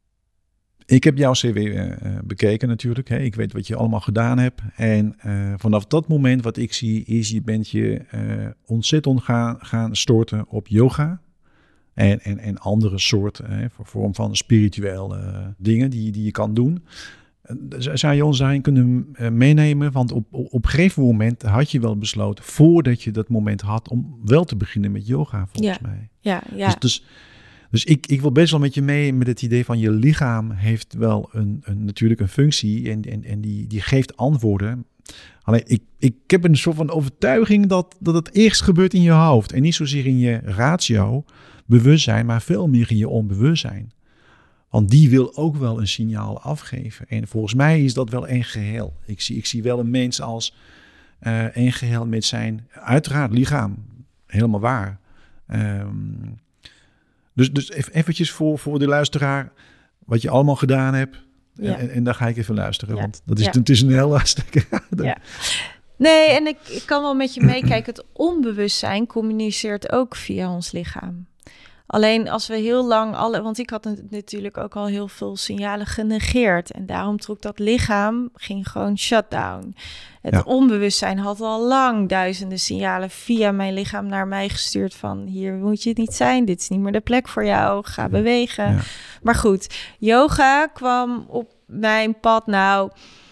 ik heb jouw C V uh, bekeken natuurlijk. Hè. Ik weet wat je allemaal gedaan hebt. En uh, vanaf dat moment wat ik zie is, je bent je uh, ontzettend gaan, gaan storten op yoga. En, en, en andere soorten, hè, voor vorm van spirituele uh, dingen die, die je kan doen. Zou je ons daarin kunnen uh, meenemen? Want op, op, op een gegeven moment had je wel besloten, voordat je dat moment had, om wel te beginnen met yoga, volgens
ja.
mij.
Ja, ja.
Dus, dus, dus ik, ik wil best wel met je mee met het idee van je lichaam heeft wel een, een, natuurlijk een functie en, en, en die, die geeft antwoorden. Alleen ik, ik heb een soort van overtuiging dat, dat het eerst gebeurt in je hoofd en niet zozeer in je ratio, bewustzijn, maar veel meer in je onbewustzijn. Want die wil ook wel een signaal afgeven. En volgens mij is dat wel één geheel. Ik zie, ik zie wel een mens als uh, één geheel met zijn, uiteraard, lichaam. Helemaal waar. Um, dus dus eventjes voor, voor de luisteraar, wat je allemaal gedaan hebt. Ja. En, en dan ga ik even luisteren, ja. want dat is, ja. het is een heel lastig.
Ja. Nee, en ik, ik kan wel met je meekijken. Het onbewustzijn communiceert ook via ons lichaam. Alleen als we heel lang alle... Want ik had natuurlijk ook al heel veel signalen genegeerd. En daarom trok dat lichaam, ging gewoon shutdown. Het ja. onbewustzijn had al lang duizenden signalen via mijn lichaam naar mij gestuurd van... hier moet je niet zijn, dit is niet meer de plek voor jou, ga bewegen. Ja. Maar goed, yoga kwam op mijn pad nou...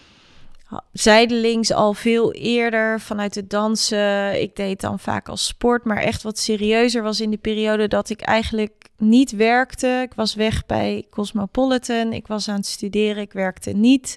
zijdelings al veel eerder vanuit het dansen. Ik deed dan vaak als sport, maar echt wat serieuzer was in de periode dat ik eigenlijk niet werkte. Ik was weg bij Cosmopolitan. Ik was aan het studeren. Ik werkte niet.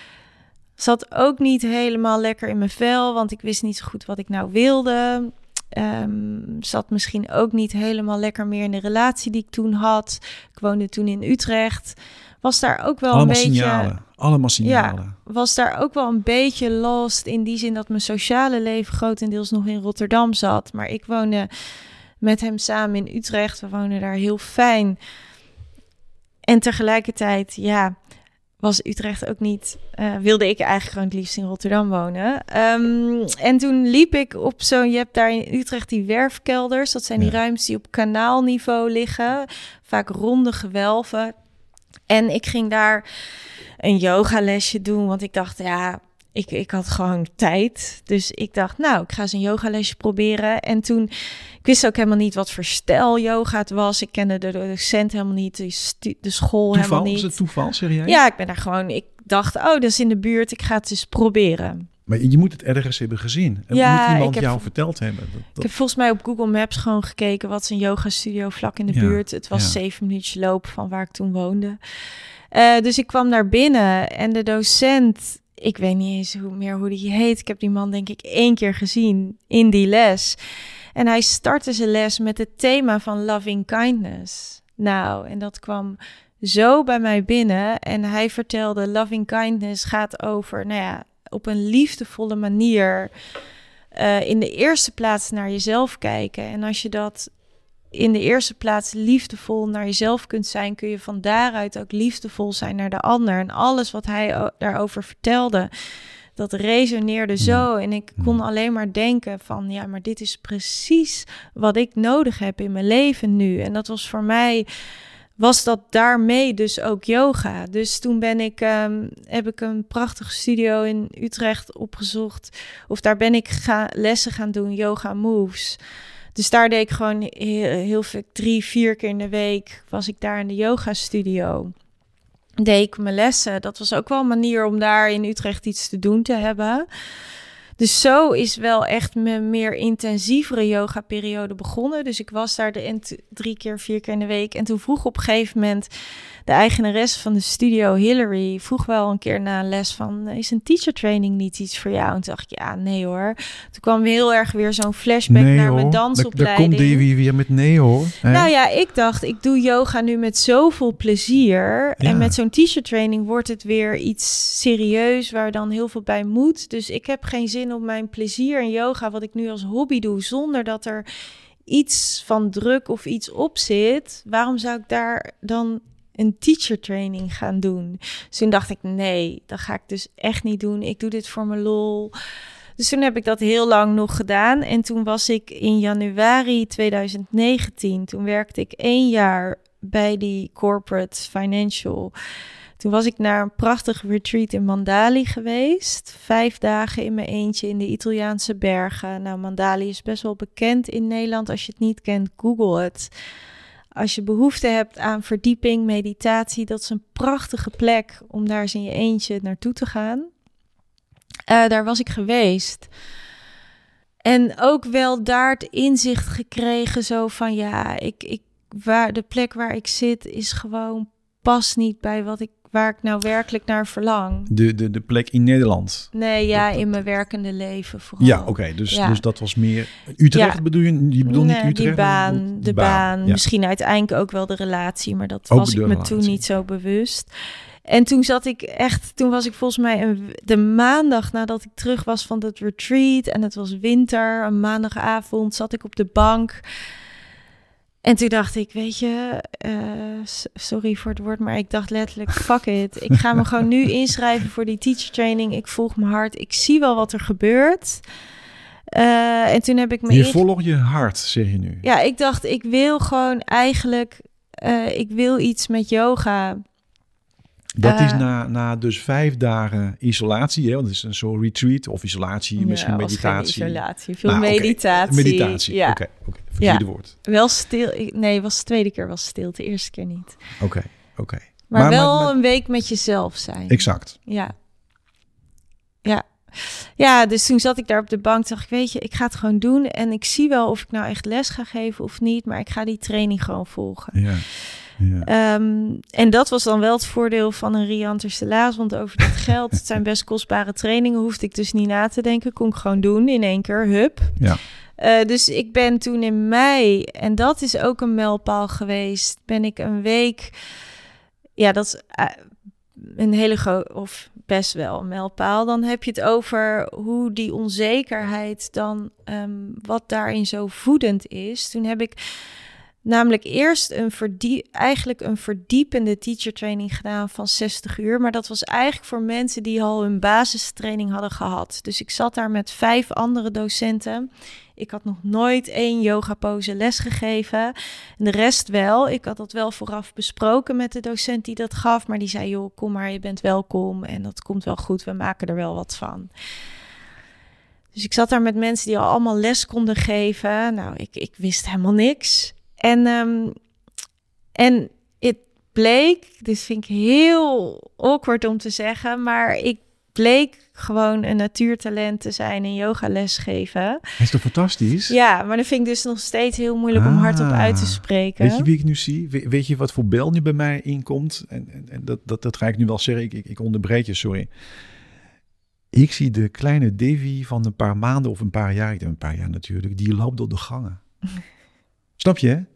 Zat ook niet helemaal lekker in mijn vel, want ik wist niet zo goed wat ik nou wilde. Um, zat misschien ook niet helemaal lekker meer in de relatie die ik toen had. Ik woonde toen in Utrecht. Was daar ook wel
Allemaal
een beetje...
Signalen. Allemaal signalen.
Ja, was daar ook wel een beetje lost in die zin dat mijn sociale leven grotendeels nog in Rotterdam zat. Maar ik woonde met hem samen in Utrecht. We woonden daar heel fijn. En tegelijkertijd, ja, was Utrecht ook niet... Uh, wilde ik eigenlijk gewoon het liefst in Rotterdam wonen. Um, en toen liep ik op zo'n... Je hebt daar in Utrecht die werfkelders. Dat zijn die ja. ruimtes die op kanaalniveau liggen. Vaak ronde gewelven. En ik ging daar een yogalesje doen, want ik dacht, ja, ik, ik had gewoon tijd. Dus ik dacht, nou, ik ga eens een yogalesje proberen. En toen, ik wist ook helemaal niet wat voor stijl yoga het was. Ik kende de docent helemaal niet, de, stu- de school
toeval,
helemaal niet.
Was het toeval, serieus?
Ja, ik ben daar gewoon, ik dacht, oh, dat is in de buurt, ik ga het eens proberen.
Maar je moet het ergens hebben gezien. Het
ja,
moet iemand
heb,
jou verteld hebben. Dat, dat...
Ik heb volgens mij op Google Maps gewoon gekeken, wat is een yoga studio vlak in de ja, buurt. Het was ja. zeven minuutjes lopen van waar ik toen woonde. Uh, dus ik kwam naar binnen en de docent, ik weet niet eens hoe, meer hoe die heet. Ik heb die man denk ik één keer gezien in die les. En hij startte zijn les met het thema van loving kindness. Nou, en dat kwam zo bij mij binnen. En hij vertelde, loving kindness gaat over, nou ja, op een liefdevolle manier uh, in de eerste plaats naar jezelf kijken. En als je dat in de eerste plaats liefdevol naar jezelf kunt zijn, kun je van daaruit ook liefdevol zijn naar de ander. En alles wat hij o- daarover vertelde, dat resoneerde zo. En ik kon alleen maar denken van, ja, maar dit is precies wat ik nodig heb in mijn leven nu. En dat was voor mij, was dat daarmee dus ook yoga. Dus toen ben ik, um, heb ik een prachtige studio in Utrecht opgezocht. Of daar ben ik ga, lessen gaan doen, yoga moves. Dus daar deed ik gewoon heel, heel veel, drie, vier keer in de week was ik daar in de yoga studio. Deed ik mijn lessen. Dat was ook wel een manier om daar in Utrecht iets te doen te hebben. Dus zo is wel echt mijn meer intensievere yoga periode begonnen. Dus ik was daar de t- drie keer, vier keer in de week. En toen vroeg op een gegeven moment de eigenares van de studio, Hillary, vroeg wel een keer na een les van, is een teacher training niet iets voor jou? En toen dacht ik, ja, nee hoor. Toen kwam heel erg weer zo'n flashback nee, naar hoor. mijn dansopleiding.
Daar komt die weer met nee hoor. Hè?
Nou ja, ik dacht, ik doe yoga nu met zoveel plezier. Ja. En met zo'n teacher training wordt het weer iets serieus waar dan heel veel bij moet. Dus ik heb geen zin op mijn plezier in yoga, wat ik nu als hobby doe, zonder dat er iets van druk of iets op zit. Waarom zou ik daar dan een teacher training gaan doen? Dus toen dacht ik, nee, dat ga ik dus echt niet doen. Ik doe dit voor mijn lol. Dus toen heb ik dat heel lang nog gedaan. En toen was ik in januari twintig negentien, toen werkte ik één jaar bij die corporate financial. Toen was ik naar een prachtig retreat in Mandali geweest. Vijf dagen in mijn eentje in de Italiaanse bergen. Nou, Mandali is best wel bekend in Nederland. Als je het niet kent, google het. Als je behoefte hebt aan verdieping, meditatie, dat is een prachtige plek om daar eens in je eentje naartoe te gaan. Uh, daar was ik geweest. En ook wel daar het inzicht gekregen zo van, ja, ik, ik, waar, de plek waar ik zit is gewoon past niet bij wat ik, waar ik nou werkelijk naar verlang.
De, de, de plek in Nederland?
Nee, ja,
dat, dat...
in mijn werkende leven vooral.
Ja, oké. Okay. Dus,
ja.
dus dat was meer... Utrecht
ja.
bedoel je? Je bedoelt
nee,
niet Utrecht?
Die baan,
bedoelt...
de baan. baan. Ja. Misschien uiteindelijk ook wel de relatie, maar dat ook was ik me relatie. Toen niet zo bewust. En toen zat ik echt, toen was ik volgens mij een, de maandag nadat ik terug was van dat retreat en het was winter, een maandagavond zat ik op de bank. En toen dacht ik, weet je, uh, sorry voor het woord, maar ik dacht letterlijk, fuck it. Ik ga me gewoon nu inschrijven voor die teacher training. Ik volg mijn hart. Ik zie wel wat er gebeurt. Uh, en toen heb ik me...
Je volgt je hart, zeg je nu.
Ja, ik dacht, ik wil gewoon eigenlijk, uh, ik wil iets met yoga.
Dat
uh,
is na, na dus vijf dagen isolatie, hè? Want het is een soort retreat of isolatie,
ja,
misschien meditatie.
Geen isolatie, veel
nou,
meditatie.
Okay. Meditatie, oké.
Ja.
Okay, okay. Verkeerde ja. woord.
Wel stil, nee, was de tweede keer was stil, de eerste keer niet.
Oké, okay, oké. Okay.
Maar, maar wel maar, maar... een week met jezelf zijn.
Exact.
Ja. Ja. Ja, dus toen zat ik daar op de bank, dacht ik, weet je, ik ga het gewoon doen. En ik zie wel of ik nou echt les ga geven of niet, maar ik ga die training gewoon volgen.
Ja. Ja.
Um, en dat was dan wel het voordeel van een Rianter Stelaas, want over dat geld, het zijn best kostbare trainingen, hoefde ik dus niet na te denken, kon ik gewoon doen in één keer, hup.
Ja.
Uh, dus ik ben toen in mei, en dat is ook een mijlpaal geweest, ben ik een week, ja, dat is uh, een hele grote, of best wel een mijlpaal. Dan heb je het over hoe die onzekerheid dan, um, wat daarin zo voedend is. Toen heb ik namelijk eerst een verdie- eigenlijk een verdiepende teacher training gedaan van zestig uur. Maar dat was eigenlijk voor mensen die al hun basistraining hadden gehad. Dus ik zat daar met vijf andere docenten. Ik had nog nooit één yoga pose les gegeven. En de rest wel. Ik had dat wel vooraf besproken met de docent die dat gaf. Maar die zei, joh, kom maar, je bent welkom. En dat komt wel goed, we maken er wel wat van. Dus ik zat daar met mensen die al allemaal les konden geven. Nou, ik, ik wist helemaal niks. En, um, en het bleek, dit vind ik heel awkward om te zeggen, maar ik bleek gewoon een natuurtalent te zijn en yogales geven.
Is toch fantastisch?
Ja, maar dat vind ik dus nog steeds heel moeilijk ah, om hardop uit te spreken.
Weet je wie ik nu zie? We, weet je wat voor bel nu bij mij inkomt? En, en, en dat, dat, dat ga ik nu wel zeggen. Ik, ik, ik onderbreek je, sorry. Ik zie de kleine Davy van een paar maanden of een paar jaar, ik denk een paar jaar natuurlijk, die loopt door de gangen. Snap je, hè?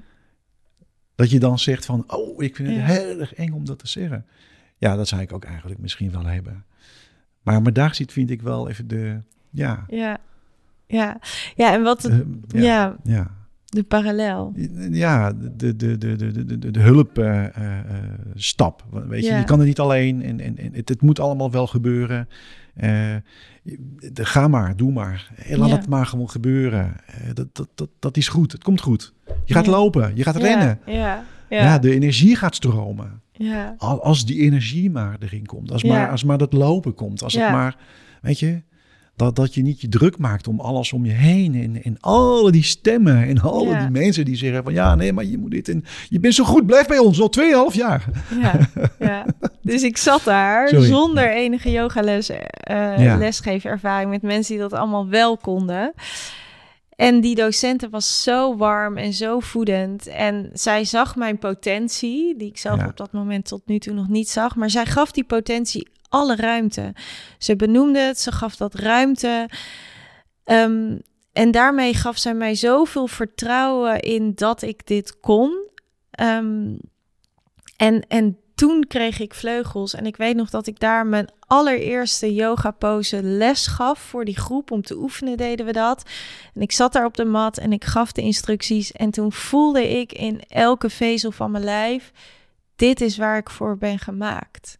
Dat je dan zegt van, oh, ik vind het ja. heel erg eng om dat te zeggen. Ja, dat zou ik ook eigenlijk misschien wel hebben. Maar, maar daar zit, vind ik wel even de, ja.
Ja, ja. Ja, en wat, het, uh, ja, ja, ja, de parallel.
Ja, de, de, de, de, de, de hulpstap. Uh, uh, Weet je, ja. je kan er niet alleen en, en, en het, het moet allemaal wel gebeuren. Uh, de, ga maar, doe maar. Laat ja. het maar gewoon gebeuren. Uh, dat, dat, dat, dat is goed. Het komt goed. Je gaat ja. lopen. Je gaat
ja.
rennen.
Ja. Ja.
Ja, de energie gaat stromen.
Ja.
Als die energie maar erin komt. Als, ja. maar, als maar dat lopen komt. Als ja. het maar, weet je, dat, dat je niet je druk maakt om alles om je heen. En, en alle die stemmen en alle ja. die mensen die zeggen van ja, nee, maar je moet dit. En je bent zo goed, blijf bij ons al tweeënhalf jaar.
Ja, ja. Dus ik zat daar Sorry. zonder enige yogales uh, ja. lesgeven ervaring met mensen die dat allemaal wel konden. En die docenten was zo warm en zo voedend. En zij zag mijn potentie, die ik zelf ja. op dat moment tot nu toe nog niet zag. Maar zij gaf die potentie alle ruimte. Ze benoemde het, ze gaf dat ruimte. Um, en daarmee gaf zij mij zoveel vertrouwen in dat ik dit kon. Um, en, en toen kreeg ik vleugels. En ik weet nog dat ik daar mijn allereerste yoga pose les gaf voor die groep. Om te oefenen deden we dat. En ik zat daar op de mat en ik gaf de instructies. En toen voelde ik in elke vezel van mijn lijf, dit is waar ik voor ben gemaakt.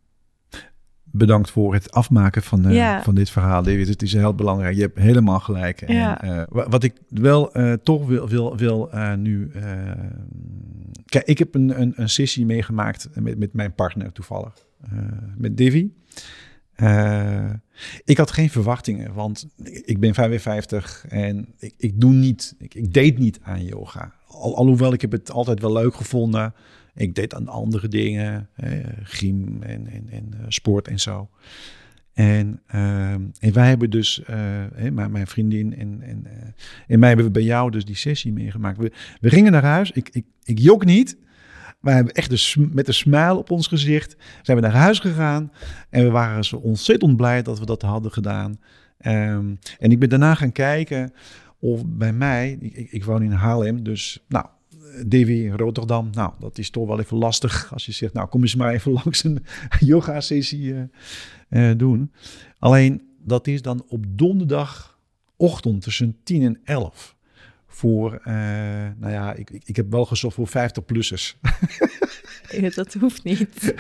Bedankt voor het afmaken van, uh, ja. van dit verhaal, David. Het is heel belangrijk. Je hebt helemaal gelijk.
Ja.
En, uh, wat ik wel uh, toch wil, wil, wil uh, nu... Uh, kijk, ik heb een, een, een sessie meegemaakt met, met mijn partner toevallig. Uh, met Davy. Uh, ik had geen verwachtingen, want ik ben vijfenvijftig en ik, ik doe niet... Ik, ik deed niet aan yoga. Al, alhoewel ik heb het altijd wel leuk gevonden. Ik deed aan andere dingen, eh, gym en, en, en uh, sport en zo. En, uh, en wij hebben dus, uh, hè, mijn, mijn vriendin en, en, uh, en mij hebben we bij jou dus die sessie meegemaakt. We, we gingen naar huis, ik, ik, ik jok niet. wij hebben echt de sm- met een smile op ons gezicht zijn we naar huis gegaan. En we waren zo ontzettend blij dat we dat hadden gedaan. Um, en ik ben daarna gaan kijken of bij mij, ik, ik woon in Haarlem, dus nou, D W Rotterdam, nou, dat is toch wel even lastig als je zegt, nou, kom eens maar even langs een yoga-sessie uh, uh, doen. Alleen, dat is dan op donderdagochtend tussen tien en elf. Voor, uh, nou ja, ik, ik, ik heb wel gezocht voor vijftig-plussers.
Ja, dat hoeft niet.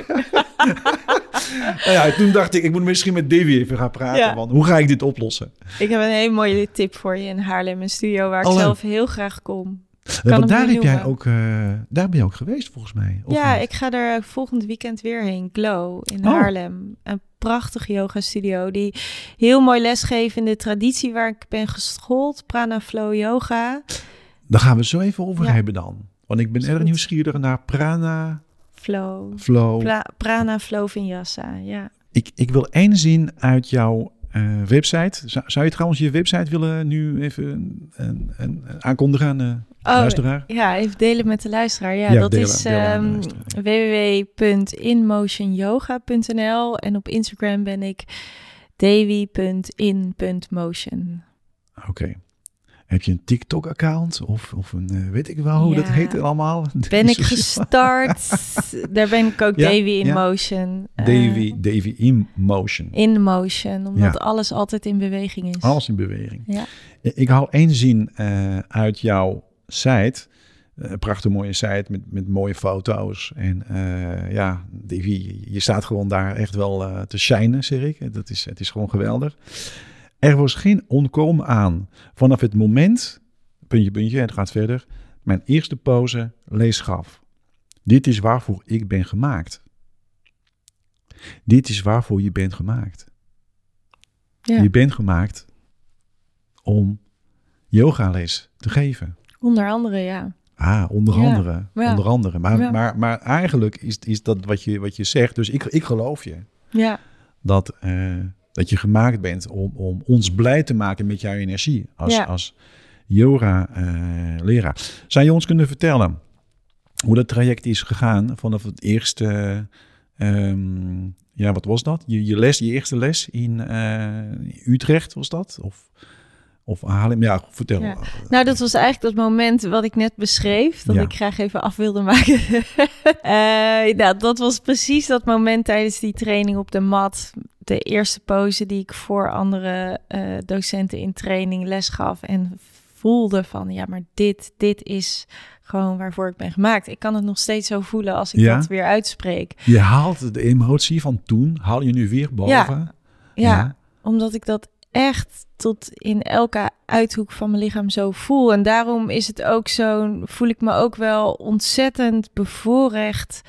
Nou ja, toen dacht ik, ik moet misschien met Davy even gaan praten. Ja. Want hoe ga ik dit oplossen?
Ik heb een hele mooie tip voor je in Haarlem, een studio waar ik
Allee.
zelf heel graag kom.
Ja, want daar, heb jij ook, uh, daar ben je ook geweest, volgens mij. Of
ja,
niet?
Ik ga er volgend weekend weer heen. Glow in
Oh.
Haarlem. Een prachtige yoga studio die heel mooi lesgeeft in de traditie waar ik ben geschoold. Prana Flow Yoga.
Daar gaan we het zo even over
Ja.
hebben dan. Want ik ben erg nieuwsgierig naar Prana
Flow.
Flow.
Pra- Prana Flow Vinyasa, ja.
Ik, ik wil één zin uit jouw uh, website. Zou, zou je trouwens je website willen nu even een, een, een aankondigen aan de
Oh,
luisteraar?
Ja, even delen met de luisteraar. Ja,
Ja,
dat
delen-
is
delen aan de
um,
luisteraar.
w w w punt inmotion yoga punt n l en op Instagram ben ik davy punt in punt motion.
Oké. Okay. Heb je een TikTok-account of, of een, uh, weet ik wel hoe
Ja.
dat heet allemaal?
Ben ik gestart. Daar ben ik ook
Ja,
Davy in
ja.
motion. Uh,
Davy, Davy in motion.
in motion, omdat
Ja.
alles altijd in beweging is.
Alles in beweging.
Ja.
Ik haal één zin uh, uit jouw site. Een uh, prachtig mooie site met, met mooie foto's. En uh, ja, Davy, je staat gewoon daar echt wel uh, te shinen, zeg ik. Dat is, het is gewoon geweldig. Er was geen ontkomen aan. Vanaf het moment, puntje, puntje, het gaat verder, mijn eerste pose lees gaf. Dit is waarvoor ik ben gemaakt. Dit is waarvoor je bent gemaakt.
Ja.
Je bent gemaakt om yogales te geven.
Onder andere, ja.
Ah, onder
Ja.
andere.
Ja.
Onder andere. Maar,
Ja.
maar, maar eigenlijk is, is dat wat je, wat je zegt. Dus ik, ik geloof je.
Ja.
Dat, uh, dat je gemaakt bent om, om ons blij te maken met jouw energie. Als,
Ja.
als yoga-leraar. Uh, Zou je ons kunnen vertellen hoe dat traject is gegaan vanaf het eerste... Um, ja, wat was dat? Je, je les, je eerste les in uh, Utrecht was dat? Of... Of Haarlem, ja, vertel.
Ja. Nou, dat was eigenlijk dat moment wat ik net beschreef. Dat
Ja.
ik graag even af wilde maken. uh, nou, dat was precies dat moment tijdens die training op de mat. De eerste pose die ik voor andere uh, docenten in training les gaf. En voelde van, ja, maar dit, dit is gewoon waarvoor ik ben gemaakt. Ik kan het nog steeds zo voelen als ik
Ja?
dat weer uitspreek.
Je haalt de emotie van toen, haal je nu weer boven.
Ja, ja, ja. Omdat ik dat echt tot in elke uithoek van mijn lichaam zo voel. En daarom is het ook zo, voel ik me ook wel ontzettend bevoorrecht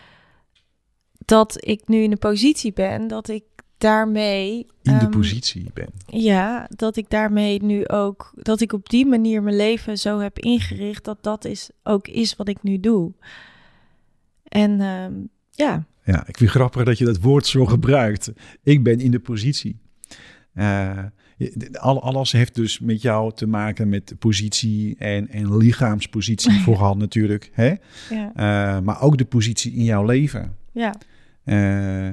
dat ik nu in de positie ben, dat ik daarmee...
In de
um,
positie ben.
Ja, dat ik daarmee nu ook, dat ik op die manier mijn leven zo heb ingericht, dat dat is, ook is wat ik nu doe. En um, ja.
Ja, ik vind het grappig dat je dat woord zo gebruikt. Ik ben in de positie. Uh, alles heeft dus met jou te maken met positie en, en lichaamspositie vooral natuurlijk. Hè?
Ja.
Uh, maar ook de positie in jouw leven.
Ja.
Uh,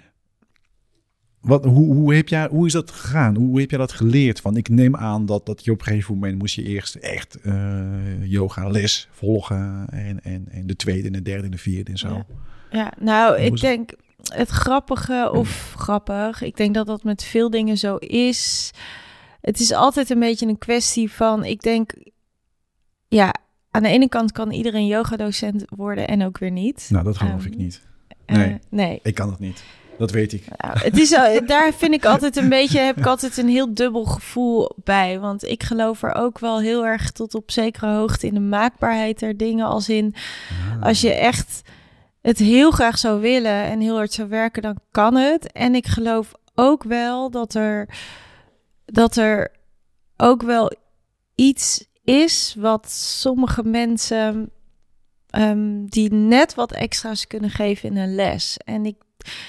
wat, hoe, hoe, heb jij, hoe is dat gegaan? Hoe heb jij dat geleerd? Want ik neem aan dat, dat je op een gegeven moment moest je eerst echt uh, yoga les volgen. En, en, en de tweede en de derde en de vierde en zo.
Ja, ja nou,
hoe
ik denk... Het grappige of grappig, ik denk dat dat met veel dingen zo is. Het is altijd een beetje een kwestie van, ik denk, ja, aan de ene kant kan iedereen yogadocent worden en ook weer niet.
Nou, dat geloof um, ik niet. Nee,
uh, nee,
ik kan het niet. Dat weet ik.
Nou, het is, daar vind ik altijd een beetje, heb ik altijd een heel dubbel gevoel bij. Want ik geloof er ook wel heel erg tot op zekere hoogte in de maakbaarheid der dingen. Als in, ah. als je echt het heel graag zou willen en heel hard zou werken, dan kan het. En ik geloof ook wel dat er, dat er ook wel iets is wat sommige mensen um, die net wat extra's kunnen geven in een les. En ik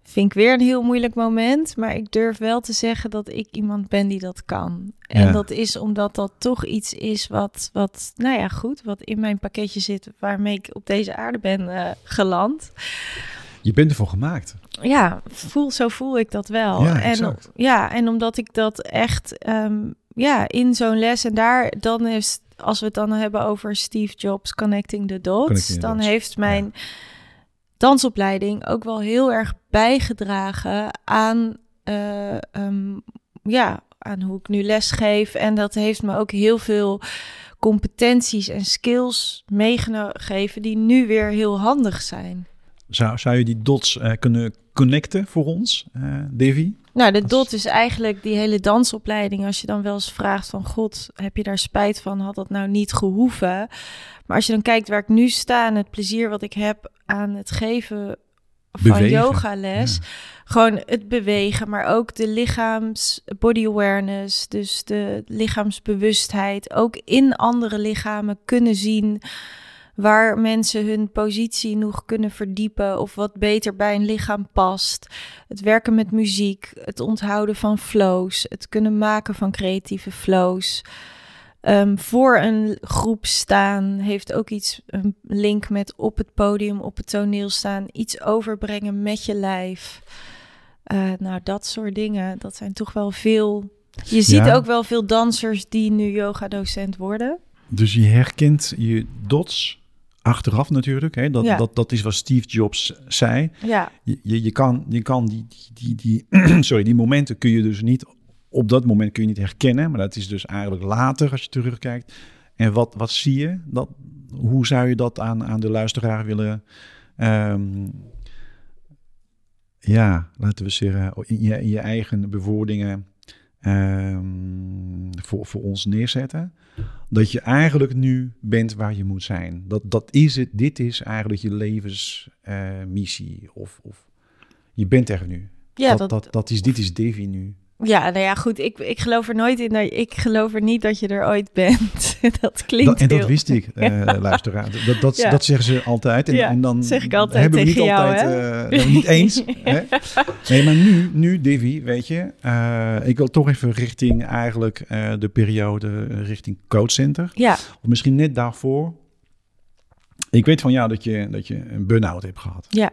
vind ik weer een heel moeilijk moment. Maar ik durf wel te zeggen dat ik iemand ben die dat kan. En
Ja.
dat is omdat dat toch iets is wat, wat, nou ja, goed, wat in mijn pakketje zit, waarmee ik op deze aarde ben uh, geland.
Je bent ervoor gemaakt.
Ja, voel, zo voel ik dat wel.
Ja,
en,
exact.
ja, en omdat ik dat echt um, ja, in zo'n les en daar dan is, als we het dan hebben over Steve Jobs Connecting the Dots,
Connecting the
dan
dots.
heeft mijn
Ja.
dansopleiding ook wel heel erg bijgedragen aan, uh, um, ja, aan hoe ik nu les geef. En dat heeft me ook heel veel competenties en skills meegegeven die nu weer heel handig zijn.
Zou, zou je die dots uh, kunnen connecten voor ons, uh, Davy?
Nou, de
Als...
dot is eigenlijk die hele dansopleiding. Als je dan wel eens vraagt van, god, heb je daar spijt van? Had dat nou niet gehoeven? Maar als je dan kijkt waar ik nu sta en het plezier wat ik heb aan het geven van
bewegen.
Yogales. Ja. Gewoon het bewegen, maar ook de lichaams body awareness. Dus de lichaamsbewustheid. Ook in andere lichamen kunnen zien waar mensen hun positie nog kunnen verdiepen of wat beter bij een lichaam past. Het werken met muziek, het onthouden van flows, het kunnen maken van creatieve flows. Um, voor een groep staan heeft ook iets, een link met op het podium, op het toneel staan, iets overbrengen met je lijf. Uh, nou, dat soort dingen, dat zijn toch wel veel. Je ziet ja. ook wel veel dansers die nu yoga-docent worden.
Dus je herkent je dots achteraf natuurlijk. Hè? Dat,
ja.
dat, dat is wat Steve Jobs zei.
Ja.
Je, je, je kan, je kan die, die, die, die, sorry, die momenten kun je dus niet, op dat moment kun je niet herkennen. Maar dat is dus eigenlijk later als je terugkijkt. En wat, wat zie je? Dat, hoe zou je dat aan, aan de luisteraar willen... Um, ja, laten we zeggen, in je, in je eigen bewoordingen um, voor, voor ons neerzetten. Dat je eigenlijk nu bent waar je moet zijn. Dat, dat is het, dit is eigenlijk je levensmissie. Uh, of, of je bent er nu.
Ja,
dat,
dat,
dat, dat is, dit is Davy nu.
Ja, nou ja, goed. Ik, ik geloof er nooit in. Dat, ik geloof er niet dat je er ooit bent. Dat klinkt
dat, En
heel...
dat wist ik, uh, ja. luisteraar. Dat, dat, ja. dat zeggen ze altijd. En,
ja,
en dan
zeg ik altijd
hebben we
tegen
niet
jou,
altijd, uh, niet eens. Hè? Nee, maar nu, nu Davy, weet je. Uh, ik wil toch even richting eigenlijk uh, de periode richting coachcenter.
Ja.
Of misschien net daarvoor. Ik weet van jou dat je, dat je een burn-out hebt gehad.
Ja.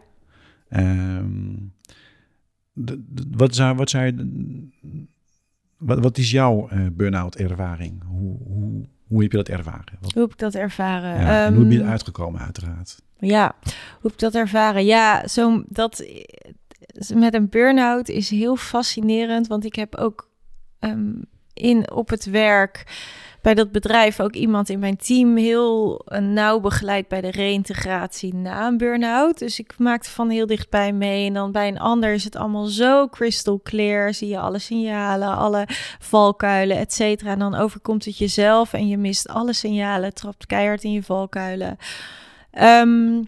Um, De, de, wat, zou, wat, zou je, wat, wat is jouw uh, burn-out ervaring? Hoe, hoe, hoe heb je dat ervaren? Wat,
hoe heb ik dat ervaren?
Ja,
um,
en hoe ben je uitgekomen uiteraard?
Ja, hoe heb ik dat ervaren? Ja, zo, dat, met een burn-out is heel fascinerend. Want ik heb ook um, in, op het werk... bij dat bedrijf ook iemand in mijn team heel uh, nauw begeleid bij de reïntegratie na een burn-out. Dus ik maakte van heel dichtbij mee. En dan bij een ander is het allemaal zo crystal clear. Zie je alle signalen, alle valkuilen, et cetera. En dan overkomt het jezelf en je mist alle signalen. Trapt keihard in je valkuilen. Um,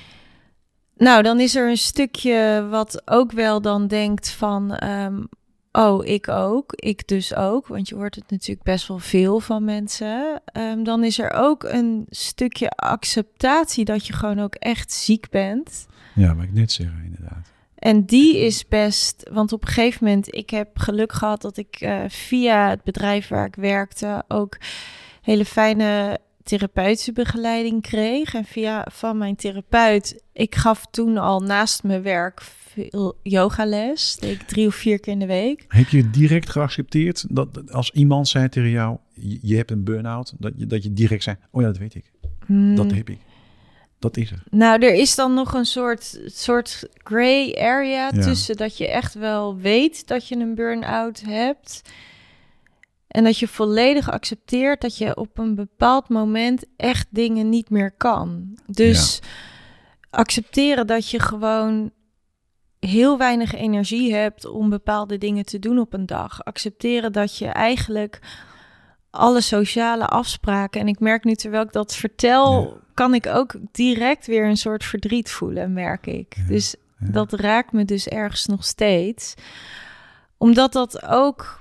nou, dan is er een stukje wat ook wel dan denkt van... Um, oh, ik ook. Ik dus ook. Want je hoort het natuurlijk best wel veel van mensen. Um, dan is er ook een stukje acceptatie dat je gewoon ook echt ziek bent.
Ja, wat ik net zeggen, inderdaad.
En die is best... Want op een gegeven moment... Ik heb geluk gehad dat ik uh, via het bedrijf waar ik werkte... ook hele fijne therapeutische begeleiding kreeg. En via van mijn therapeut... Ik gaf toen al naast mijn werk... veel yogales, deed ik drie of vier keer in de week.
Heb je direct geaccepteerd dat als iemand zei tegen jou, je, je hebt een burn-out, dat je, dat je direct zei, oh ja, dat weet ik. Hmm. Dat heb ik. Dat is er.
Nou, er is dan nog een soort, soort gray area ja. tussen dat je echt wel weet dat je een burn-out hebt en dat je volledig accepteert dat je op een bepaald moment echt dingen niet meer kan. Dus ja. accepteren dat je gewoon heel weinig energie hebt om bepaalde dingen te doen op een dag. Accepteren dat je eigenlijk alle sociale afspraken... en ik merk nu terwijl ik dat vertel... Ja. kan ik ook direct weer een soort verdriet voelen, merk ik. Ja, dus ja. dat raakt me dus ergens nog steeds. Omdat dat ook...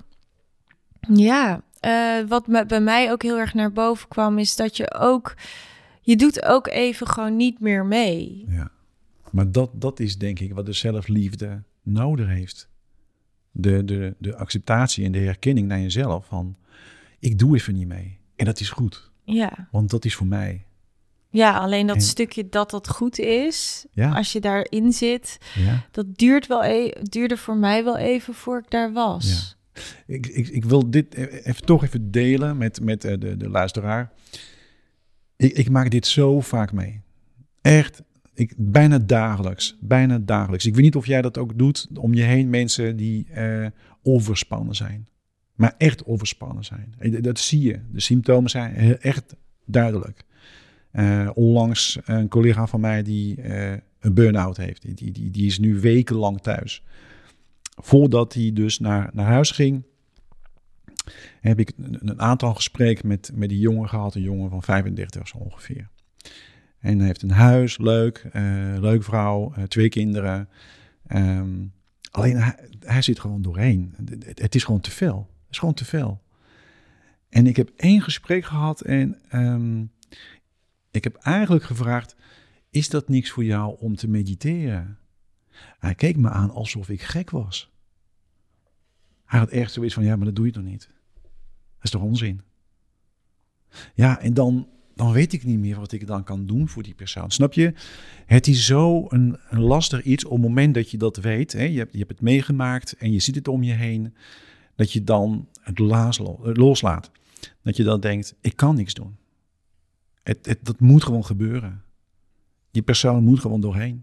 Ja, uh, wat me, bij mij ook heel erg naar boven kwam... is dat je ook... Je doet ook even gewoon niet meer mee.
Ja. Maar dat, dat is denk ik wat de zelfliefde nodig heeft. De, de, de acceptatie en de herkenning naar jezelf van... ik doe even niet mee. En dat is goed.
Ja.
Want dat is voor mij.
Ja, alleen dat
en,
stukje dat dat goed is,
ja.
als je daarin zit...
Ja.
dat duurt wel e- duurde voor mij wel even voor ik daar was.
Ja. Ik, ik, ik wil dit even, toch even delen met, met de, de luisteraar. Ik, ik maak dit zo vaak mee. Echt, ik, bijna dagelijks. Bijna dagelijks. Ik weet niet of jij dat ook doet. Om je heen mensen die uh, overspannen zijn. Maar echt overspannen zijn. Dat zie je. De symptomen zijn echt duidelijk. Uh, onlangs een collega van mij die uh, een burn-out heeft. Die, die, die is nu wekenlang thuis. Voordat hij dus naar, naar huis ging, heb ik een, een aantal gesprekken met, met die jongen gehad. Een jongen van vijfendertig zo ongeveer. En hij heeft een huis, leuk. Uh, leuk vrouw, uh, twee kinderen. Um, alleen hij, hij zit gewoon doorheen. Het, het is gewoon te veel. Het is gewoon te veel. En ik heb één gesprek gehad en um, ik heb eigenlijk gevraagd, is dat niks voor jou om te mediteren? Hij keek me aan alsof ik gek was. Hij had echt zoiets van, ja, maar dat doe je toch niet? Dat is toch onzin? Ja, en dan, dan weet ik niet meer wat ik dan kan doen voor die persoon. Snap je? Het is zo een, een lastig iets op het moment dat je dat weet. Hè? Je, hebt, je hebt het meegemaakt en je ziet het om je heen. Dat je dan het loslaat. Dat je dan denkt, ik kan niks doen. Het, het, dat moet gewoon gebeuren. Die persoon moet gewoon doorheen.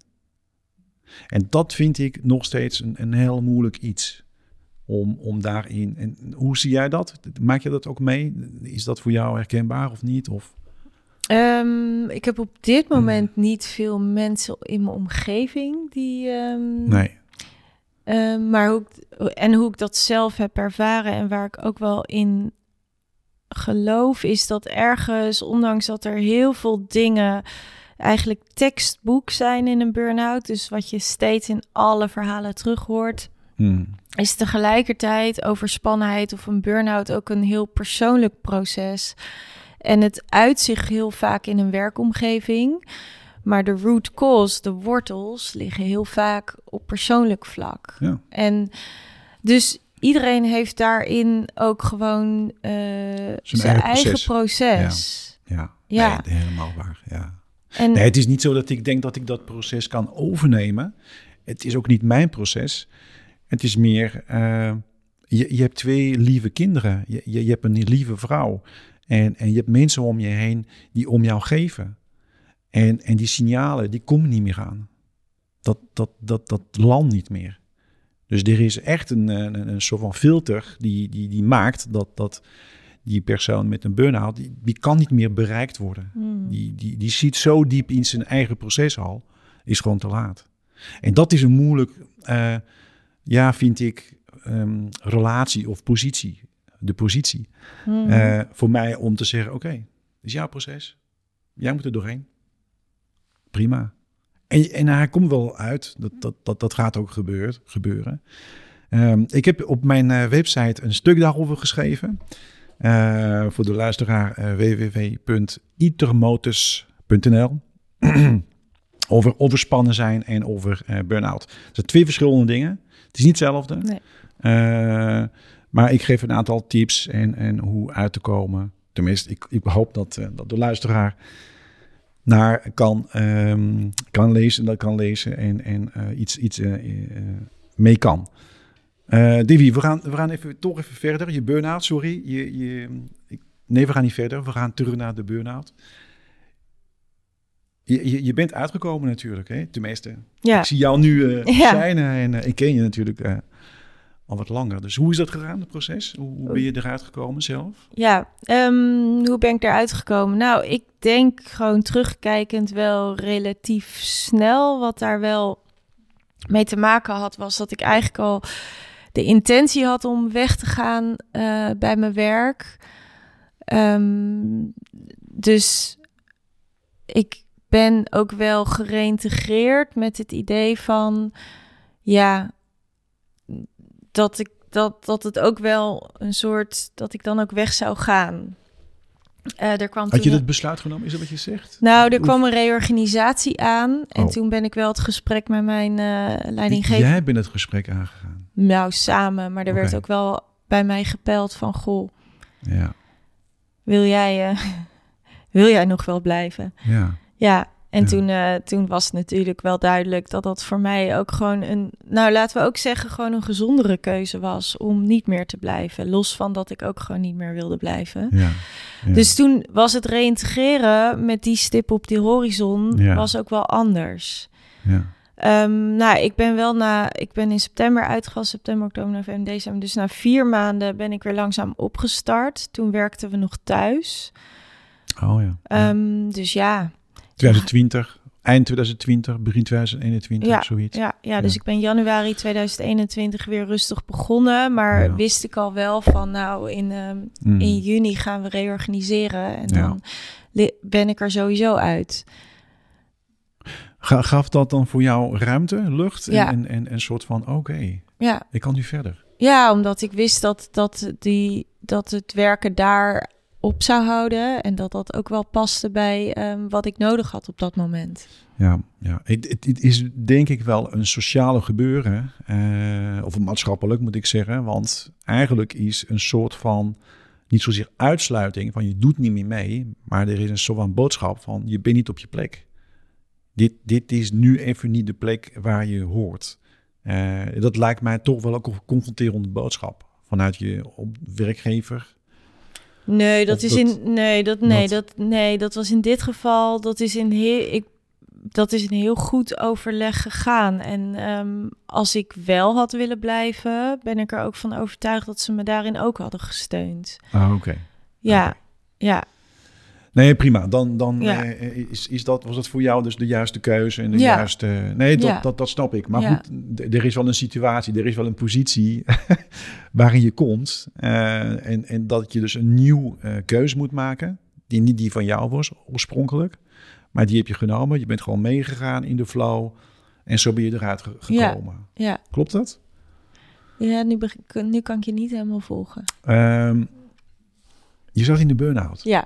En dat vind ik nog steeds een, een heel moeilijk iets. Om, om daarin... En hoe zie jij dat? Maak je dat ook mee? Is dat voor jou herkenbaar of niet? Of?
Um, ik heb op dit moment hmm. niet veel mensen in mijn omgeving die... Um,
nee.
Um, maar hoe ik, en hoe ik dat zelf heb ervaren en waar ik ook wel in geloof, is dat ergens, ondanks dat er heel veel dingen eigenlijk tekstboek zijn in een burn-out, dus wat je steeds in alle verhalen terug hoort, hmm. is tegelijkertijd overspannenheid of een burn-out ook een heel persoonlijk proces. En het uit zich heel vaak in een werkomgeving. Maar de root cause, de wortels, liggen heel vaak op persoonlijk vlak.
Ja.
En dus iedereen heeft daarin ook gewoon uh, zijn, zijn eigen, eigen proces. proces.
Ja, ja. ja. Nee, helemaal waar. Ja. En, nee, het is niet zo dat ik denk dat ik dat proces kan overnemen. Het is ook niet mijn proces. Het is meer, uh, je, je hebt twee lieve kinderen. Je, je, je hebt een lieve vrouw. En, en je hebt mensen om je heen die om jou geven. En, en die signalen, die komen niet meer aan. Dat, dat, dat, dat landt niet meer. Dus er is echt een, een, een soort van filter die, die, die maakt dat, dat die persoon met een burn-out, die, die kan niet meer bereikt worden. Hmm. Die, die, die zit zo diep in zijn eigen proces al, is gewoon te laat. En dat is een moeilijk, uh, ja, vind ik, um, relatie of positie. De positie. Hmm. Uh, voor mij om te zeggen, oké, okay, dit is jouw proces. Jij moet er doorheen. Prima. En, en hij komt wel uit. Dat, dat, dat, dat gaat ook gebeurt, gebeuren. Um, ik heb op mijn uh, website een stuk daarover geschreven. Uh, voor de luisteraar uh, w w w punt itermotus punt n l. Over overspannen zijn en over uh, burn-out. Dat zijn twee verschillende dingen. Het is niet hetzelfde. Nee. Uh, maar ik geef een aantal tips en, en hoe uit te komen. Tenminste, ik, ik hoop dat, uh, dat de luisteraar naar kan, um, kan lezen, dat kan lezen en, en uh, iets, iets uh, uh, mee kan. Uh, Davy, we gaan, we gaan even, toch even verder. Je burn-out, sorry. Je, je, ik, nee, we gaan niet verder. We gaan terug naar de burn-out. Je, je, je bent uitgekomen natuurlijk, hè? Tenminste. Ja. Ik zie jou nu uh, ja. zijn en uh, ik ken je natuurlijk uh, al wat langer. Dus hoe is dat gegaan, het proces? Hoe, hoe ben je eruit gekomen zelf?
Ja, um, hoe ben ik eruit gekomen? Nou, ik denk gewoon terugkijkend wel relatief snel. Wat daar wel mee te maken had, was dat ik eigenlijk al de intentie had om weg te gaan uh, bij mijn werk. Um, dus ik ben ook wel gereïntegreerd met het idee van, ja, dat ik dat, dat het ook wel een soort, dat ik dan ook weg zou gaan. Uh, er kwam
Had je
toen...
dat besluit genomen? Is dat wat je zegt?
Nou, er
Oef.
kwam een reorganisatie aan. En
Oh.
toen ben ik wel het gesprek met mijn uh, leidinggever...
Jij bent het gesprek aangegaan?
Nou, samen. Maar er
okay.
werd ook wel bij mij gepeld van... Goh,
ja.
wil jij, uh, wil jij nog wel blijven?
Ja.
Ja, en
ja.
Toen, uh, toen was het natuurlijk wel duidelijk... dat dat voor mij ook gewoon een... Nou, laten we ook zeggen, gewoon een gezondere keuze was... om niet meer te blijven. Los van dat ik ook gewoon niet meer wilde blijven.
Ja. Ja.
Dus toen was het reïntegreren met die stip op die horizon...
Ja.
was ook wel anders.
Ja.
Um, nou, ik ben wel na... Ik ben in september uitgegaan, september, oktober, november, december. Dus na vier maanden ben ik weer langzaam opgestart. Toen werkten we nog thuis.
Oh ja. ja.
Um, dus ja...
twintig twintig, eind twintig twintig, begin twintig eenentwintig,
ja,
zoiets.
Ja, ja, dus ja. ik ben januari twintig eenentwintig weer rustig begonnen. Maar
ja.
wist ik al wel van nou, in, um, mm. in juni gaan we reorganiseren. En ja. dan li- ben ik er sowieso uit.
Gaf dat dan voor jou ruimte, lucht en,
ja.
en, en een soort van oké, okay,
ja.
ik kan nu verder?
Ja, omdat ik wist dat, dat, die, dat het werken daar op zou houden en dat dat ook wel paste bij um, wat ik nodig had op dat moment.
Ja, ja. Het, het, het is denk ik wel een sociale gebeuren, uh, of een maatschappelijk moet ik zeggen, want eigenlijk is een soort van, niet zozeer uitsluiting van je doet niet meer mee, maar er is een soort van boodschap van je bent niet op je plek. Dit, dit is nu even niet de plek waar je hoort. Uh, dat lijkt mij toch wel ook een confronterende boodschap vanuit je op werkgever.
Nee, dat
of
is
dat,
in nee dat nee dat nee dat was in dit geval dat is in heel ik dat is een heel goed overleg gegaan en um, als ik wel had willen blijven, ben ik er ook van overtuigd dat ze me daarin ook hadden gesteund.
Ah, oké. Okay.
Ja,
okay.
ja.
Nee, prima. Dan, dan
ja.
uh, is, is dat, was dat voor jou dus de juiste keuze en de
ja.
juiste... Nee, dat,
ja.
dat, dat snap ik. Maar
ja.
goed, d- er is wel een situatie, er is wel een positie waarin je komt. Uh, en, en dat je dus een nieuw uh, keuze moet maken, die niet die van jou was oorspronkelijk. Maar die heb je genomen. Je bent gewoon meegegaan in de flow. En zo ben je eruit ge- gekomen.
Ja. ja.
Klopt dat?
Ja, nu, be- nu kan ik je niet helemaal volgen.
Um, je zat in de burn-out.
Ja.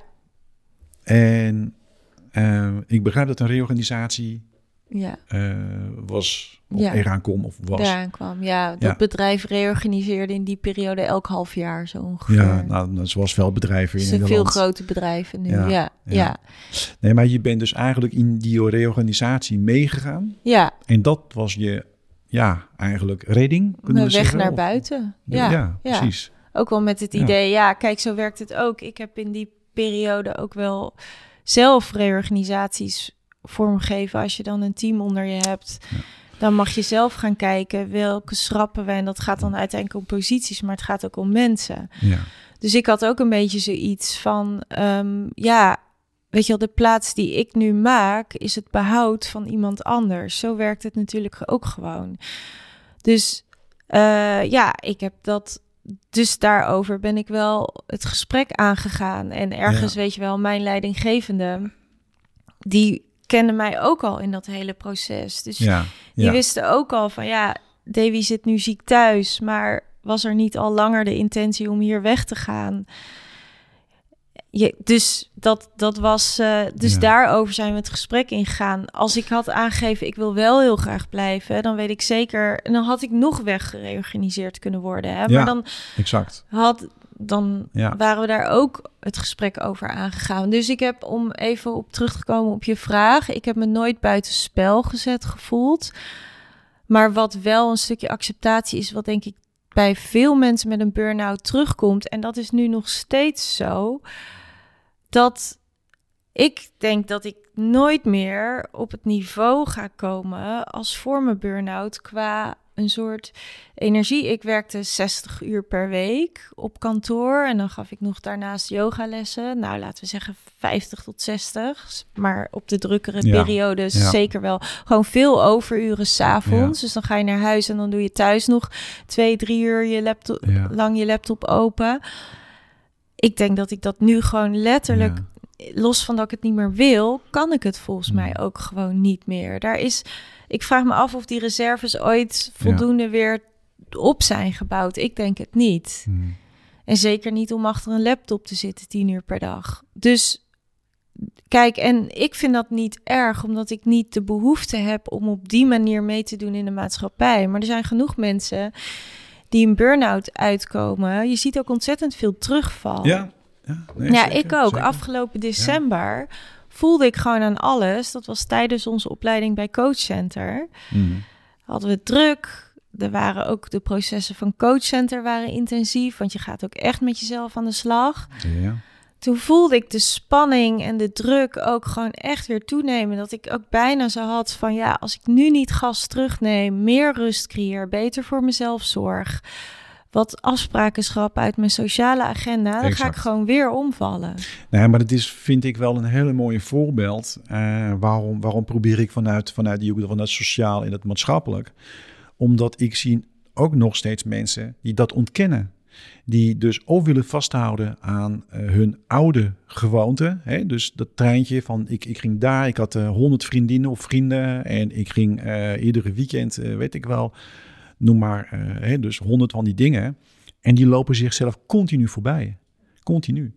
En uh, ik begrijp dat een reorganisatie
ja.
uh, was, of
ja.
eraan kwam of was.
Eraan kwam, ja. Dat
ja.
bedrijf reorganiseerde in die periode elk half jaar zo ongeveer.
Ja, nou, zoals veel bedrijven in Nederland.
Veel grote bedrijven nu, ja. Ja, ja.
ja. Nee, maar je bent dus eigenlijk in die reorganisatie meegegaan.
Ja.
En dat was je, ja, eigenlijk redding, kunnen
Mijn
we
weg
zeggen.
naar
of,
buiten.
Ja,
ja,
ja, precies.
Ook wel met het idee, ja. ja, kijk, zo werkt het ook. Ik heb in die periode ook wel zelf reorganisaties vormgeven. Als je dan een team onder je hebt, ja. dan mag je zelf gaan kijken welke schrappen we. En dat gaat dan uiteindelijk om posities, maar het gaat ook om mensen.
Ja.
Dus ik had ook een beetje zoiets van, um, ja, weet je wel, de plaats die ik nu maak is het behoud van iemand anders. Zo werkt het natuurlijk ook gewoon. Dus uh, ja, ik heb dat. Dus daarover ben ik wel het gesprek aangegaan. En ergens, ja. weet je wel, mijn leidinggevende, die kende mij ook al in dat hele proces. Dus
ja,
die
ja.
wisten ook al van, ja, Davy zit nu ziek thuis, maar was er niet al langer de intentie om hier weg te gaan? Je, dus dat, dat was, uh, dus ja. daarover zijn we het gesprek ingegaan. Als ik had aangegeven, ik wil wel heel graag blijven, dan weet ik zeker, en dan had ik nog weggereorganiseerd kunnen worden. Hè? Maar
ja,
dan
exact.
Had, dan
ja.
waren we daar ook het gesprek over aangegaan. Dus ik heb, om even op terug te komen op je vraag, ik heb me nooit buitenspel gezet gevoeld. Maar wat wel een stukje acceptatie is, wat denk ik bij veel mensen met een burn-out terugkomt, en dat is nu nog steeds zo, dat ik denk dat ik nooit meer op het niveau ga komen als voor mijn burn-out qua een soort energie. Ik werkte zestig uur per week op kantoor en dan gaf ik nog daarnaast yogalessen. Nou, laten we zeggen vijftig tot zestig. Maar op de drukkere
ja.
periodes
ja.
zeker wel. Gewoon veel overuren 's avonds.
Ja.
Dus dan ga je naar huis en dan doe je thuis nog twee, drie uur je laptop,
ja.
lang je laptop open. Ik denk dat ik dat nu gewoon letterlijk, ja. los van dat ik het niet meer wil, kan ik het volgens ja. mij ook gewoon niet meer. Daar is, ik vraag me af of die reserves ooit voldoende ja. weer op zijn gebouwd. Ik denk het niet.
Hmm.
En zeker niet om achter een laptop te zitten tien uur per dag. Dus kijk, en ik vind dat niet erg, omdat ik niet de behoefte heb om op die manier mee te doen in de maatschappij. Maar er zijn genoeg mensen die een burn-out uitkomen. Je ziet ook ontzettend veel terugval.
Ja, ja, nee,
ja
zeker,
ik ook.
zeker.
Afgelopen december ja. voelde ik gewoon aan alles. Dat was tijdens onze opleiding bij Coachcenter.
Mm.
Hadden we het druk. Er waren ook de processen van Coachcenter waren intensief, want je gaat ook echt met jezelf aan de slag.
Ja.
Toen voelde ik de spanning en de druk ook gewoon echt weer toenemen. Dat ik ook bijna zo had van ja, als ik nu niet gas terugneem, meer rust creëer, beter voor mezelf zorg, wat afspraken schrap uit mijn sociale agenda, dan
exact.
ga ik gewoon weer omvallen.
Nee, maar dat is, vind ik wel een hele mooie voorbeeld. Uh, waarom, waarom probeer ik vanuit, vanuit die hoek, vanuit sociaal en het maatschappelijk? Omdat ik zie ook nog steeds mensen die dat ontkennen. Die dus ook willen vasthouden aan uh, hun oude gewoonte. Hè? Dus dat treintje van ik, ik ging daar, ik had honderd uh, vriendinnen of vrienden. En ik ging uh, iedere weekend, uh, weet ik wel, noem maar, uh, hè? Dus honderd van die dingen. En die lopen zichzelf continu voorbij. Continu.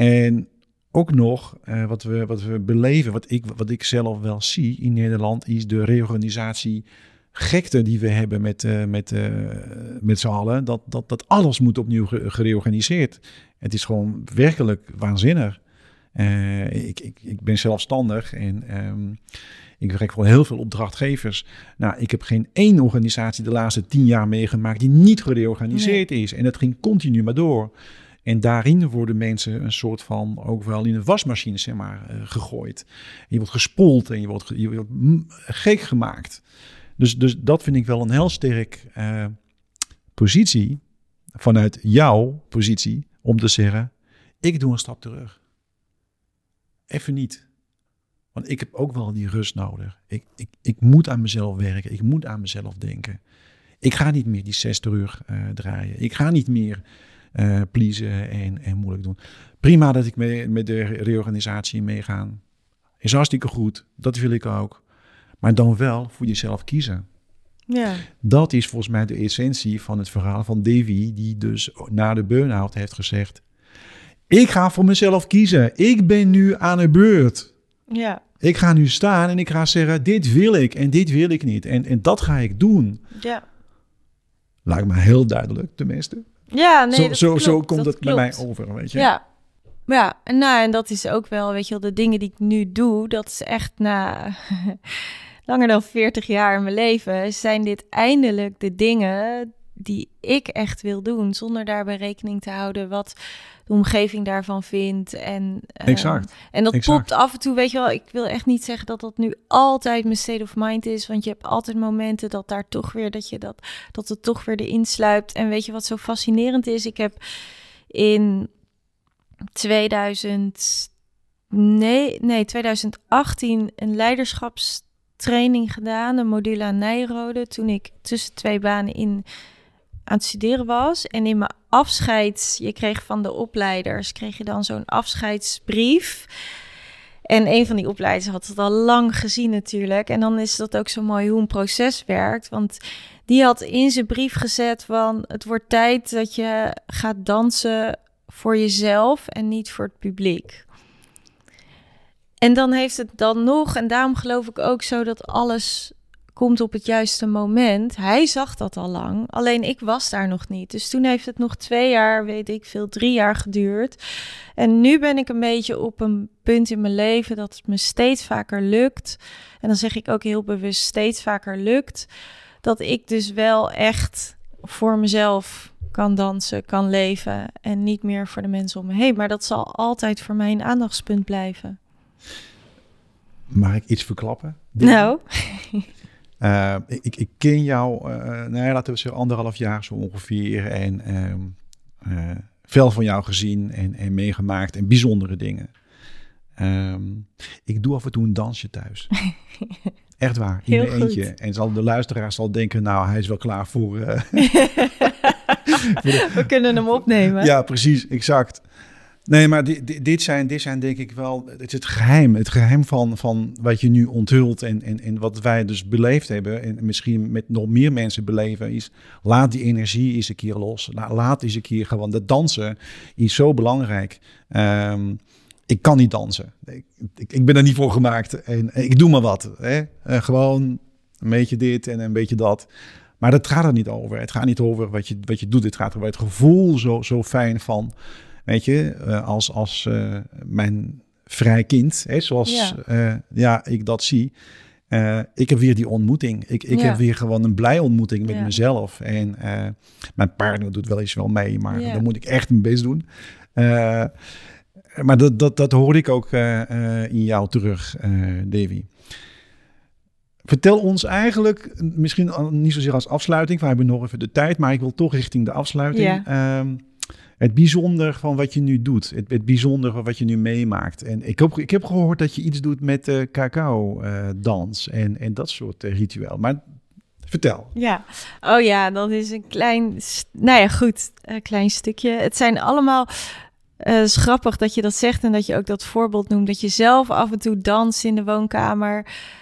En ook nog, uh, wat, we, wat we beleven, wat ik, wat ik zelf wel zie in Nederland, is de reorganisatie gekte die we hebben met, uh, met, uh, met z'n allen, dat, dat, dat alles moet opnieuw gereorganiseerd. Het is gewoon werkelijk waanzinnig. Uh, ik, ik, ik ben zelfstandig en um, ik werk voor heel veel opdrachtgevers. Nou, ik heb geen één organisatie de laatste tien jaar meegemaakt die niet gereorganiseerd nee. is. En dat ging continu maar door. En daarin worden mensen een soort van ook wel in een wasmachine zeg maar, uh, gegooid. Je wordt gespoeld en je wordt, je wordt gek gemaakt. Dus, dus dat vind ik wel een heel sterk uh, positie, vanuit jouw positie, om te zeggen, ik doe een stap terug. Even niet. Want ik heb ook wel die rust nodig. Ik, ik, ik moet aan mezelf werken, ik moet aan mezelf denken. Ik ga niet meer die zestig uur uh, draaien. Ik ga niet meer uh, pleasen en, en moeilijk doen. Prima dat ik mee, met de reorganisatie meega. Is hartstikke goed, dat wil ik ook. Maar dan wel voor jezelf kiezen.
Ja.
Dat is volgens mij de essentie van het verhaal van Davy, die dus na de burn-out heeft gezegd, ik ga voor mezelf kiezen. Ik ben nu aan de beurt.
Ja.
Ik ga nu staan en ik ga zeggen, dit wil ik en dit wil ik niet. En, en dat ga ik doen.
Ja.
Lijkt me heel duidelijk, tenminste.
Ja, nee,
zo,
dat
zo,
klopt,
zo komt
dat
het bij
klopt.
mij over, weet je.
Ja. Ja, en, nou, en dat is ook wel, weet je wel, de dingen die ik nu doe, dat is echt na langer dan veertig jaar in mijn leven, zijn dit eindelijk de dingen die ik echt wil doen, zonder daarbij rekening te houden wat de omgeving daarvan vindt. En,
exact.
Um, en dat
exact.
popt af en toe, weet je wel, ik wil echt niet zeggen dat dat nu altijd mijn state of mind is, want je hebt altijd momenten dat daar toch weer, dat je dat, dat het toch weer erin sluipt. En weet je wat zo fascinerend is? Ik heb in tweeduizend, nee, nee, twintig achttien een leiderschapstraining gedaan, een module aan Nijrode, toen ik tussen twee banen in aan het studeren was. En in mijn afscheids, je kreeg van de opleiders, kreeg je dan zo'n afscheidsbrief. En een van die opleiders had het al lang gezien natuurlijk. En dan is dat ook zo mooi hoe een proces werkt. Want die had in zijn brief gezet van, het wordt tijd dat je gaat dansen voor jezelf en niet voor het publiek. En dan heeft het dan nog, en daarom geloof ik ook zo dat alles komt op het juiste moment. Hij zag dat al lang, alleen ik was daar nog niet. Dus toen heeft het nog twee jaar, weet ik veel, drie jaar geduurd. En nu ben ik een beetje op een punt in mijn leven dat het me steeds vaker lukt. En dan zeg ik ook heel bewust steeds vaker lukt, dat ik dus wel echt voor mezelf kan dansen, kan leven en niet meer voor de mensen om me heen. Maar dat zal altijd voor mij een aandachtspunt blijven.
Mag ik iets verklappen?
Nou.
Uh, ik, ik ken jou, uh, nou ja, laten we zeggen anderhalf jaar zo ongeveer. En um, uh, veel van jou gezien en, en meegemaakt en bijzondere dingen. Um, ik doe af en toe een dansje thuis. Echt waar, in mijn eentje. En zal de luisteraar zal denken, nou, hij is wel klaar voor... Uh,
voor de... We kunnen hem opnemen.
Ja, precies, exact. Nee, maar dit, dit, zijn, dit zijn denk ik wel... Het is het geheim. Het geheim van, van wat je nu onthult en, en, en wat wij dus beleefd hebben... en misschien met nog meer mensen beleven... is laat die energie eens een keer los. Laat eens een keer gewoon... Dat dansen is zo belangrijk. Um, ik kan niet dansen. Ik, ik, ik ben er niet voor gemaakt. En, en ik doe maar wat. Hè? Uh, gewoon een beetje dit en een beetje dat. Maar dat gaat er niet over. Het gaat niet over wat je, wat je doet. Het gaat over het gevoel zo, zo fijn van... Weet je, uh, als, als uh, mijn vrij kind, hè, zoals ja. Uh, ja, ik dat zie. Uh, ik heb weer die ontmoeting. Ik, ik ja. heb weer gewoon een blij ontmoeting met ja. mezelf. En uh, mijn partner doet wel eens wel mee, maar ja. dan moet ik echt mijn best doen. Uh, maar dat, dat, dat hoor ik ook uh, uh, in jou terug, uh, Davy. Vertel ons eigenlijk, misschien niet zozeer als afsluiting, we hebben nog even de tijd, maar ik wil toch richting de afsluiting. Ja. Um, Het bijzonder van wat je nu doet. Het, het bijzonder van wat je nu meemaakt. En ik heb, ik heb gehoord dat je iets doet met uh, cacao-dans uh, en, en dat soort uh, ritueel. Maar vertel.
Ja, oh ja, dat is een klein... Nou ja, goed, een klein stukje. Het zijn allemaal... Het uh, is grappig dat je dat zegt en dat je ook dat voorbeeld noemt. Dat je zelf af en toe danst in de woonkamer.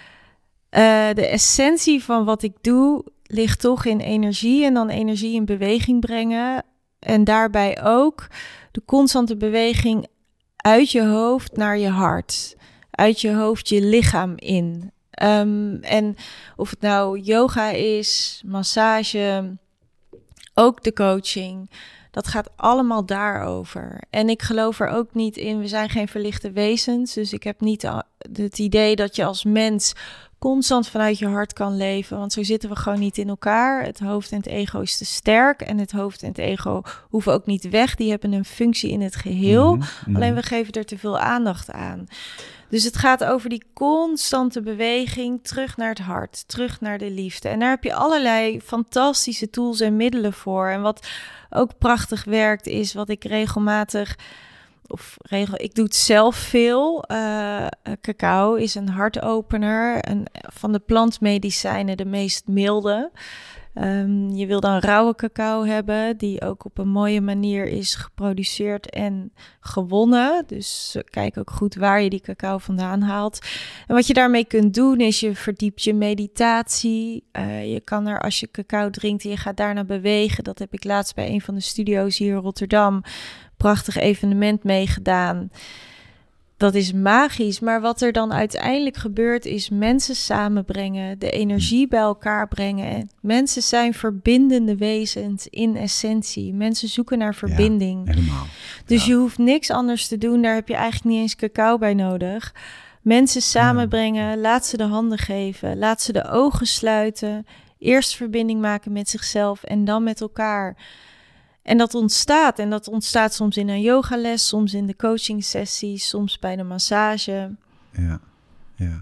Uh, de essentie van wat ik doe ligt toch in energie. En dan energie in beweging brengen... En daarbij ook de constante beweging uit je hoofd naar je hart. Uit je hoofd je lichaam in. Um, en of het nou yoga is, massage, ook de coaching. Dat gaat allemaal daarover. En ik geloof er ook niet in, we zijn geen verlichte wezens. Dus ik heb niet het idee dat je als mens constant vanuit je hart kan leven. Want zo zitten we gewoon niet in elkaar. Het hoofd en het ego is te sterk. En het hoofd en het ego hoeven ook niet weg. Die hebben een functie in het geheel. Mm-hmm, mm-hmm. Alleen we geven er te veel aandacht aan. Dus het gaat over die constante beweging terug naar het hart. Terug naar de liefde. En daar heb je allerlei fantastische tools en middelen voor. En wat ook prachtig werkt is wat ik regelmatig... Of regel, ik doe het zelf veel. Uh, cacao is een hartopener. Een, van de plantmedicijnen de meest milde. Um, je wil dan rauwe cacao hebben, die ook op een mooie manier is geproduceerd en gewonnen. Dus kijk ook goed waar je die cacao vandaan haalt. En wat je daarmee kunt doen is je verdiept je meditatie. Uh, je kan er, als je cacao drinkt en je gaat daarna bewegen. Dat heb ik laatst bij een van de studio's hier in Rotterdam. Prachtig evenement meegedaan. Dat is magisch, maar wat er dan uiteindelijk gebeurt is mensen samenbrengen, de energie bij elkaar brengen. Mensen zijn verbindende wezens in essentie. Mensen zoeken naar verbinding.
Ja, helemaal.
Dus
ja.
je hoeft niks anders te doen, daar heb je eigenlijk niet eens cacao bij nodig. Mensen samenbrengen, laat ze de handen geven, laat ze de ogen sluiten. Eerst verbinding maken met zichzelf en dan met elkaar. En dat ontstaat. En dat ontstaat soms in een yogales, soms in de coaching sessies, soms bij de massage.
Ja, ja.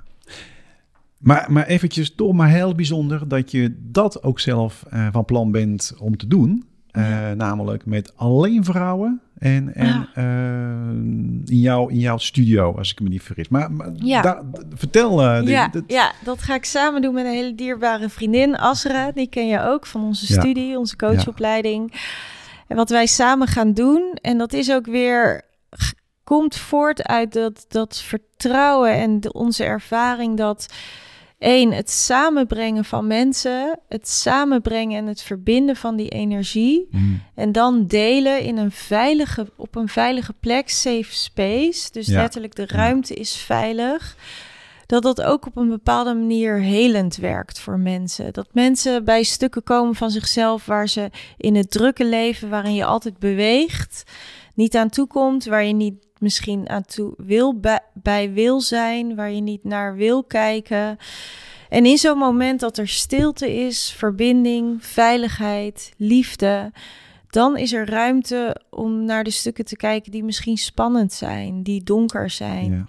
Maar, maar eventjes toch maar heel bijzonder dat je dat ook zelf uh, van plan bent om te doen. Uh, ja. Namelijk met alleen vrouwen en, en ja. uh, in, jou, in jouw studio, als ik me niet vergis. Maar, maar
ja.
da, vertel. Uh,
ja,
dit,
ja, dat ga ik samen doen met een hele dierbare vriendin, Asra. Die ken je ook van onze
ja.
studie, onze coachopleiding. Ja. En wat wij samen gaan doen, en dat is ook weer, komt voort uit dat, dat vertrouwen en de, onze ervaring dat, één, het samenbrengen van mensen, het samenbrengen en het verbinden van die energie, mm. en dan delen in een veilige, op een veilige plek, safe space, dus ja. letterlijk de ruimte ja. is veilig, dat dat ook op een bepaalde manier helend werkt voor mensen. Dat mensen bij stukken komen van zichzelf waar ze in het drukke leven, waarin je altijd beweegt, niet aan toe komt, waar je niet misschien aan toe wil bij, bij wil zijn, waar je niet naar wil kijken. En in zo'n moment dat er stilte is, verbinding, veiligheid, liefde, dan is er ruimte om naar de stukken te kijken die misschien spannend zijn, die donker zijn, ja.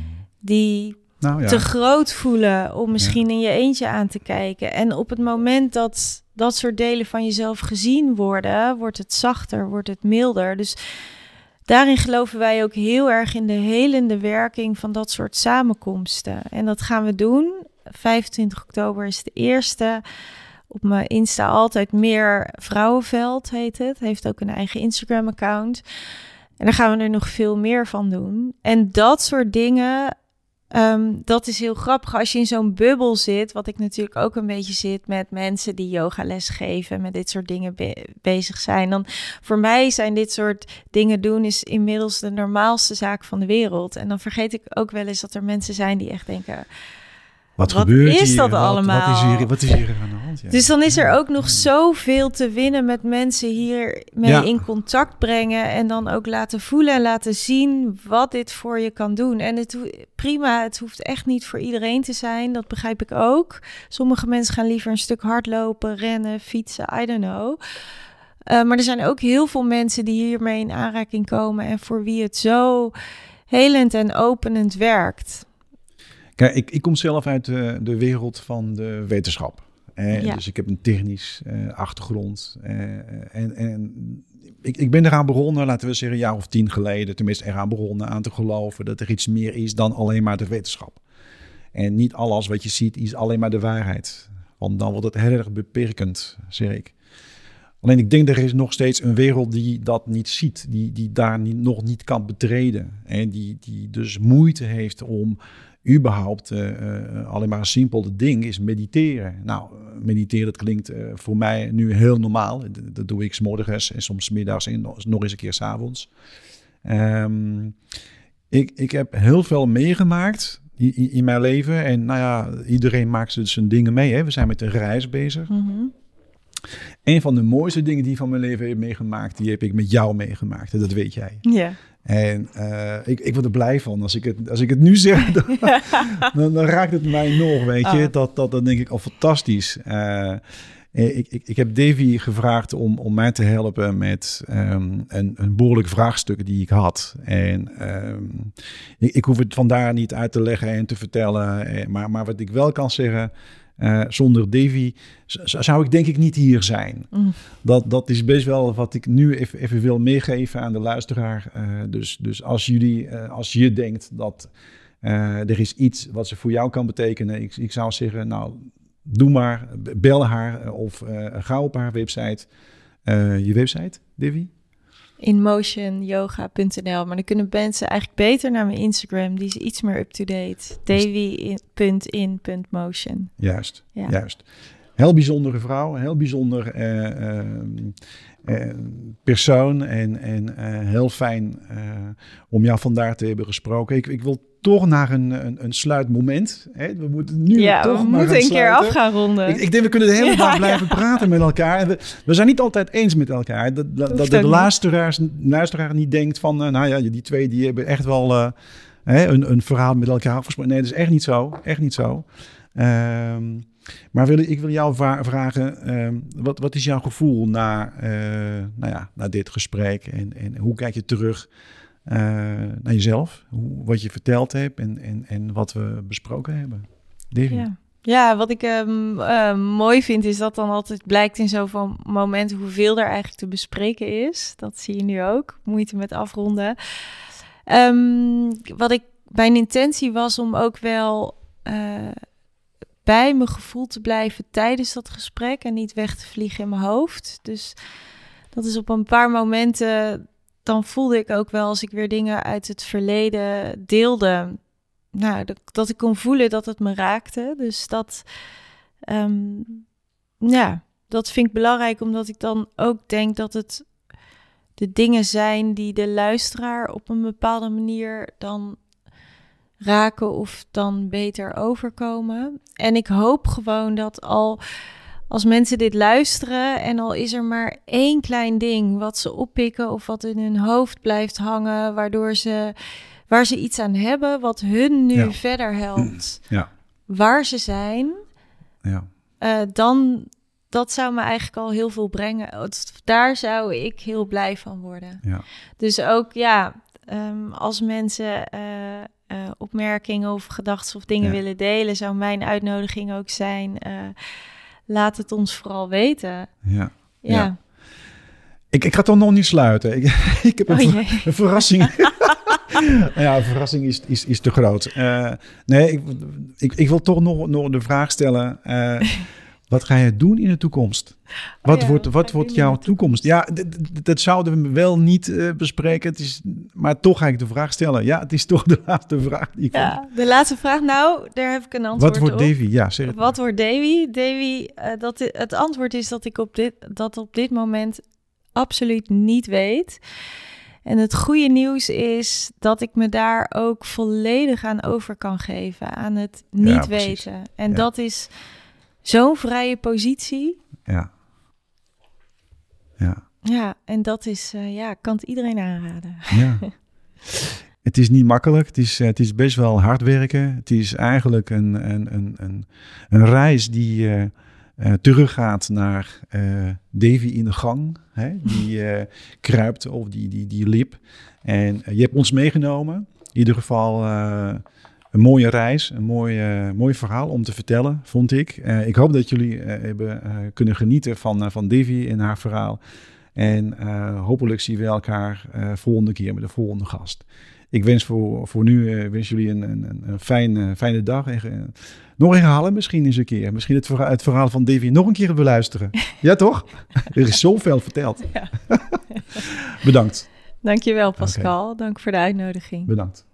die Nou, ja. te groot voelen om misschien ja. in je eentje aan te kijken. En op het moment dat dat soort delen van jezelf gezien worden, wordt het zachter, wordt het milder. Dus daarin geloven wij ook heel erg in de helende werking van dat soort samenkomsten. En dat gaan we doen. vijfentwintig oktober is de eerste. Op mijn Insta altijd meer Vrouwenveld heet het. Heeft ook een eigen Instagram account. En dan gaan we er nog veel meer van doen. En dat soort dingen, um, dat is heel grappig. Als je in zo'n bubbel zit, wat ik natuurlijk ook een beetje zit met mensen die yogales geven, met dit soort dingen be- bezig zijn. Dan voor mij zijn dit soort dingen doen is inmiddels de normaalste zaak van de wereld. En dan vergeet ik ook wel eens dat er mensen zijn die echt denken,
Wat,
wat
gebeurt
is
hier?
dat
Wat,
allemaal?
Wat is hier, wat is hier aan de hand? Ja.
Dus dan is er ook nog zoveel te winnen met mensen hiermee
Ja.
in contact brengen. En dan ook laten voelen en laten zien wat dit voor je kan doen. En het ho- prima, het hoeft echt niet voor iedereen te zijn. Dat begrijp ik ook. Sommige mensen gaan liever een stuk hardlopen, rennen, fietsen, I don't know. Uh, maar er zijn ook heel veel mensen die hiermee in aanraking komen. En voor wie het zo helend en openend werkt.
Kijk, ik, ik kom zelf uit de, de wereld van de wetenschap. Eh,
Ja.
Dus ik heb een technisch uh, achtergrond. Uh, en en ik, ik ben eraan begonnen, laten we zeggen, een jaar of tien geleden. Tenminste, eraan begonnen aan te geloven dat er iets meer is dan alleen maar de wetenschap. En niet alles wat je ziet is alleen maar de waarheid. Want dan wordt het heel erg beperkend, zeg ik. Alleen ik denk, er is nog steeds een wereld die dat niet ziet. Die, die daar niet, nog niet kan betreden. En die, die dus moeite heeft om überhaupt uh, uh, alleen maar een simpel ding is mediteren. Nou, mediteren, dat klinkt uh, voor mij nu heel normaal. Dat, dat doe ik 's morgens en soms 's middags en nog eens een keer 's avonds. Um, ik, ik heb heel veel meegemaakt in, in mijn leven. En nou ja, iedereen maakt dus zijn dingen mee. Hè? We zijn met een reis bezig.
Mm-hmm.
Een van de mooiste dingen die ik van mijn leven heb meegemaakt, die heb ik met jou meegemaakt. En dat weet jij.
Ja.
En uh, ik, ik word er blij van. Als ik het, als ik het nu zeg, dan, dan, dan raakt het mij nog, weet je. Oh. Dat, dat, dat denk ik al fantastisch. Uh, ik, ik, ik heb Davy gevraagd om, om mij te helpen met um, een, een behoorlijk vraagstuk die ik had. En um, ik, ik hoef het vandaar niet uit te leggen en te vertellen. Maar, maar wat ik wel kan zeggen, Uh, zonder Davy z- zou ik denk ik niet hier zijn. Mm. Dat, dat is best wel wat ik nu even, even wil meegeven aan de luisteraar. Uh, dus, dus als jullie, uh, als je denkt dat uh, er is iets wat ze voor jou kan betekenen. Ik, ik zou zeggen, nou, doe maar, bel haar of uh, ga op haar website. Uh, je website, Davy?
in motion yoga punt n l. Maar dan kunnen mensen eigenlijk beter naar mijn Instagram. Die is iets meer up-to-date. davy punt in punt motion.
Juist, ja. juist. Heel bijzondere vrouw. Heel bijzonder uh, uh, uh, persoon. En, en uh, heel fijn uh, om jou vandaar te hebben gesproken. Ik, ik wil toch naar een, een, een sluitmoment. Hè? We moeten nu
ja,
toch
we
maar
moeten een keer af gaan ronden.
Ik, ik denk, we kunnen de hele ja, dag blijven ja. praten met elkaar. We, we zijn niet altijd eens met elkaar. Dat, dat, dat de, de luisteraars, luisteraar niet denkt van, uh, nou ja, die twee die hebben echt wel uh, hè, een, een verhaal met elkaar afgesproken. Nee, dat is echt niet zo. Echt niet zo. Um, maar wil, ik wil jou va- vragen, um, wat, wat is jouw gevoel na, uh, nou ja, na dit gesprek? En, en hoe kijk je terug uh, naar jezelf? Hoe, wat je verteld hebt en, en, en wat we besproken hebben? Davy?
Ja. Ja, wat ik um, uh, mooi vind is dat dan altijd blijkt in zoveel momenten hoeveel er eigenlijk te bespreken is. Dat zie je nu ook. Moeite met afronden. Um, wat ik, mijn intentie was om ook wel uh, bij mijn gevoel te blijven tijdens dat gesprek en niet weg te vliegen in mijn hoofd. Dus dat is op een paar momenten, dan voelde ik ook wel als ik weer dingen uit het verleden deelde, nou, dat, dat ik kon voelen dat het me raakte. Dus dat, um, ja, dat vind ik belangrijk, omdat ik dan ook denk dat het de dingen zijn die de luisteraar op een bepaalde manier dan raken of dan beter overkomen. En ik hoop gewoon dat al als mensen dit luisteren en al is er maar één klein ding wat ze oppikken of wat in hun hoofd blijft hangen, waardoor ze, waar ze iets aan hebben, wat hun nu ja. verder helpt,
ja.
waar ze zijn,
ja.
uh, dan dat zou me eigenlijk al heel veel brengen. Daar zou ik heel blij van worden.
Ja.
Dus ook, ja, um, als mensen uh, uh, opmerkingen of gedachten of dingen ja. willen delen, zou mijn uitnodiging ook zijn, uh, laat het ons vooral weten.
Ja.
Ja.
ja. Ik, ik ga toch nog niet sluiten. Ik, ik heb een, oh, ver, een verrassing. Ja, een verrassing is, is, is te groot. Uh, nee, ik, ik, ik wil toch nog, nog de vraag stellen. Uh, Wat ga je doen in de toekomst? Wat
oh ja,
wordt, wat wordt jouw toekomst? Ja, d- d- dat zouden we wel niet uh, bespreken. Het is, maar toch ga ik de vraag stellen. Ja, het is toch de laatste vraag die ik
Ja,
vond.
de laatste vraag. Nou, daar heb ik een antwoord
Wat wordt
op.
Davy? Ja, zeg het.
Wat wordt Davy? Davy, uh, dat, het antwoord is dat ik op dit, dat op dit moment absoluut niet weet. En het goede nieuws is dat ik me daar ook volledig aan over kan geven. Aan het niet
Ja,
weten. En
ja.
dat is zo'n vrije positie.
Ja. Ja.
Ja, en dat is, uh, ja, kan het iedereen aanraden.
Ja. Het is niet makkelijk. Het is, het is best wel hard werken. Het is eigenlijk een, een, een, een, een reis die uh, uh, teruggaat naar uh, Davy in de gang. Hè? Die uh, kruipt of die, die, die liep. En uh, je hebt ons meegenomen. In ieder geval uh, een mooie reis. Een mooi, uh, mooi verhaal om te vertellen, vond ik. Uh, ik hoop dat jullie uh, hebben uh, kunnen genieten van, uh, van Davy en haar verhaal. En uh, hopelijk zien we elkaar uh, volgende keer met de volgende gast. Ik wens voor, voor nu uh, wens jullie een, een, een fijne, fijne dag. En, uh, nog herhalen misschien eens een keer. Misschien het verhaal, het verhaal van Davy nog een keer beluisteren. Ja, toch? Er is zoveel verteld.
Ja.
Bedankt.
Dankjewel, Pascal. Okay. Dank voor de uitnodiging.
Bedankt.